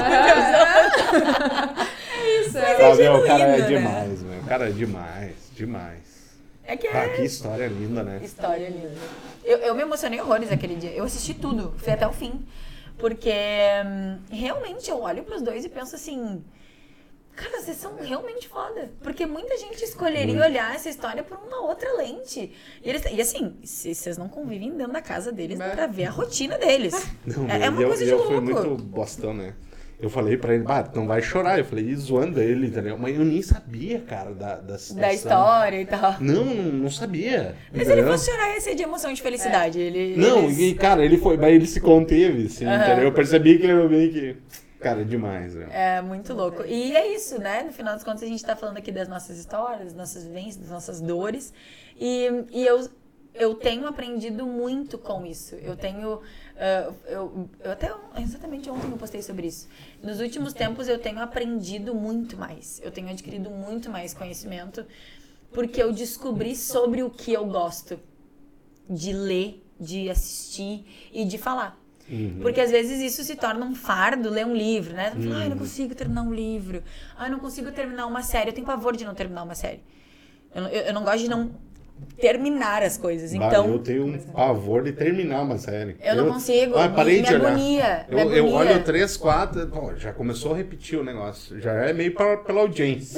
É isso. Mas é, é genuíno, o cara é né? demais, meu. O cara é demais, demais. É que é... Ah, que história linda, né? História linda. Eu, eu me emocionei horrores aquele dia. Eu assisti tudo, fui até o fim. Porque hum, realmente eu olho pros dois e penso assim... Cara, vocês são realmente foda. Porque muita gente escolheria Muito. olhar essa história por uma outra lente. E, eles, e assim, se, vocês não convivem dentro da casa deles, dá pra ver a rotina deles. Não, é, é uma eu, coisa de eu louco. Foi muito bostão, né? Eu falei pra ele, bah, não vai chorar. Eu falei, zoando ele, entendeu? Mas eu nem sabia, cara, da, da situação. Da história e tal. Não, não sabia. Mas entendeu? se ele fosse chorar, ia ser de emoção e de felicidade. É. Ele, não, eles... e cara, ele foi, mas ele se conteve, assim, uhum. entendeu? Eu percebi que ele era meio que... Cara, é demais, velho. É muito louco. E é isso, né? No final das contas, a gente tá falando aqui das nossas histórias, das nossas vivências, das nossas dores. E, e eu, eu tenho aprendido muito com isso. Eu tenho... Uh, eu, eu até exatamente ontem eu postei sobre isso. Nos últimos tempos, eu tenho aprendido muito mais. Eu tenho adquirido muito mais conhecimento porque eu descobri sobre o que eu gosto de ler, de assistir e de falar. Uhum. Porque às vezes isso se torna um fardo, ler um livro, né? Uhum. Ai, eu não consigo terminar um livro. Ai, eu não consigo terminar uma série. Eu tenho pavor de não terminar uma série. Eu, eu, eu não gosto de não terminar as coisas. Bah, então eu tenho um pavor de terminar uma série. Eu não consigo. Ah, parei me, de me olhar. agonia. Eu, me agonia. eu olho três, quatro, bom, já começou a repetir o negócio. Já é meio pra, pela audiência.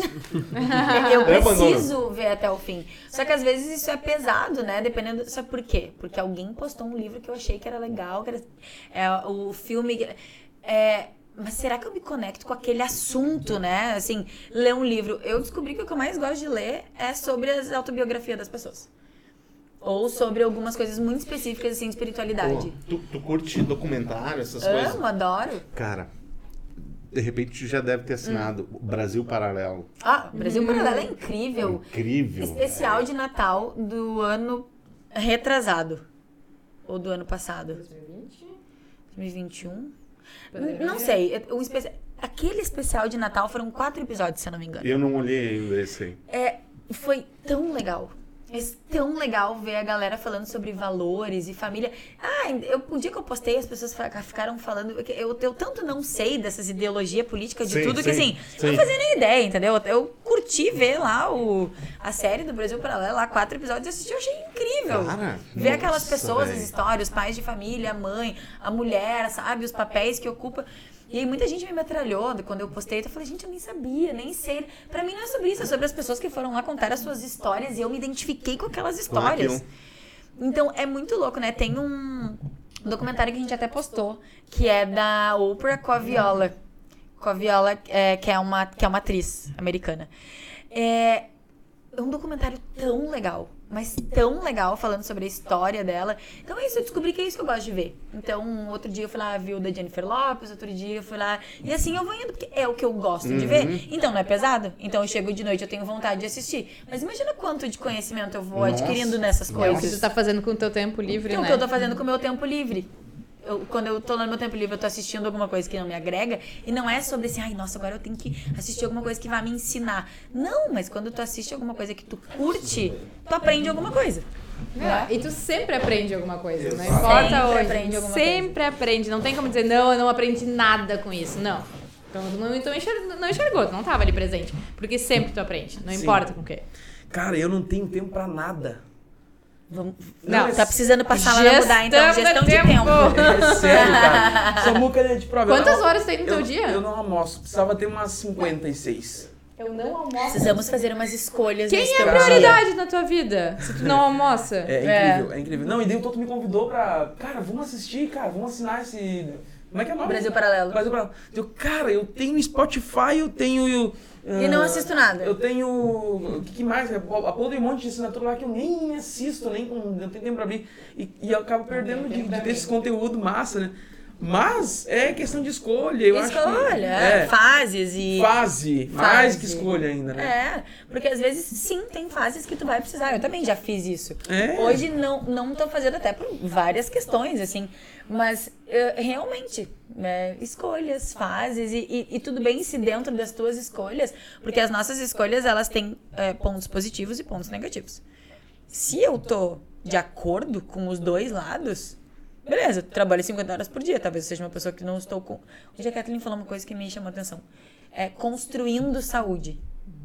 Eu Eu preciso abandono. ver até o fim. Só que às vezes isso é pesado, né? Dependendo. Sabe por quê? Porque alguém postou um livro que eu achei que era legal, que era é, o filme. É, mas será que eu me conecto com aquele assunto, né? Assim, ler um livro. Eu descobri que o que eu mais gosto de ler é sobre as autobiografias das pessoas. Ou sobre algumas coisas muito específicas, assim, de espiritualidade. Pô, tu, tu curte documentário, essas Amo, coisas? adoro. Cara, de repente tu já deve ter assinado Hum. Brasil Paralelo. Ah, Brasil Paralelo é incrível. Incrível. Especial de Natal do ano retrasado. Ou do ano passado. dois mil e vinte? dois mil e vinte e um? N- Não sei. O espe... Aquele especial de Natal foram quatro episódios, se eu não me engano. Eu não olhei ainda esse aí. É, foi tão legal. É tão legal ver a galera falando sobre valores e família. Ah, eu, o dia que eu postei, as pessoas fa- ficaram falando. Eu, eu tanto não sei dessas ideologias políticas de Sim, tudo que sim, assim, sim. não fazia nem ideia, entendeu? Eu curti ver lá o, a série do Brasil Paralelo, lá quatro episódios, eu assisti, eu achei incrível. Cara, ver aquelas nossa, pessoas, véi. as histórias, os pais de família, a mãe, a mulher, sabe? Os papéis que ocupa. E aí muita gente me metralhou quando eu postei. Eu falei, gente, eu nem sabia, nem sei. Pra mim não é sobre isso, é sobre as pessoas que foram lá contar as suas histórias e eu me identifiquei com aquelas histórias. aquilo. Então é muito louco, né? Tem um documentário que a gente até postou, que é da Oprah com a Viola. Com a Viola, é, que, é uma, que é uma atriz americana. É um documentário tão legal. Mas tão legal, falando sobre a história dela. Então é isso, eu descobri que é isso que eu gosto de ver. Então, outro dia eu fui lá, vi o da Jennifer Lopez, outro dia eu fui lá... E assim eu vou indo, porque é o que eu gosto de ver. Então não é pesado. Então eu chego de noite, eu tenho vontade de assistir. Mas imagina quanto de conhecimento eu vou Nossa. adquirindo nessas É o que tu coisas. tá fazendo com o teu tempo livre, Então, o né? que eu tô fazendo com o meu tempo livre. Eu, quando eu tô no meu tempo livre, eu tô assistindo alguma coisa que não me agrega. E não é sobre assim, ai, nossa, agora eu tenho que assistir alguma coisa que vai me ensinar. Não, mas quando tu assiste alguma coisa que tu curte, tu aprende alguma coisa. É, e tu sempre aprende alguma coisa, não Exato. importa Sempre onde. aprende alguma sempre aprende. Não tem como dizer, não, eu não aprendi nada com isso. Não. Então tu não, tu enxer- não enxergou, tu não tava ali presente. Porque sempre tu aprende, não Sim. importa com o quê. Cara, eu não tenho tempo pra nada. Vamos... Não, tá precisando passar lá na mudar, então. Gestão Gestão de de tempo. tempo. É sério, cara. Samuca é de prova. Quantas Eu- horas tem no teu eu- dia? Eu não almoço. Precisava ter umas cinquenta e seis. Eu não almoço. Precisamos fazer umas escolhas Quem nesse é a teu prioridade na tua vida? Se tu não almoça. É incrível, é, incrível. Não, e daí o Toto me convidou pra... Cara, vamos assistir, cara. Vamos assinar esse... Como é que é o nome? Brasil Paralelo. Brasil Paralelo. Eu, cara, eu tenho Spotify, eu tenho... E não assisto nada. Eu tenho... O que, que mais? A Pô, tem um monte de assinatura lá que eu nem assisto, nem com, não tenho tempo pra abrir. E, e eu acabo perdendo de, de ter esse conteúdo massa, né? Mas é questão de escolha, eu acho que... Escolha, É, fases e... fase, mais Fase. que escolha ainda, né? É, porque às vezes sim, tem fases que tu vai precisar. Eu também já fiz isso. É. Hoje não, não tô fazendo até por várias questões, assim. Mas eh, realmente, né, escolhas, fases e, e, e tudo bem se dentro das tuas escolhas, porque as nossas escolhas, elas têm eh, pontos positivos e pontos negativos. Se eu tô de acordo com os dois lados, beleza, eu trabalho cinquenta horas por dia, talvez eu seja uma pessoa que não estou com... Hoje a Kathleen falou uma coisa que me chamou a atenção. É construindo saúde.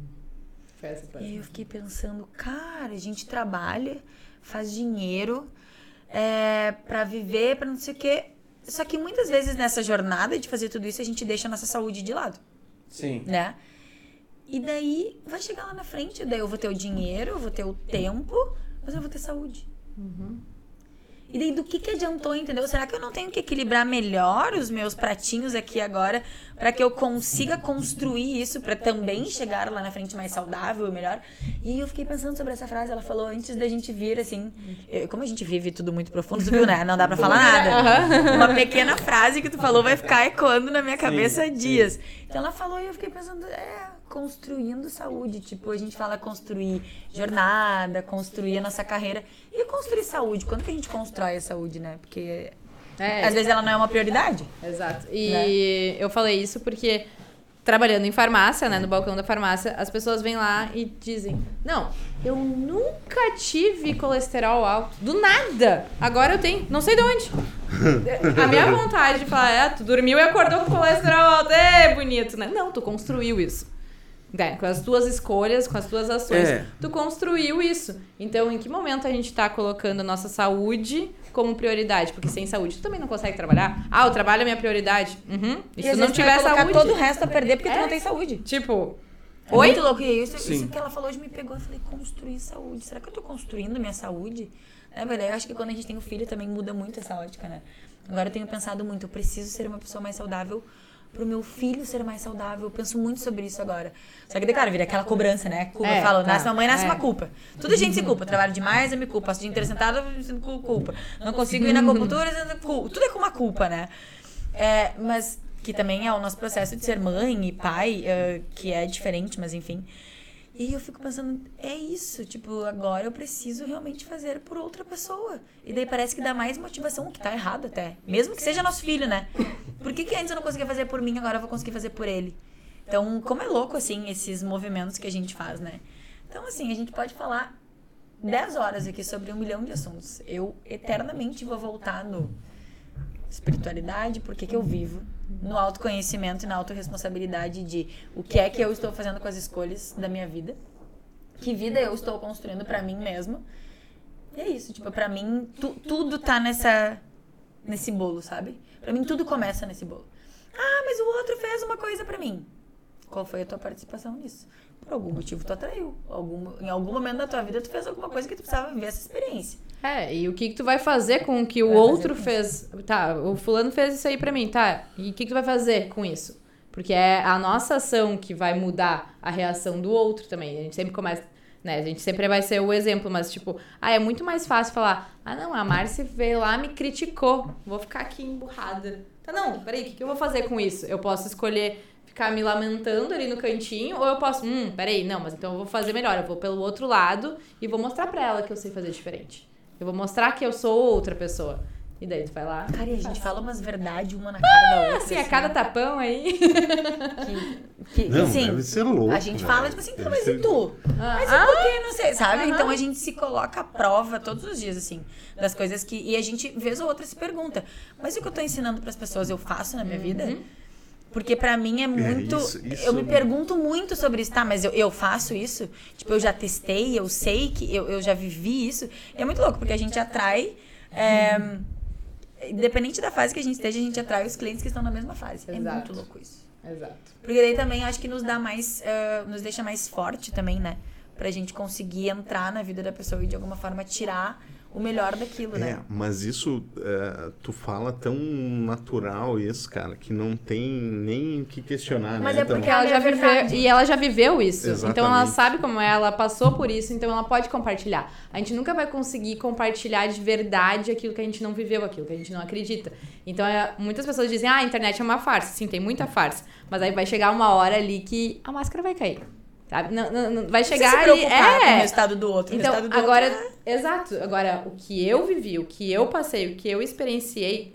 E aí eu fiquei pensando, cara, a gente trabalha, faz dinheiro é, pra viver, pra não sei o quê. Só que muitas vezes nessa jornada de fazer tudo isso, a gente deixa a nossa saúde de lado, Sim. né? E daí vai chegar lá na frente, daí eu vou ter o dinheiro, eu vou ter o tempo, mas eu vou ter saúde. E daí do que que adiantou, entendeu? Será que eu não tenho que equilibrar melhor os meus pratinhos aqui agora para que eu consiga construir isso para também chegar lá na frente mais saudável e melhor? E eu fiquei pensando sobre essa frase, ela falou antes da gente vir, assim, eu- como a gente vive tudo muito profundo, tu viu, né? Não dá pra falar nada. Uma pequena frase que tu falou vai ficar ecoando na minha cabeça sim. dias. Então ela falou e eu fiquei pensando, é, construindo saúde. Tipo, a gente fala construir jornada, construir a nossa carreira. E construir saúde? Quando que a gente constrói a saúde, né? Porque É, às vezes ela não é uma prioridade. Exato. E eu falei isso porque, trabalhando em farmácia, né, no balcão da farmácia, as pessoas vêm lá e dizem: não, eu nunca tive colesterol alto. Do nada! Agora eu tenho. Não sei de onde. A minha vontade de falar, é, tu dormiu e acordou com colesterol alto, é bonito, né? Não, tu construiu isso. É, com as tuas escolhas, com as tuas ações, É. tu construiu isso. Então, em que momento a gente tá colocando a nossa saúde como prioridade? Porque sem saúde tu também não consegue trabalhar. Ah, o trabalho é minha prioridade. Uhum. E E se às tu não vezes tu tiver vai colocar saúde... todo o resto a perder porque É. tu não tem saúde. Tipo... É Oi? muito louco. E isso, Sim. isso que ela falou hoje me pegou. Eu falei, construir saúde. Será que eu tô construindo minha saúde? É verdade, eu acho que quando a gente tem um filho também muda muito essa ótica, né? Agora eu tenho pensado muito, eu preciso ser uma pessoa mais saudável pro meu filho ser mais saudável. Eu penso muito sobre isso agora. Só que, cara, vira aquela cobrança, né? Culpa, É, eu falo, tá. nasce uma mãe, nasce É. uma culpa. Tudo a gente se culpa. Trabalho demais, eu me culpo. Passo o dia inteiro sentado, eu me sinto culpa. Não consigo ir na acupuntura, eu sinto culpa. Tudo é com uma culpa, né? É, mas que também é o nosso processo de ser mãe e pai, é, que é diferente, mas enfim. E eu fico pensando, é isso, tipo, agora eu preciso realmente fazer por outra pessoa. E daí parece que dá mais motivação, o que tá errado até. Mesmo que seja nosso filho, né? Por que que antes eu não conseguia fazer por mim, agora eu vou conseguir fazer por ele? Então, como é louco, assim, esses movimentos que a gente faz, né? Então, assim, a gente pode falar dez horas aqui sobre um milhão de assuntos. Eu eternamente vou voltar no espiritualidade, por que que eu vivo, no autoconhecimento e na autorresponsabilidade de o que é que eu estou fazendo com as escolhas da minha vida, que vida eu estou construindo pra mim mesma. E é isso, tipo, pra mim tu, tudo tá nessa nesse bolo, sabe? Pra mim tudo começa nesse bolo. Ah, mas o outro fez uma coisa pra mim. Qual foi a tua participação nisso? Por algum motivo tu atraiu. Algum, em algum momento da tua vida tu fez alguma coisa que tu precisava viver essa experiência. É, e o que que tu vai fazer com o que o Vai outro fazer fez? Tá, o fulano fez isso aí pra mim, tá? E o que que tu vai fazer com isso? Porque é a nossa ação que vai mudar a reação do outro também. A gente sempre começa, né? A gente sempre vai ser o exemplo, mas tipo, ah, é muito mais fácil falar, ah, não, a Márcia veio lá, me criticou, vou ficar aqui emburrada. Tá, não, peraí, o que que eu vou fazer com isso? Eu posso escolher ficar me lamentando ali no cantinho, ou eu posso, hum, peraí, não, mas então eu vou fazer melhor, eu vou pelo outro lado e vou mostrar pra ela que eu sei fazer diferente. Eu vou mostrar que eu sou outra pessoa. E daí tu vai lá. Cara, e a gente fala umas verdades uma na cara da outra. Assim, a cada tapão aí. Que, que, Não, assim, deve ser louco. a gente velho. fala, tipo assim, Deve pô, mas ser- e tu? Mas Ah, e por que? Não sei, sabe? Aham. Então a gente se coloca à prova todos os dias, assim, das coisas que... E a gente, vez ou outra, se pergunta, mas o que eu tô ensinando pras pessoas eu faço na minha vida? Porque pra mim é muito... isso- isso- Eu me pergunto muito sobre isso. Tá, mas eu, eu faço isso? Tipo, eu já testei, eu sei que... Eu, eu já vivi isso. É muito louco, porque a gente atrai... É, independente da fase que a gente esteja, a gente atrai os clientes que estão na mesma fase. É Exato. muito louco isso. Exato. Porque daí também acho que nos dá mais... eh, nos deixa mais forte também, né? Pra gente conseguir entrar na vida da pessoa e de alguma forma tirar o melhor daquilo, É, né? mas isso, é, tu fala tão natural isso, cara, que não tem nem o que questionar, Mas né? é porque Então, Ela É já verdade. viveu, e ela já viveu isso. Exatamente. Então ela sabe como é, ela passou por isso, então ela pode compartilhar. A gente nunca vai conseguir compartilhar de verdade aquilo que a gente não viveu, aquilo que a gente não acredita. Então é, muitas pessoas dizem, ah, a internet é uma farsa. Sim, tem muita farsa. Mas aí vai chegar uma hora ali que a máscara vai cair. Sabe? Não, não, não- vai chegar se ali. preocupar com o É. resultado do outro. o Então, resultado do agora, outro exato, agora, o que eu vivi, o que eu passei, o que eu experienciei,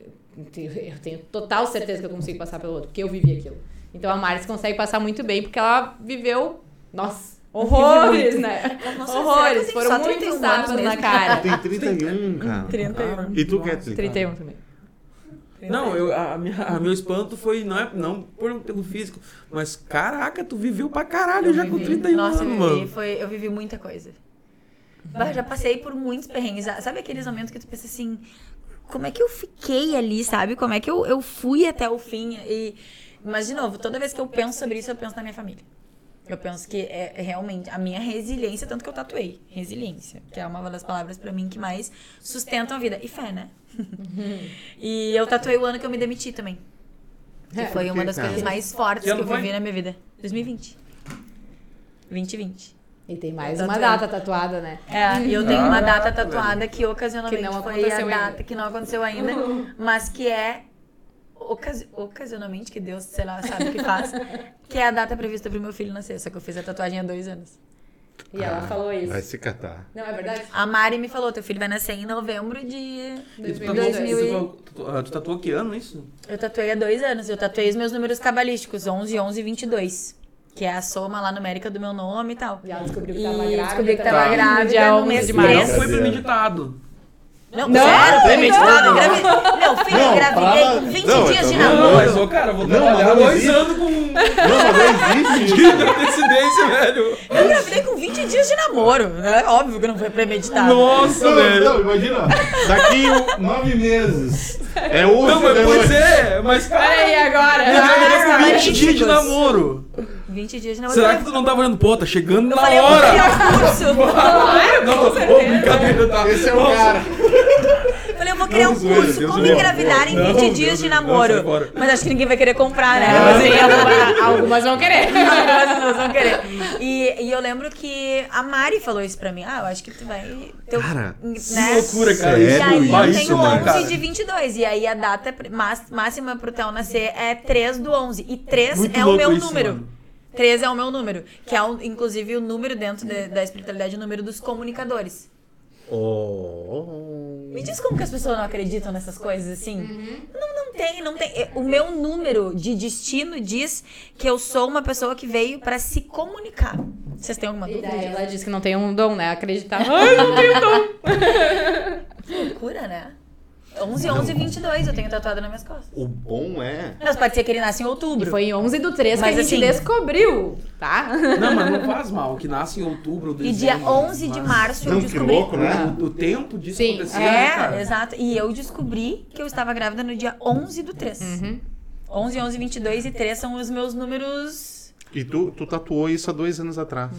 eu tenho total certeza que eu consigo passar pelo outro, porque eu vivi aquilo. Então a Márcia consegue passar muito bem, porque ela viveu, nossa, horrores, né? Nossa, será que eu horrores, tenho foram só muitos trinta e um tapas anos na mesmo? cara. tem trinta e um, cara. trinta e um. Ah, e tu, Kathleen? trinta e um também. Não, eu, a, minha, a meu espanto foi, não, é, não por, pelo físico, mas caraca, tu viveu pra caralho já com vivi. trinta e um Nossa, anos, eu vivi, mano. foi, eu vivi muita coisa. Bah, já passei por muitos perrengues. Sabe aqueles momentos que tu pensa assim, como é que eu fiquei ali, sabe? Como é que eu, eu fui até o fim? E, mas, de novo, toda vez que eu penso sobre isso, eu penso na minha família. Eu penso que é, é realmente a minha resiliência, tanto que eu tatuei. Resiliência, que é uma das palavras pra mim que mais sustentam a vida. E fé, né? E eu tatuei o ano que eu me demiti também. Que É, foi por uma quê, das cara? coisas mais fortes Que que ano eu foi? vivi na minha vida. dois mil e vinte. vinte e vinte. E tem mais Eu uma tatuei. data tatuada, né? É, e eu tenho uma Caraca, data tatuada que ocasionalmente Que não foi a aconteceu data ainda. que não aconteceu ainda, mas que é ocasi- ocasionalmente, que Deus, sei lá, sabe o que faz, que é a data prevista pro meu filho nascer, só que eu fiz a tatuagem há dois anos. E ela falou isso. Vai se catar. Não, é verdade? A Mari me falou, teu filho vai nascer em novembro de... E tu dois mil tatuou, e dois mil e- tu, tatuou- tu tatuou que ano isso? Eu tatuei há dois anos, eu tatuei os meus números cabalísticos, onze, onze e vinte e dois, que é a soma lá numérica do meu nome e tal. E ela descobriu que E tava grávida. descobri que Tá. tava também, grávida dia no onze mês de Não março. três. foi premeditado. Não, Não, sério, tem premeditado. como, Engravi... Meu filho, Não, engravidei pra- com vinte não, dias de então não, Não, namoro. mas, ô, cara, eu vou Não, trabalhar mas não dois existe. anos com Não, mas não existe dia isso. de antecedência, velho. Eu engravidei com vinte dias de namoro. É óbvio que não foi premeditado. Nossa, Não, velho. não, imagina. Daqui um- nove meses. É hoje. Não, mas né, pois hoje. é, mas cara, Peraí, agora. eu engravidei com Ah, vinte dias de amigos. namoro. vinte dias de namoro. Será que tu não tava olhando? Pô, tá chegando Eu na falei, eu vou hora. criar curso. Não, tô, ô, brincadeira, tá? Esse é o Nossa. cara. Eu falei, eu vou criar um Deus curso, Deus como Deus engravidar em Não, vinte Deus dias de Deus, namoro. sai fora. Mas acho que ninguém vai querer comprar, né? Mas Mas, aí, alguma- algumas vão querer. As pessoas vão querer. E, e eu lembro que a Mari falou isso pra mim. Ah, eu acho que tu vai... Teu, Cara, né? Que loucura, cara. Sério? E Isso, aí vai eu isso, tenho mano, onze cara. de vinte e dois. E aí a data pr- más- máxima pro Theo nascer é três do onze. E três Muito é o louco meu isso, número. mano. três é o meu número. Que é, o- inclusive, o número dentro de- da espiritualidade, o número dos comunicadores. Oh. Me diz como que as pessoas não acreditam nessas coisas assim? Não, não tem, não tem. É, o meu número de destino diz que eu sou uma pessoa que veio pra se comunicar. Vocês têm alguma E dúvida daí disso? ela disse que não tem um dom, né? Acreditar. Ai, não tenho dom. Loucura, né? onze, onze e vinte e dois eu tenho tatuado nas minhas costas. O bom é. Mas pode ser que ele nasce em outubro. E foi em onze do três que Mas a gente assim- descobriu, tá? Não, mas não faz mal, que nasce em outubro ou E dezembro. dia onze de mas- março eu Não, que descobri. louco, né? O, o tempo disso Sim. acontecer, né, cara? É, exato. E eu descobri que eu estava grávida no dia onze do três. onze, onze, vinte e dois e três são os meus números. E tu, tu tatuou isso há dois anos atrás.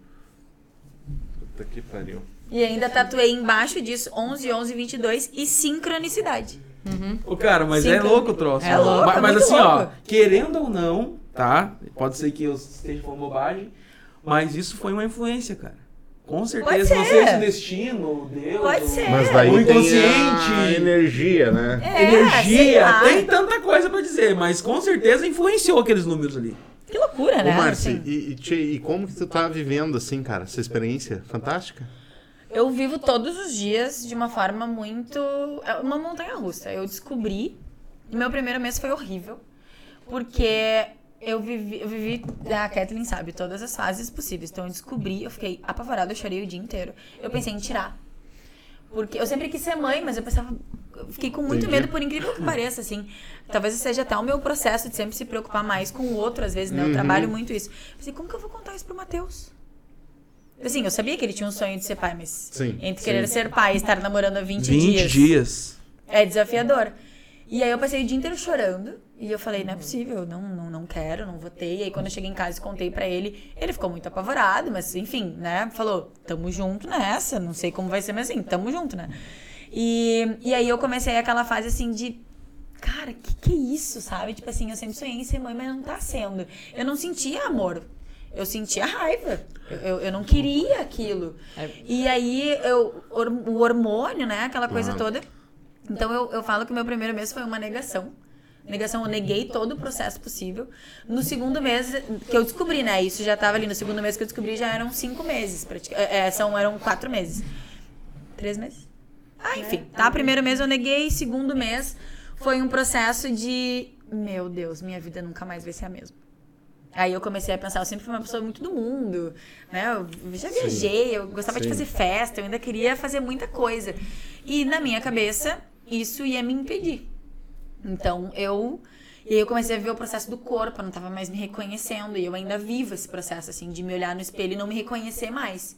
Puta que pariu. E ainda tatuei embaixo disso onze, onze, vinte e dois e sincronicidade. Ô, cara, mas Sim, é cara. louco o troço. É louco, Mas, é mas muito assim, ó, louco. querendo ou não, tá? Pode ser que eu esteja falando bobagem, mas isso foi uma influência, cara. Com certeza. Não ser. sei se o destino, Deus. Pode ou- ser. Mas daí O tem inconsciente. a energia, né? É, sei Energia, lá. tem tanta coisa pra dizer, mas com certeza influenciou aqueles números ali. Que loucura, né? Ô, Márcia, Assim, e, e, tchê, e como que tu tá vivendo, assim, cara, essa experiência fantástica? eu vivo todos os dias de uma forma muito. É uma montanha russa. Eu descobri. Meu primeiro mês foi horrível. Porque eu vivi. Eu vivi. A Kathleen sabe, todas as fases possíveis. Então eu descobri, eu fiquei apavorada, eu chorei o dia inteiro. Eu pensei em tirar. Porque eu sempre quis ser mãe, mas eu pensava. Eu fiquei com muito Entendi. medo, por incrível que pareça, assim. Talvez seja até o meu processo de sempre se preocupar mais com o outro, às vezes, né? Eu Uhum. trabalho muito isso. Pensei, como que eu vou contar isso pro Matheus? Assim, eu sabia que ele tinha um sonho de ser pai, mas Sim, entre sim. querer ser pai e estar namorando há vinte, vinte dias, dias. é desafiador. E aí eu passei o dia inteiro chorando. E eu falei, não é possível, não, não, não quero, não vou ter. E aí quando eu cheguei em casa e contei pra ele, ele ficou muito apavorado, mas enfim, né? Falou, tamo junto nessa, não sei como vai ser, mas assim, tamo junto, né? E, e aí eu comecei aquela fase assim de... Cara, que que é isso, sabe? Tipo assim, eu sempre sonhei em ser mãe, mas não tá sendo. Eu não sentia amor. Eu sentia raiva. Eu, eu, eu não queria aquilo. E aí, eu, hor- o hormônio, né? Aquela coisa Claro. toda. Então, eu, eu falo que o meu primeiro mês foi uma negação. Negação, eu neguei todo o processo possível. No segundo mês que eu descobri, né? Isso já tava ali. No segundo mês que eu descobri, já eram cinco meses. pratica- É, são, eram quatro meses. Três meses? Ah, enfim. Tá, primeiro mês eu neguei. Segundo mês foi um processo de... Meu Deus, minha vida nunca mais vai ser a mesma. Aí eu comecei a pensar, eu sempre fui uma pessoa muito do mundo, né? Eu já viajei, eu gostava de Sim. fazer festa, eu ainda queria fazer muita coisa. E na minha cabeça, isso ia me impedir. Então eu... E aí eu comecei a ver o processo do corpo, eu não tava mais me reconhecendo. E eu ainda vivo esse processo, assim, de me olhar no espelho e não me reconhecer mais.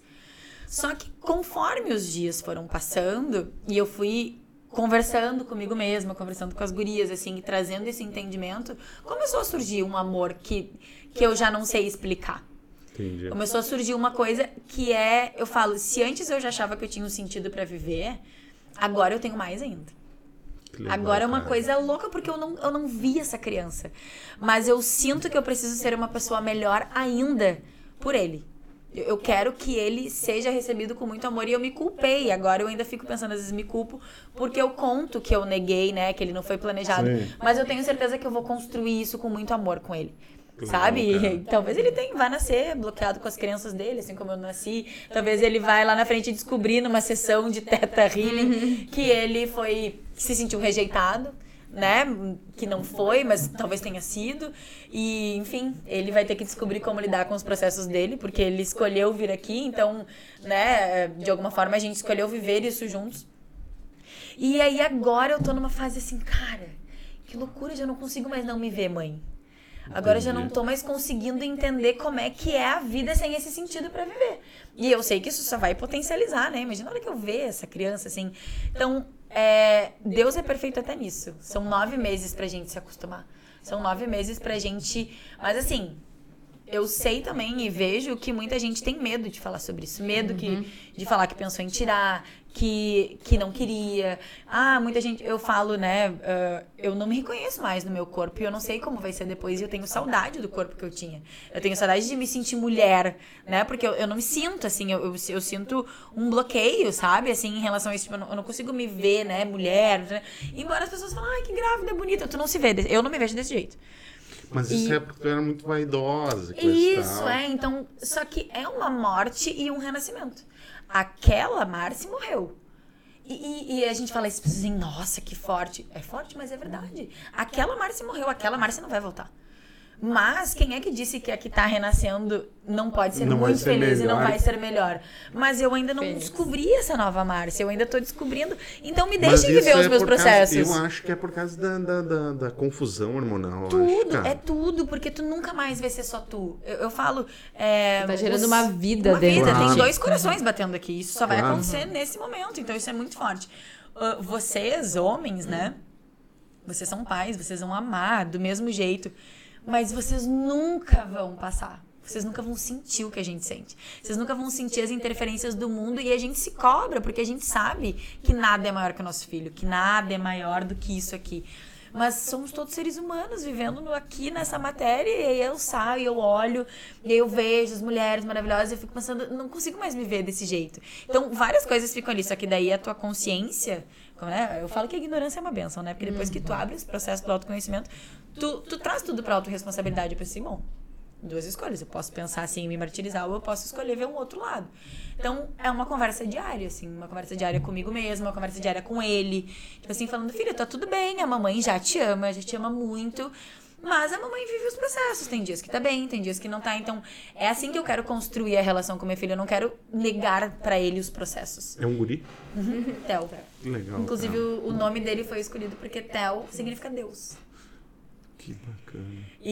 Só que conforme os dias foram passando, e eu fui conversando comigo mesma, conversando com as gurias, assim, e trazendo esse entendimento, começou a surgir um amor que, que eu já não sei explicar. Entendi. Começou a surgir uma coisa que é, eu falo, se antes eu já achava que eu tinha um sentido pra viver, agora eu tenho mais ainda. Que legal, Agora é uma cara. coisa louca porque eu não, eu não vi essa criança. Mas eu sinto que eu preciso ser uma pessoa melhor ainda por ele. Eu, eu quero que ele seja recebido com muito amor e eu me culpei. Agora eu ainda fico pensando, às vezes me culpo, porque eu conto que eu neguei, né? Que ele não foi planejado. Sim. Mas eu tenho certeza que eu vou construir isso com muito amor com ele. Que Sabe? legal, cara. E talvez ele tenha, vá nascer bloqueado com as crenças dele, assim como eu nasci. Talvez ele vai lá na frente descobrir numa sessão de Theta Healing que ele foi, se sentiu rejeitado, né? Que não foi, mas talvez tenha sido. E, enfim, ele vai ter que descobrir como lidar com os processos dele, porque ele escolheu vir aqui, então, né? De alguma forma a gente escolheu viver isso juntos. E aí agora eu tô numa fase assim, cara, que loucura, já não consigo mais não me ver, mãe. Agora eu já não tô mais conseguindo entender como é que é a vida sem esse sentido pra viver. E eu sei que isso só vai potencializar, né? Imagina a hora que eu ver essa criança, assim. Então, é, Deus é perfeito até nisso. São nove meses pra gente se acostumar. São nove meses pra gente... Mas assim... Eu sei também e vejo que muita gente tem medo de falar sobre isso. Medo que, de falar que pensou em tirar, que, que não queria. Ah, muita gente... Eu falo, né? Uh, eu não me reconheço mais no meu corpo e eu não sei como vai ser depois. E eu tenho saudade do corpo que eu tinha. Eu tenho saudade de me sentir mulher, né? Porque eu, eu não me sinto, assim. Eu, eu, eu sinto um bloqueio, sabe? Assim, em relação a isso. Tipo, eu, não, eu não consigo me ver, né? Mulher. Né? Embora as pessoas falem, ai, que grávida, bonita. Tu não se vê. Eu não me vejo desse jeito. Mas isso e... é porque tu era muito vaidosa. Coisa isso, tal. é. Então, só que é uma morte e um renascimento. Aquela Marcy morreu. E, e, e a gente fala isso assim, nossa, que forte. É forte, mas é verdade. Aquela Marcy morreu, aquela Marcy não vai voltar. Mas quem é que disse que a que tá renascendo não pode ser não muito ser feliz melhor. e não vai ser melhor? Mas eu ainda não Feliz. descobri essa nova Márcia, eu ainda tô descobrindo. Então me Mas deixem viver isso os é meus por processos. Causa, eu acho que é por causa da, da, da, da confusão hormonal. Tudo, eu acho, cara. é tudo, porque tu nunca mais vai ser só tu. Eu, eu falo... É, Tá gerando os- uma vida uma dentro vida, de tem ti. dois corações batendo aqui. Isso só vai Claro. acontecer nesse momento, então isso é muito forte. Uh, vocês, homens, né? Vocês são pais, vocês vão amar do mesmo jeito. Mas vocês nunca vão passar. Vocês nunca vão sentir o que a gente sente. Vocês nunca vão sentir as interferências do mundo e a gente se cobra, porque a gente sabe que nada é maior que o nosso filho, que nada é maior do que isso aqui. Mas somos todos seres humanos vivendo no, aqui nessa matéria e aí eu saio, eu olho, e aí eu vejo as mulheres maravilhosas e eu fico pensando, não consigo mais me ver desse jeito. Então, várias coisas ficam ali, só que daí a tua consciência... Né? Eu falo que a ignorância é uma benção, né? Porque depois que tu abre esse processo do autoconhecimento, tu, tu traz tudo pra autorresponsabilidade. Eu pensei, bom, duas escolhas. Eu posso pensar assim, me martirizar, ou eu posso escolher ver um outro lado. Então, é uma conversa diária, assim. Uma conversa diária comigo mesma, uma conversa diária com ele. Tipo assim, falando, filha, tá tudo bem, a mamãe já te ama, já te ama muito... Mas a mamãe vive os processos. Tem dias que tá bem, tem dias que não tá. Então, é assim que eu quero construir a relação com meu filho. Eu não quero negar pra ele os processos. É um guri? Uhum. Theo. Legal. Inclusive, cara. o, o nome dele foi escolhido porque Theo significa Deus. Que bacana.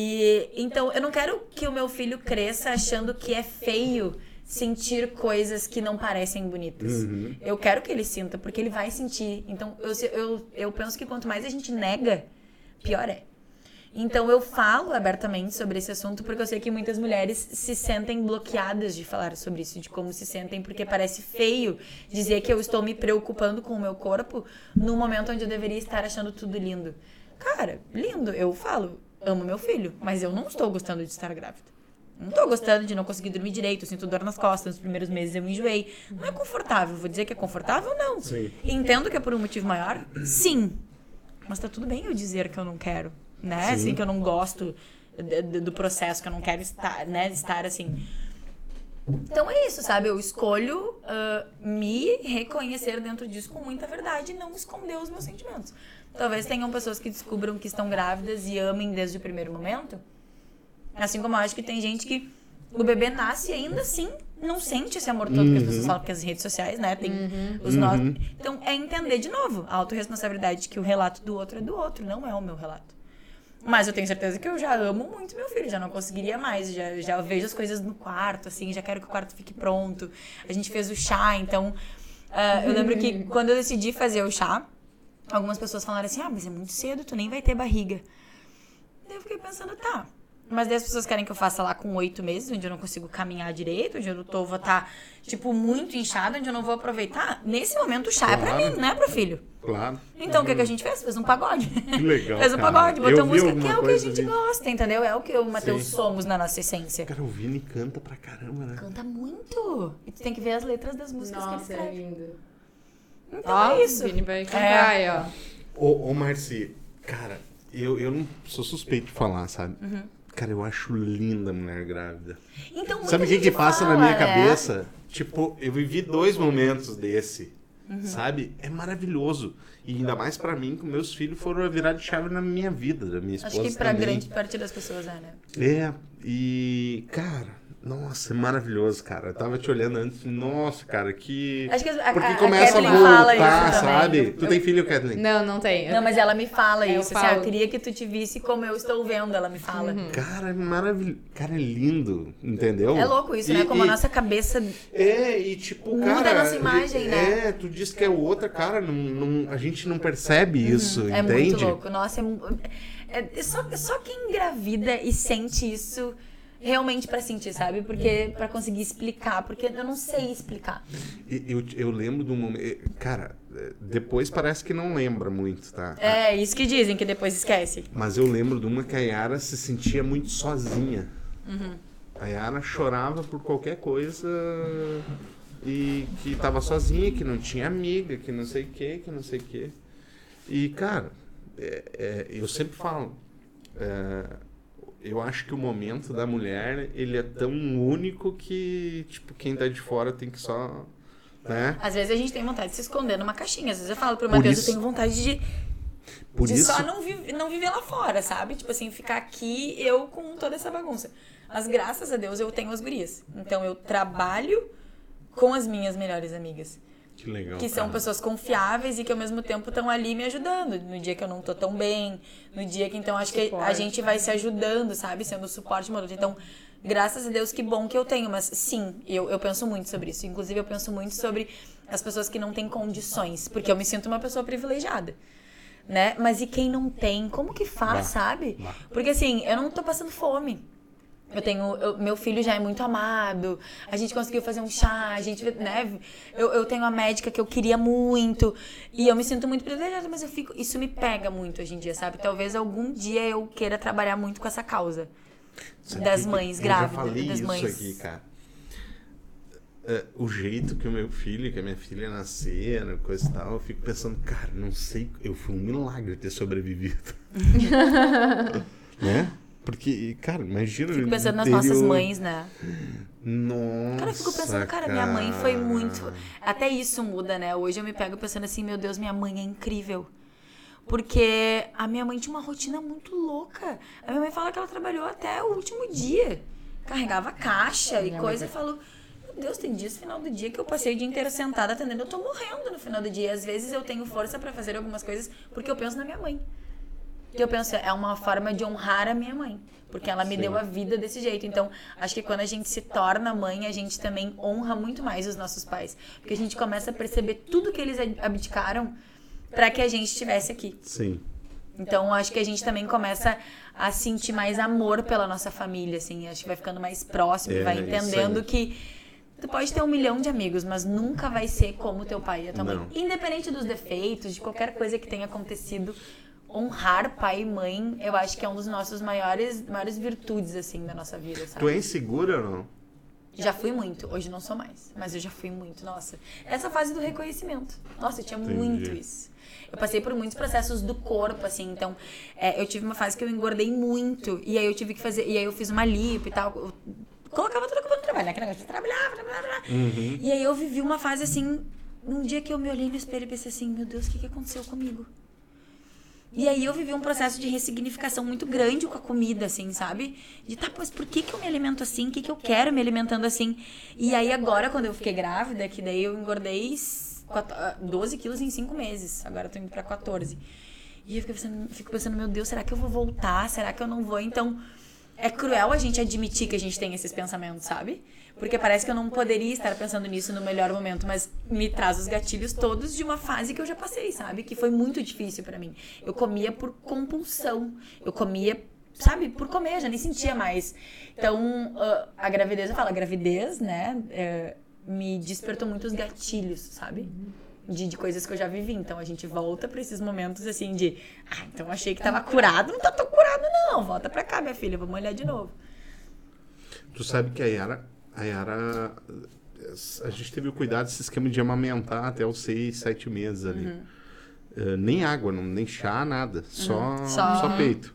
E então, eu não quero que o meu filho cresça achando que é feio sentir coisas que não parecem bonitas. Uhum. Eu quero que ele sinta, porque ele vai sentir. Então, eu, eu, eu penso que quanto mais a gente nega, pior é. Então eu falo abertamente sobre esse assunto porque eu sei que muitas mulheres se sentem bloqueadas de falar sobre isso, de como se sentem, porque parece feio dizer que eu estou me preocupando com o meu corpo num momento onde eu deveria estar achando tudo lindo. Cara, lindo, eu falo, amo meu filho, mas eu não estou gostando de estar grávida. Não tô gostando de não conseguir dormir direito, eu sinto dor nas costas, nos primeiros meses eu me enjoei. Não é confortável, vou dizer que é confortável? Não. Sim. Entendo que é por um motivo maior? Sim. Mas tá tudo bem eu dizer que eu não quero. Né? Sim. Assim, que eu não gosto de, de, do processo, que eu não quero estar, né? Estar assim. Então é isso, sabe? Eu escolho uh, me reconhecer dentro disso com muita verdade e não esconder os meus sentimentos. Talvez tenham pessoas que descubram que estão grávidas e amem desde o primeiro momento. Assim como eu acho que tem gente que o bebê nasce e ainda assim não sente esse amor todo uhum. que as pessoas falam, porque as redes sociais, né, tem Uhum. os nós. Uhum. Então é entender de novo a autorresponsabilidade de que o relato do outro é do outro, não é o meu relato. Mas eu tenho certeza que eu já amo muito meu filho, já não conseguiria mais, já, já vejo as coisas no quarto, assim, já quero que o quarto fique pronto. A gente fez o chá, então... Uh, eu lembro que quando eu decidi fazer o chá, algumas pessoas falaram assim, ah, mas é muito cedo, tu nem vai ter barriga. Daí eu fiquei pensando, tá... Mas daí as pessoas querem que eu faça lá com oito meses, onde eu não consigo caminhar direito, onde eu tô, vou estar, tipo, muito inchada, onde eu não vou aproveitar. Nesse momento, o chá Claro. é pra mim, não é pro filho. Claro. Então, o que, que a gente fez? Fez um pagode. Que legal, Fez um cara. pagode, botou Eu vi música, que alguma é o que a coisa gente ali. gosta, entendeu? É o que eu e o Matheus Sim. somos na nossa essência. Cara, o Vini canta pra caramba, né? Canta muito. E tu tem que ver as letras das músicas Nossa, que é ele escreve. lindo. Então Ó, é isso. o Vini vai cantar É. aí, ó. Ô, ô Marci, cara, eu, eu não sou suspeito de falar, sabe? Uhum. Cara, eu acho linda a mulher grávida. Então, muita Sabe o que gente que passa fala, na minha né? cabeça? Tipo, eu vivi dois momentos desse, Uhum. sabe? É maravilhoso. E ainda mais pra mim, que meus filhos foram a virar de chave na minha vida, da minha esposa Acho que pra também. grande parte das pessoas é, né? É, e, cara, Nossa, é maravilhoso, cara. Eu tava te olhando antes. Nossa, cara, que... Acho que a, Porque a, começa a a Kathleen fala voltar, isso sabe? também. Tu tem filho, Kathleen? Não, não tem. Não, mas ela me fala Eu isso. Assim, ah, falo. eu queria que tu te visse como eu estou vendo, ela me fala. Cara, é maravilhoso. Cara, é lindo, entendeu? É louco isso, E- né? Como e- a nossa cabeça... É, e tipo, Muda cara... a nossa imagem, é, né? É, tu diz que é outra, cara, não, não- a gente não percebe isso, É entende? muito louco. Nossa, é, mu- é- é só, só quem engravida e sente isso realmente pra sentir, sabe? Porque pra conseguir explicar, porque eu não sei explicar. E- Eu, eu lembro de um momento... Cara, depois parece que não lembra muito, tá? É, isso que dizem, que depois esquece. Mas eu lembro de uma que a Yara se sentia muito sozinha. A Yara chorava por qualquer coisa e que tava sozinha, que não tinha amiga, que não sei o que, que não sei o que. E, cara, é- é, eu sempre falo, é, eu acho que o momento da mulher, ele é tão único que, tipo, quem tá de fora tem que só, né? Às vezes a gente tem vontade de se esconder numa caixinha. Às vezes eu falo pro Por Matheus, isso- eu tenho vontade de, Por de isso, só não, vi- não viver lá fora, sabe? Tipo assim, ficar aqui eu com toda essa bagunça. Mas graças a Deus eu tenho as gurias. Então eu trabalho com as minhas melhores amigas. que legal, Que são cara. pessoas confiáveis e que ao mesmo tempo estão ali me ajudando. No dia que eu não tô tão bem, no dia que então acho que a Suporte. gente vai se ajudando, sabe? Sendo suporte mútuo. Então, graças a Deus, que bom que eu tenho. Mas sim, eu, eu penso muito sobre isso. Inclusive, eu penso muito sobre as pessoas que não têm condições. Porque eu me sinto uma pessoa privilegiada. Né? Mas e quem não tem? Como que faz, Bah, sabe? bah. Porque assim, eu não tô passando fome. Eu tenho, eu- meu filho já é muito amado, a gente conseguiu fazer um chá, a gente, né, eu, eu tenho a médica que eu queria muito, e eu me sinto muito privilegiada, mas eu fico, isso me pega muito hoje em dia, sabe? Talvez algum dia eu queira trabalhar muito com essa causa Sabe das que mães eu grávidas, já falei das isso mães. aqui, cara. É, o jeito que o meu filho, que a minha filha nasceram, coisa e tal, eu fico pensando, cara, não sei, eu fui um milagre ter sobrevivido. Né? Porque, cara, imagina... Fico pensando nas ter nossas o- mães, né? Nossa, Cara, eu fico pensando, cara, minha mãe foi muito... Até isso muda, né? Hoje eu me pego pensando assim, meu Deus, minha mãe é incrível. Porque a minha mãe tinha uma rotina muito louca. A minha mãe fala que ela trabalhou até o último dia. Carregava caixa e coisa. E falou, meu Deus, tem dias no final do dia que eu passei o dia inteiro sentada atendendo. Eu tô morrendo no final do dia. E às vezes eu tenho força pra fazer algumas coisas porque eu penso na minha mãe. Que eu penso, é uma forma de honrar a minha mãe. Porque ela me Sim. deu a vida desse jeito. Então, acho que quando a gente se torna mãe, a gente também honra muito mais os nossos pais. Porque a gente começa a perceber tudo que eles abdicaram pra que a gente estivesse aqui. Sim. Então, acho que a gente também começa a sentir mais amor pela nossa família, assim. Acho que vai ficando mais próximo, É, vai isso entendendo aí. que tu pode ter um milhão de amigos, mas nunca vai ser como teu pai e a tua Não. mãe. Independente dos defeitos, de qualquer coisa que tenha acontecido, honrar pai e mãe, eu acho que é um dos nossos maiores, maiores virtudes, assim, da nossa vida, sabe? Tu é insegura ou não? Já fui muito, hoje não sou mais, mas eu já fui muito, nossa. Essa fase do reconhecimento, nossa, eu tinha Entendi. muito isso. Eu passei por muitos processos do corpo, assim, então é, eu tive uma fase que eu engordei muito, e aí eu tive que fazer, e aí eu fiz uma lipo e tal, eu colocava toda a culpa no trabalho, né? Aquele negócio de trabalhar, blá, blá, blá. Uhum. E aí eu vivi uma fase assim, um dia que eu me olhei no espelho e pensei assim, meu Deus, o que, que aconteceu comigo? E aí eu vivi um processo de ressignificação muito grande com a comida, assim, sabe? De, tá, mas por que que eu me alimento assim? O que que eu quero me alimentando assim? E aí agora, quando eu fiquei grávida, que daí eu engordei doze quilos em cinco meses. Agora eu tô indo pra quatorze. E eu fico pensando, fico pensando, meu Deus, será que eu vou voltar? Será que eu não vou? Então, é cruel a gente admitir que a gente tem esses pensamentos, sabe? Porque parece que eu não poderia estar pensando nisso no melhor momento, mas me traz os gatilhos todos de uma fase que eu já passei, sabe? Que foi muito difícil pra mim. Eu comia por compulsão. Eu comia, sabe, por comer, eu já nem sentia mais. Então, uh, a gravidez, eu falo, a gravidez, né, é, me despertou muitos gatilhos, sabe? De, de coisas que eu já vivi. Então, a gente volta pra esses momentos, assim, de... Ah, então eu achei que tava curado. Não tá tão curado, não. Volta pra cá, minha filha. Vamos olhar de novo. Tu sabe que a Yara, a Yara, a gente teve o cuidado desse esquema de amamentar até os seis, sete meses ali. Uhum. Uh, nem água, não, nem chá, nada. Só, Só- só peito.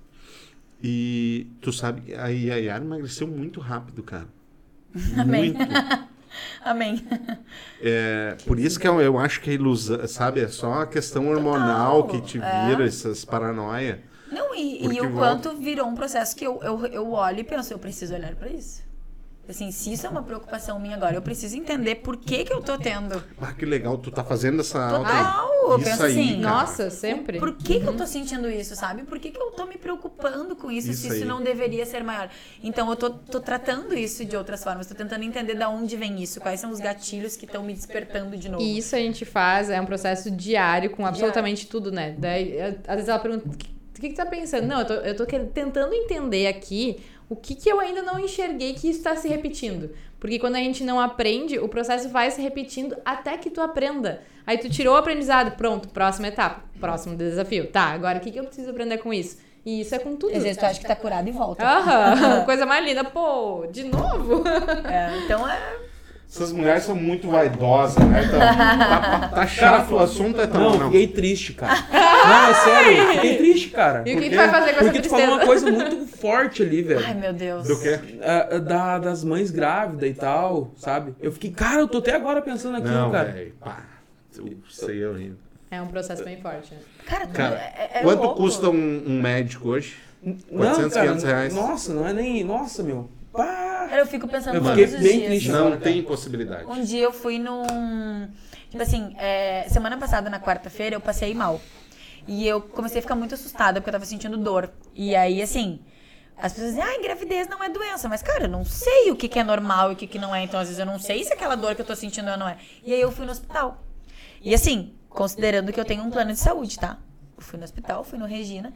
E tu sabe que a Yara emagreceu muito rápido, cara. Amém. Muito. Amém. É, por isso que eu, eu acho que a ilusão, sabe, é só a questão hormonal Total, que te é. vira, essas paranoia. Não, e, Porque e o volta- quanto virou um processo que eu, eu, eu olho e penso, eu preciso olhar pra isso. Assim, se isso é uma preocupação minha agora, eu preciso entender por que que eu tô tendo. Ah, que legal, tu tá fazendo essa... Total, eu Isso penso aí, assim, cara. Nossa, sempre. por que que eu tô sentindo isso, sabe? Por que que eu tô me preocupando com isso, Isso se isso aí. não deveria ser maior? Então eu tô, tô tratando isso de outras formas, tô tentando entender de onde vem isso, quais são os gatilhos que estão me despertando de novo. E isso a gente faz, é um processo diário com absolutamente tudo, né? Daí, às vezes ela pergunta, o que, o que que tu tá pensando? Não, eu tô, eu tô quer- tentando entender aqui o que que eu ainda não enxerguei que isso tá se repetindo. Porque quando a gente não aprende, o processo vai se repetindo até que tu aprenda. Aí tu tirou o aprendizado, pronto, próxima etapa, próximo desafio. Tá, agora o que que eu preciso aprender com isso? E isso é com tudo. Às vezes tu acha que tá curado e volta. Aham, coisa mais linda. Pô, de novo? É, então é... Essas mulheres são muito vaidosas, né? Então, tá, tá chato o assunto, é tão... Não, não. fiquei triste, cara. Não, é sério, fiquei triste, cara. E o Por que quê? tu vai fazer com essa Porque tu falou uma tristeza? coisa muito forte ali, velho. Ai, meu Deus. Do quê? Ah, da, das mães grávidas e tal, sabe? Eu fiquei, cara, eu tô até agora pensando aquilo, Não, cara. velho, pá. Eu sei eu rindo. É um processo bem forte, né? Cara, Cara, é, é quanto louco. custa um, um médico hoje? Não, quatrocentos, cara, quinhentos reais. Nossa, não é nem... Nossa, meu. Pá. Cara, eu fico pensando Eu todos fiquei os bem dias. triste. Não agora, tem cara. possibilidade. Um dia eu fui num... Tipo assim, é, semana passada, na quarta-feira, eu passei mal. E eu comecei a ficar muito assustada, porque eu tava sentindo dor. E aí, assim, as pessoas dizem, ah, gravidez não é doença. Mas, cara, eu não sei o que, que é normal e o que, que não é. Então, às vezes, eu não sei se aquela dor que eu tô sentindo é ou não é. E aí, eu fui no hospital. E, assim, considerando que eu tenho um plano de saúde, tá? Eu fui no hospital, fui no Regina.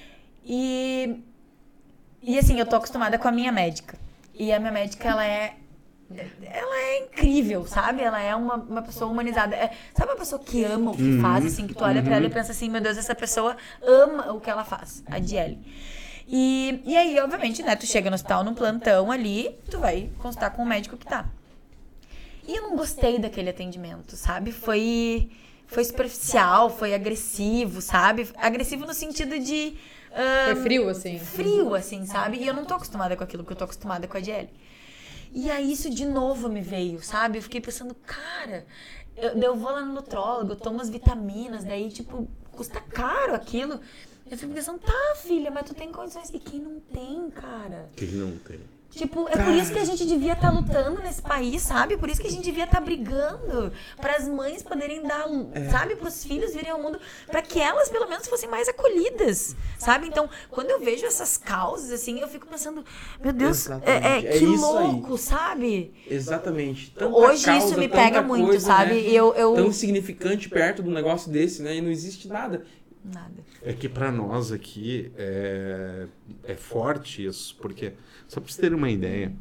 E... E, assim, eu tô acostumada com a minha médica. E a minha médica, ela é... Ela é incrível, sabe? Ela é uma, uma pessoa humanizada. É, sabe uma pessoa que ama o que faz, assim? Que tu olha pra ela e pensa assim, meu Deus, essa pessoa ama o que ela faz. A Diele. E, e aí, obviamente, né? Tu chega no hospital, num plantão ali, tu vai consultar com o médico que tá. E eu não gostei daquele atendimento, sabe? Foi... Foi superficial, foi agressivo, sabe? Agressivo no sentido de... Foi ahn, frio, assim. frio, assim, sabe? E eu não tô acostumada com aquilo, porque eu tô acostumada com a D L. E aí isso de novo me veio, sabe? Eu fiquei pensando, cara, eu, eu vou lá no nutrólogo, eu tomo as vitaminas, daí, tipo, custa caro aquilo. Eu fico pensando, tá, filha, mas tu tem condições. E quem não tem, cara? Quem não tem? Tipo, é por isso que a gente devia estar lutando nesse país, sabe? Por isso que a gente devia estar brigando para as mães poderem dar, sabe? Para os filhos virem ao mundo, para que elas pelo menos fossem mais acolhidas, sabe? Então, quando eu vejo essas causas, assim, eu fico pensando, meu Deus, é, é, Exatamente. É que isso louco, aí. sabe? Exatamente. Tanta Hoje causa, isso me tanta pega muito, coisa, sabe? né? Eu, eu... Tão insignificante perto de um negócio desse, né? E não existe nada. Nada. É que pra nós aqui é, é forte isso, porque, só pra vocês terem uma ideia,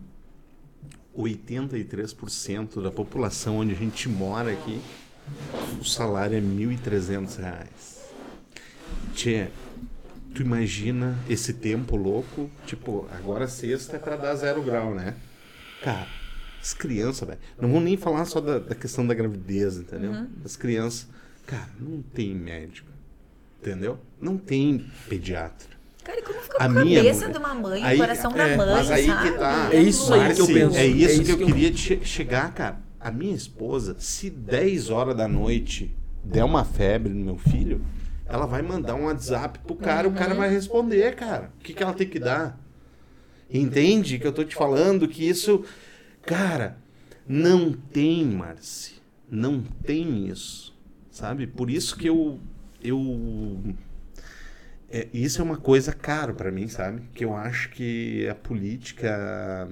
oitenta e três por cento da população onde a gente mora aqui, o salário é mil e trezentos reais. Tchê, tu imagina esse tempo louco, tipo, agora sexta é pra dar zero grau, né? Cara, as crianças, velho, não vou nem falar só da, da questão da gravidez, entendeu? Uhum. As crianças, cara, não tem médico, entendeu? Não tem pediatra. Cara, e como fica A a minha cabeça mulher- de uma mãe, Aí- o coração da é, mãe, mas aí sabe? que tá. É isso aí que eu Marci, penso. É isso, É isso que eu que eu- queria che- chegar, cara. A minha esposa, se dez horas da noite der uma febre no meu filho, ela vai mandar um WhatsApp pro cara, o cara vai responder, cara. O que, que ela tem que dar? Entende que eu tô te falando que isso... Cara, não tem, Marci. Não tem isso. Sabe? Por isso que eu... eu é, isso é uma coisa caro pra mim, sabe? Que eu acho que a política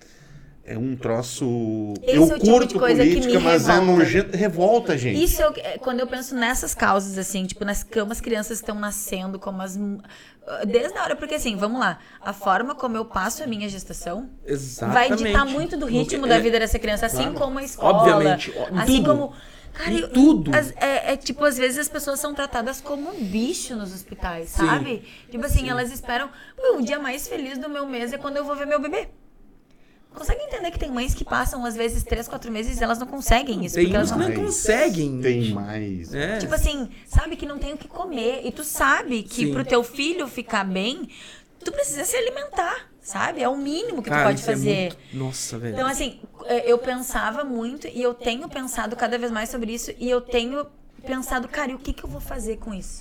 é um troço... Esse eu é o tipo curto de coisa que política, me mas é revolta. nojento. Revolta, gente. Isso eu, é, quando eu penso nessas causas, assim, tipo, nas como as crianças estão nascendo, como as. Desde a hora, porque assim, vamos lá, a forma como eu passo a minha gestação vai Exatamente. ditar muito do ritmo No- da é, vida dessa criança, assim claro. como a escola. Obviamente, ó, em assim tudo. como. Cara, Em eu- tudo. as- é, é tipo, às vezes as pessoas são tratadas como um bicho nos hospitais, Sim. sabe? Tipo assim, elas esperam. Pô, o dia mais feliz do meu mês é quando eu vou ver meu bebê. Consegue entender que tem mães que passam, às vezes, três, quatro meses e elas não conseguem isso? Tem porque elas uns que não... não conseguem. Tem mais. É. Tipo assim, sabe que não tem o que comer. E tu sabe que Sim. pro teu filho ficar bem, tu precisa se alimentar, sabe? É o mínimo que Cara, tu pode isso é fazer. muito- Nossa, velho. Então, assim, eu pensava muito e eu tenho pensado cada vez mais sobre isso. E eu tenho pensado, cara, e o que, que eu vou fazer com isso?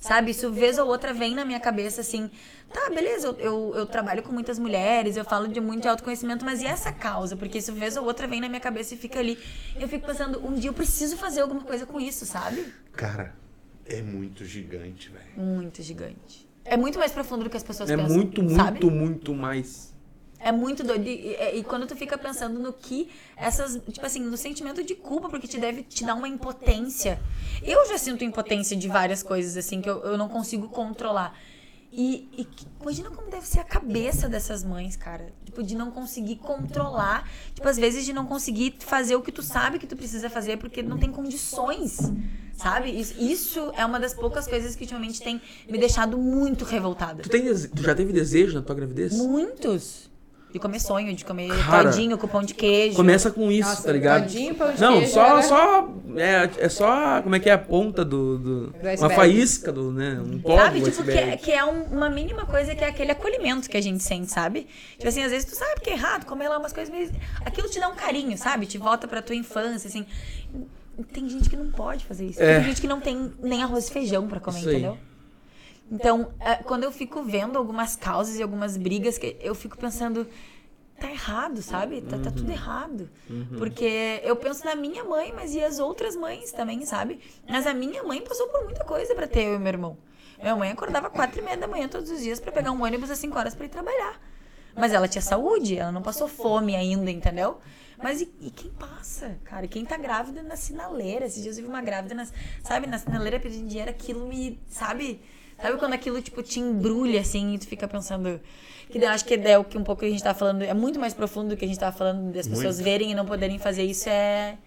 sabe? Isso vez ou outra vem na minha cabeça, assim, tá, beleza, eu, eu, eu trabalho com muitas mulheres, eu falo de muito autoconhecimento, mas e essa causa? Porque isso vez ou outra vem na minha cabeça e fica ali. Eu fico pensando, um dia eu preciso fazer alguma coisa com isso, sabe? Cara, é muito gigante, velho. Muito gigante. É muito mais profundo do que as pessoas É pensam, muito, muito, sabe? muito mais. É muito doido. E, e, e quando tu fica pensando no que essas... Tipo assim, no sentimento de culpa, porque te deve te dar uma impotência. Eu já sinto impotência de várias coisas, assim, que eu, eu não consigo controlar. E, e que- imagina como deve ser a cabeça dessas mães, cara. Tipo, de não conseguir controlar. Tipo, às vezes de não conseguir fazer o que tu sabe que tu precisa fazer, porque não tem condições, sabe? Isso, isso é uma das poucas coisas que ultimamente tem me deixado muito revoltada. Tu, tem dese- tu já teve desejo na tua gravidez? Muitos. De comer sonho, de comer Cara, todinho com pão de queijo. Começa com isso, Nossa, tá ligado? todinho, pão de Não, queijo só, era- só é, é só, como é que é a ponta do, do uma iceberg. faísca do, né, um pó Sabe, do tipo, que é, iceberg. que é um- uma mínima coisa que é aquele acolhimento que a gente sente, sabe? Tipo assim, às vezes tu sabe que é errado, comer lá umas coisas meio... Aquilo te dá um carinho, sabe? Te volta pra tua infância, assim. Tem gente que não pode fazer isso. É. Tem gente que não tem nem arroz e feijão pra comer, Isso aí. entendeu? Então, é, quando eu fico vendo algumas causas e algumas brigas, que eu fico pensando... Tá errado, sabe? Tá, tá tudo errado. Porque eu penso na minha mãe, mas e as outras mães também, sabe? Mas a minha mãe passou por muita coisa pra ter eu e meu irmão. Minha mãe acordava quatro e meia da manhã todos os dias pra pegar um ônibus às cinco horas pra ir trabalhar. Mas ela tinha saúde, ela não passou fome ainda, entendeu? Mas e, e quem passa, cara? Quem tá grávida na sinaleira? Esses dias eu vi uma grávida, na, sabe? Na sinaleira pedindo dinheiro, aquilo me, sabe? Sabe quando aquilo, tipo, te embrulha, assim, e tu fica pensando... Que eu acho que é o que um pouco que a gente tava falando, é muito mais profundo do que a gente tava falando, das pessoas Muito. verem e não poderem fazer isso, é...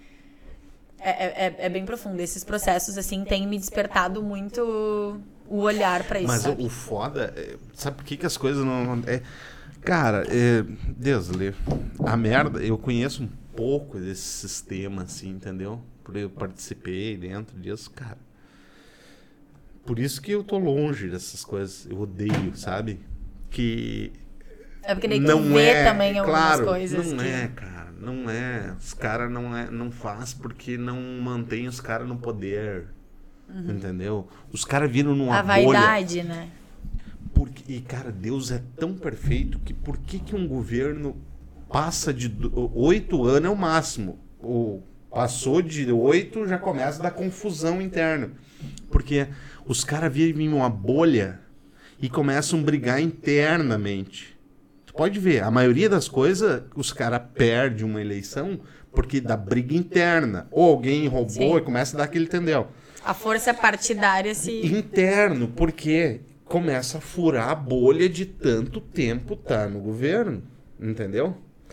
É, é, é bem profundo. Esses processos, assim, têm me despertado muito o olhar pra isso, Mas o, sabe? o foda, é, sabe por que, que as coisas não. É, cara, é, Deus lê. A merda, eu conheço um pouco desse sistema, assim, entendeu? Porque eu participei dentro disso, cara. Por isso que eu tô longe dessas coisas. Eu odeio, sabe? Que. É porque daí tu não vê é, também algumas claro, coisas não que... é, cara, não é. Os caras não é, não faz porque não mantém os caras no poder, entendeu? Os caras viram numa A bolha. vaidade, né? Porque, e cara, Deus é tão perfeito que por que que um governo passa de do- oito anos é o máximo, ou passou de oito já começa a dar confusão interna, porque os caras vivem uma bolha e começam a brigar internamente. Tu pode ver, a maioria das coisas, os caras perdem uma eleição porque dá briga interna. Ou alguém roubou Sim. e começa a dar aquele entendeu? A força partidária se... Interno, porque começa a furar a bolha de tanto tempo tá no governo. Entendeu?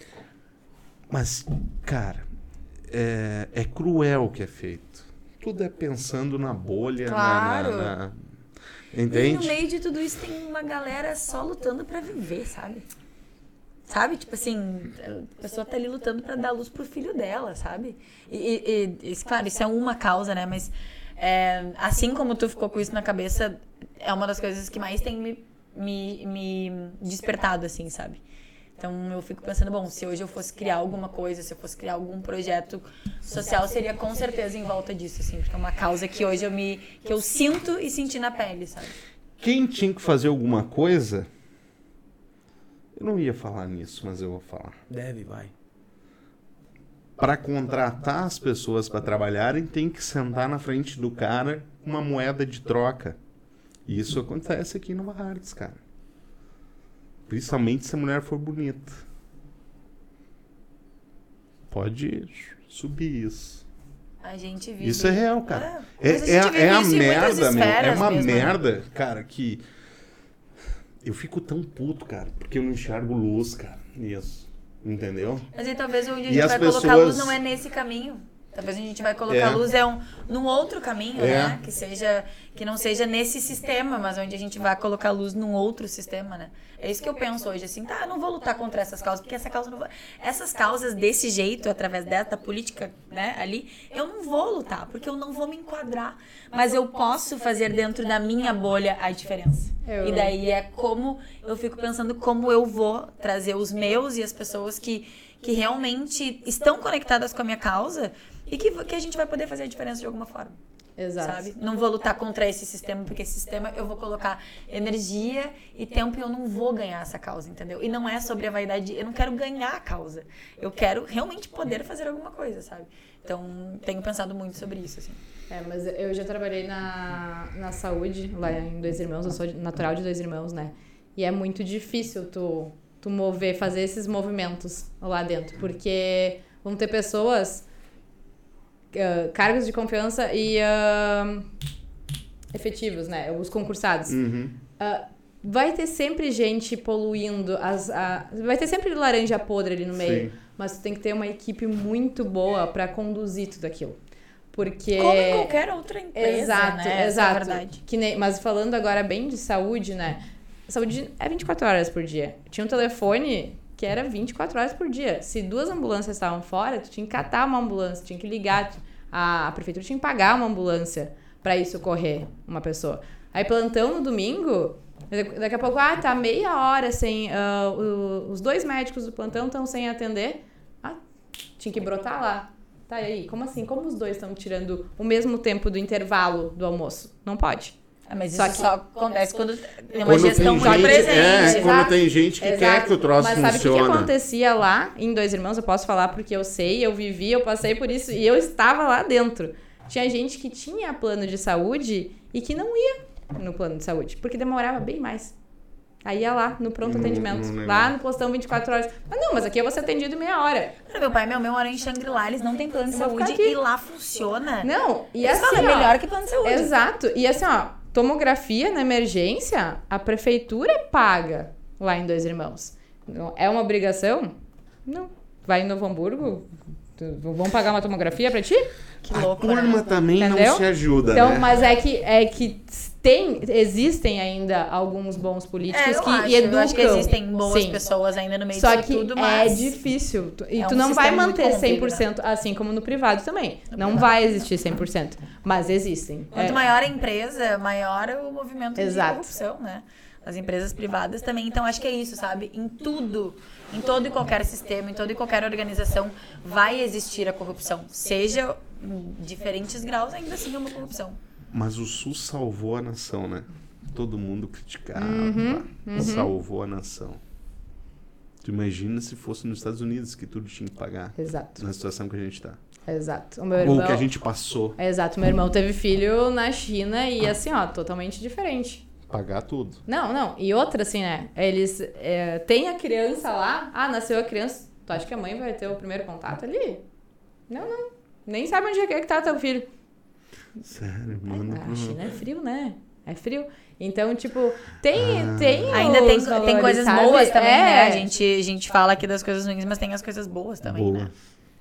Mas, cara, é, é cruel o que é feito. Tudo é pensando na bolha, na- Claro. na- na... E no Entende? meio de tudo isso tem uma galera só lutando pra viver, sabe? Sabe? Tipo assim, a pessoa tá ali lutando pra dar luz pro filho dela, sabe? E, e- e- isso, claro, isso é uma causa, né? Mas é, assim como tu ficou com isso na cabeça, é uma das coisas que mais tem me, me, me despertado, assim, sabe? Então eu fico pensando, bom, se hoje eu fosse criar alguma coisa, se eu fosse criar algum projeto social, seria com certeza em volta disso, assim, porque é uma causa que hoje eu me que eu sinto e senti na pele, sabe? Quem tinha que fazer alguma coisa... Eu não ia falar nisso, mas eu vou falar. Deve, vai. Para contratar as pessoas para trabalharem, tem que sentar na frente do cara com uma moeda de troca. E isso acontece aqui no Artes, cara. Principalmente se a mulher for bonita. Pode subir isso. A gente vive... Isso é real, cara. É, É, mas a é, gente vive é a isso em muitas merda, meu. É esferas uma mesmo, né? merda, cara, que... Eu fico tão puto, cara, porque eu não enxergo luz, cara, nisso. Entendeu? Mas aí talvez onde a E gente as vai colocar pessoas- luz não é nesse caminho. Talvez a gente vai colocar É. luz é um num outro caminho, É. né? Que seja que não seja nesse sistema, mas onde a gente vai colocar luz num outro sistema, né? É isso que eu penso hoje, assim, tá, eu não vou lutar contra essas causas, porque essa causa não vai... Essas causas desse jeito, através dessa política, né, ali, eu não vou lutar, porque eu não vou me enquadrar, mas eu posso fazer dentro da minha bolha a diferença. Eu- E daí é como eu fico pensando como eu vou trazer os meus e as pessoas que, que realmente estão conectadas com a minha causa e que, que a gente vai poder fazer a diferença de alguma forma. Exato. Sabe? Não vou lutar contra esse sistema, porque esse sistema eu vou colocar energia e tempo e eu não vou ganhar essa causa, entendeu? E não é sobre a vaidade, eu não quero ganhar a causa. Eu quero realmente poder fazer alguma coisa, sabe? Então, tenho pensado muito sobre isso, assim. É, mas eu já trabalhei na, na saúde, lá em Dois Irmãos, eu sou natural de Dois Irmãos, né? E é muito difícil tu, tu mover, fazer esses movimentos lá dentro, porque vão ter pessoas... Uh, cargos de confiança e uh, efetivos, né? Os concursados. Uhum. Uh, vai ter sempre gente poluindo, as, a, vai ter sempre laranja podre ali no meio. Sim. Mas tu tem que ter uma equipe muito boa pra conduzir tudo aquilo. Porque... Como em qualquer outra empresa, exato, né? Exato, é verdade. que nem, mas falando agora bem de saúde, né? Saúde é vinte e quatro horas por dia. Tinha um telefone... que era vinte e quatro horas por dia. Se duas ambulâncias estavam fora, tu tinha que catar uma ambulância, tinha que ligar, a, a prefeitura tinha que pagar uma ambulância pra ir socorrer uma pessoa. Aí plantão no domingo, daqui a pouco, ah, tá meia hora sem... Uh, o, os dois médicos do plantão estão sem atender. Ah, tinha que brotar lá. Tá, e aí? Como assim? Como os dois estão tirando o mesmo tempo do intervalo do almoço? Não pode. Ah, mas Só isso que- só acontece quando tem uma Quando gestão tem muito gente- presente. É, quando Exato. tem gente que Exato. quer que o troço Mas sabe o que, que funcione. acontecia lá em Dois Irmãos? Eu posso falar porque eu sei, eu vivi, eu passei por isso e eu estava lá dentro. Tinha gente que tinha plano de saúde e que não ia no plano de saúde, porque demorava bem mais. Aí ia lá, no pronto No- atendimento. no lá negócio. no postão vinte e quatro horas. Mas não, mas aqui eu vou ser atendido em meia hora. Meu pai e meu mãe moram em Xangri-Lá, eles não têm plano de Eu vou saúde ficar aqui. e lá funciona. Não, e Eles assim, falam, é ó, melhor que plano de saúde. exato. E assim, ó, tomografia na emergência, a prefeitura paga lá em Dois Irmãos. Não- É uma obrigação? Não. Vai em Novo Hamburgo, tu- vão pagar uma tomografia pra ti? Que A louco, turma né? também Entendeu? não se ajuda, Então, né? mas é que, é que tem, existem ainda alguns bons políticos É, eu que acho, educam. eu acho que existem boas Sim. pessoas ainda no meio Só disso que tudo, é mas... difícil. Tu- E é tu um não vai sistema muito manter corrompido, cem por cento, assim como no privado também. Não vai existir cem por cento. Mas existem. Quanto É, maior a empresa, maior o movimento Exato. de corrupção, né? As empresas privadas também. Então, acho que é isso, sabe? Em tudo, em todo e qualquer sistema, em toda e qualquer organização, vai existir a corrupção. Seja em diferentes graus, ainda assim é uma corrupção. Mas o SUS salvou a nação, né? Todo mundo criticava. Uhum, uhum. Salvou a nação. Tu imagina se fosse nos Estados Unidos que tudo tinha que pagar. Exato, Na situação que a gente tá. exato. O meu Ou irmão... que a gente passou. Exato, meu irmão teve filho na China e assim, ó, totalmente diferente. Pagar tudo. Não, não. E outra, assim, né? Eles é, têm a criança lá. Ah, nasceu a criança. Tu acha que a mãe vai ter o primeiro contato ali? Não, não. Nem sabe onde é que tá teu filho. Sério, mano. A China é frio, né? É frio. Então, tipo, tem, Ah. tem Ainda tem, os tem valores, coisas sabe? boas também, É. né? A gente, a gente fala aqui das coisas ruins, mas tem as coisas boas também, Boa. né?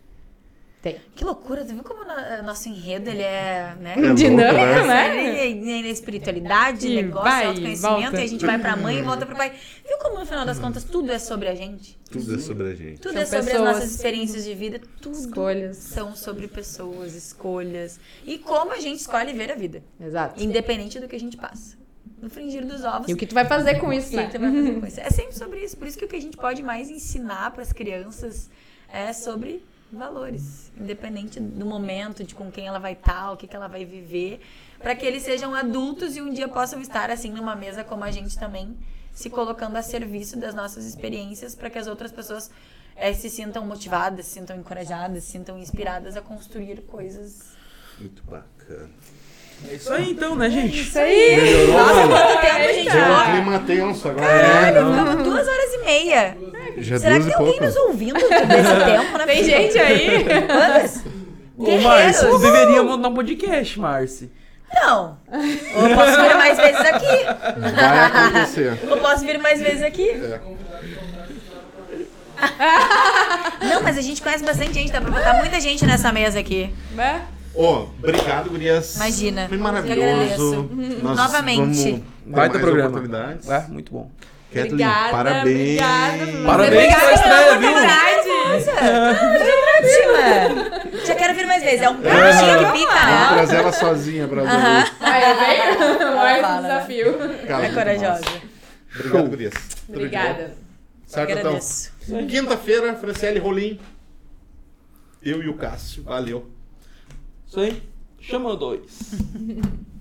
Tem. Que loucura, tu viu como o nosso enredo, ele é, né? É Dinâmico, louco, né? Ele é espiritualidade, E negócio, vai, autoconhecimento, volta. e a gente vai pra mãe e volta pro pai. Viu como, no final das contas, tudo é sobre a gente? Tudo é sobre a gente. Tudo São é sobre pessoas. as nossas experiências de vida, tudo Escolhas. são sobre pessoas, escolhas. E como a gente escolhe ver a vida, Exato. independente do que a gente passa. No fringir dos ovos. E o que tu vai fazer com isso, E né? tu vai fazer com isso. É sempre sobre isso. Por isso que o que a gente pode mais ensinar para as crianças é sobre valores. Independente do momento, de com quem ela vai estar, o que, que ela vai viver. Para que eles sejam adultos e um dia possam estar assim numa mesa como a gente também, se colocando a serviço das nossas experiências para que as outras pessoas é, se sintam motivadas, se sintam encorajadas, se sintam inspiradas a construir coisas. Muito bacana. É isso aí então, né, gente? Isso aí! Melhorou, Nossa, mano? quanto tempo a gente Deu um ficou? clima tenso agora. Caralho, né? ficamos duas horas e meia. Já Será duas que e tem alguém pouco. nos ouvindo desse tempo? Né? Tem gente aí! Quantas? Ô, Márcia, tu Guerreiros. deveria montar um podcast, Márcia. Não. Eu posso vir mais vezes aqui. Vai acontecer. Eu posso vir mais vezes aqui. É. Não, mas a gente conhece bastante gente. Dá pra botar muita gente nessa mesa aqui. Né? Ô, obrigado, gurias. Imagina. Foi Eu maravilhoso. agradeço. Nós Novamente. vamos ter Vai ter mais programa. oportunidades. É, muito bom. Kathleen, Obrigada, parabéns. obrigada. Parabéns Obrigada pela estreia, viu? Nossa, ótima. Já quero vir mais vezes. É um pratinho que pica, Vamos né? trazer ela sozinha pra Aham. ver. Aí vem mais fala, um né? desafio. Cara, É corajosa. Obrigado, gurias. Tudo de bom. Obrigada. Certo, então? Agradeço. Quinta-feira, Franciele Rolim. Eu e o Cássio. Valeu. Isso aí. Chama dois.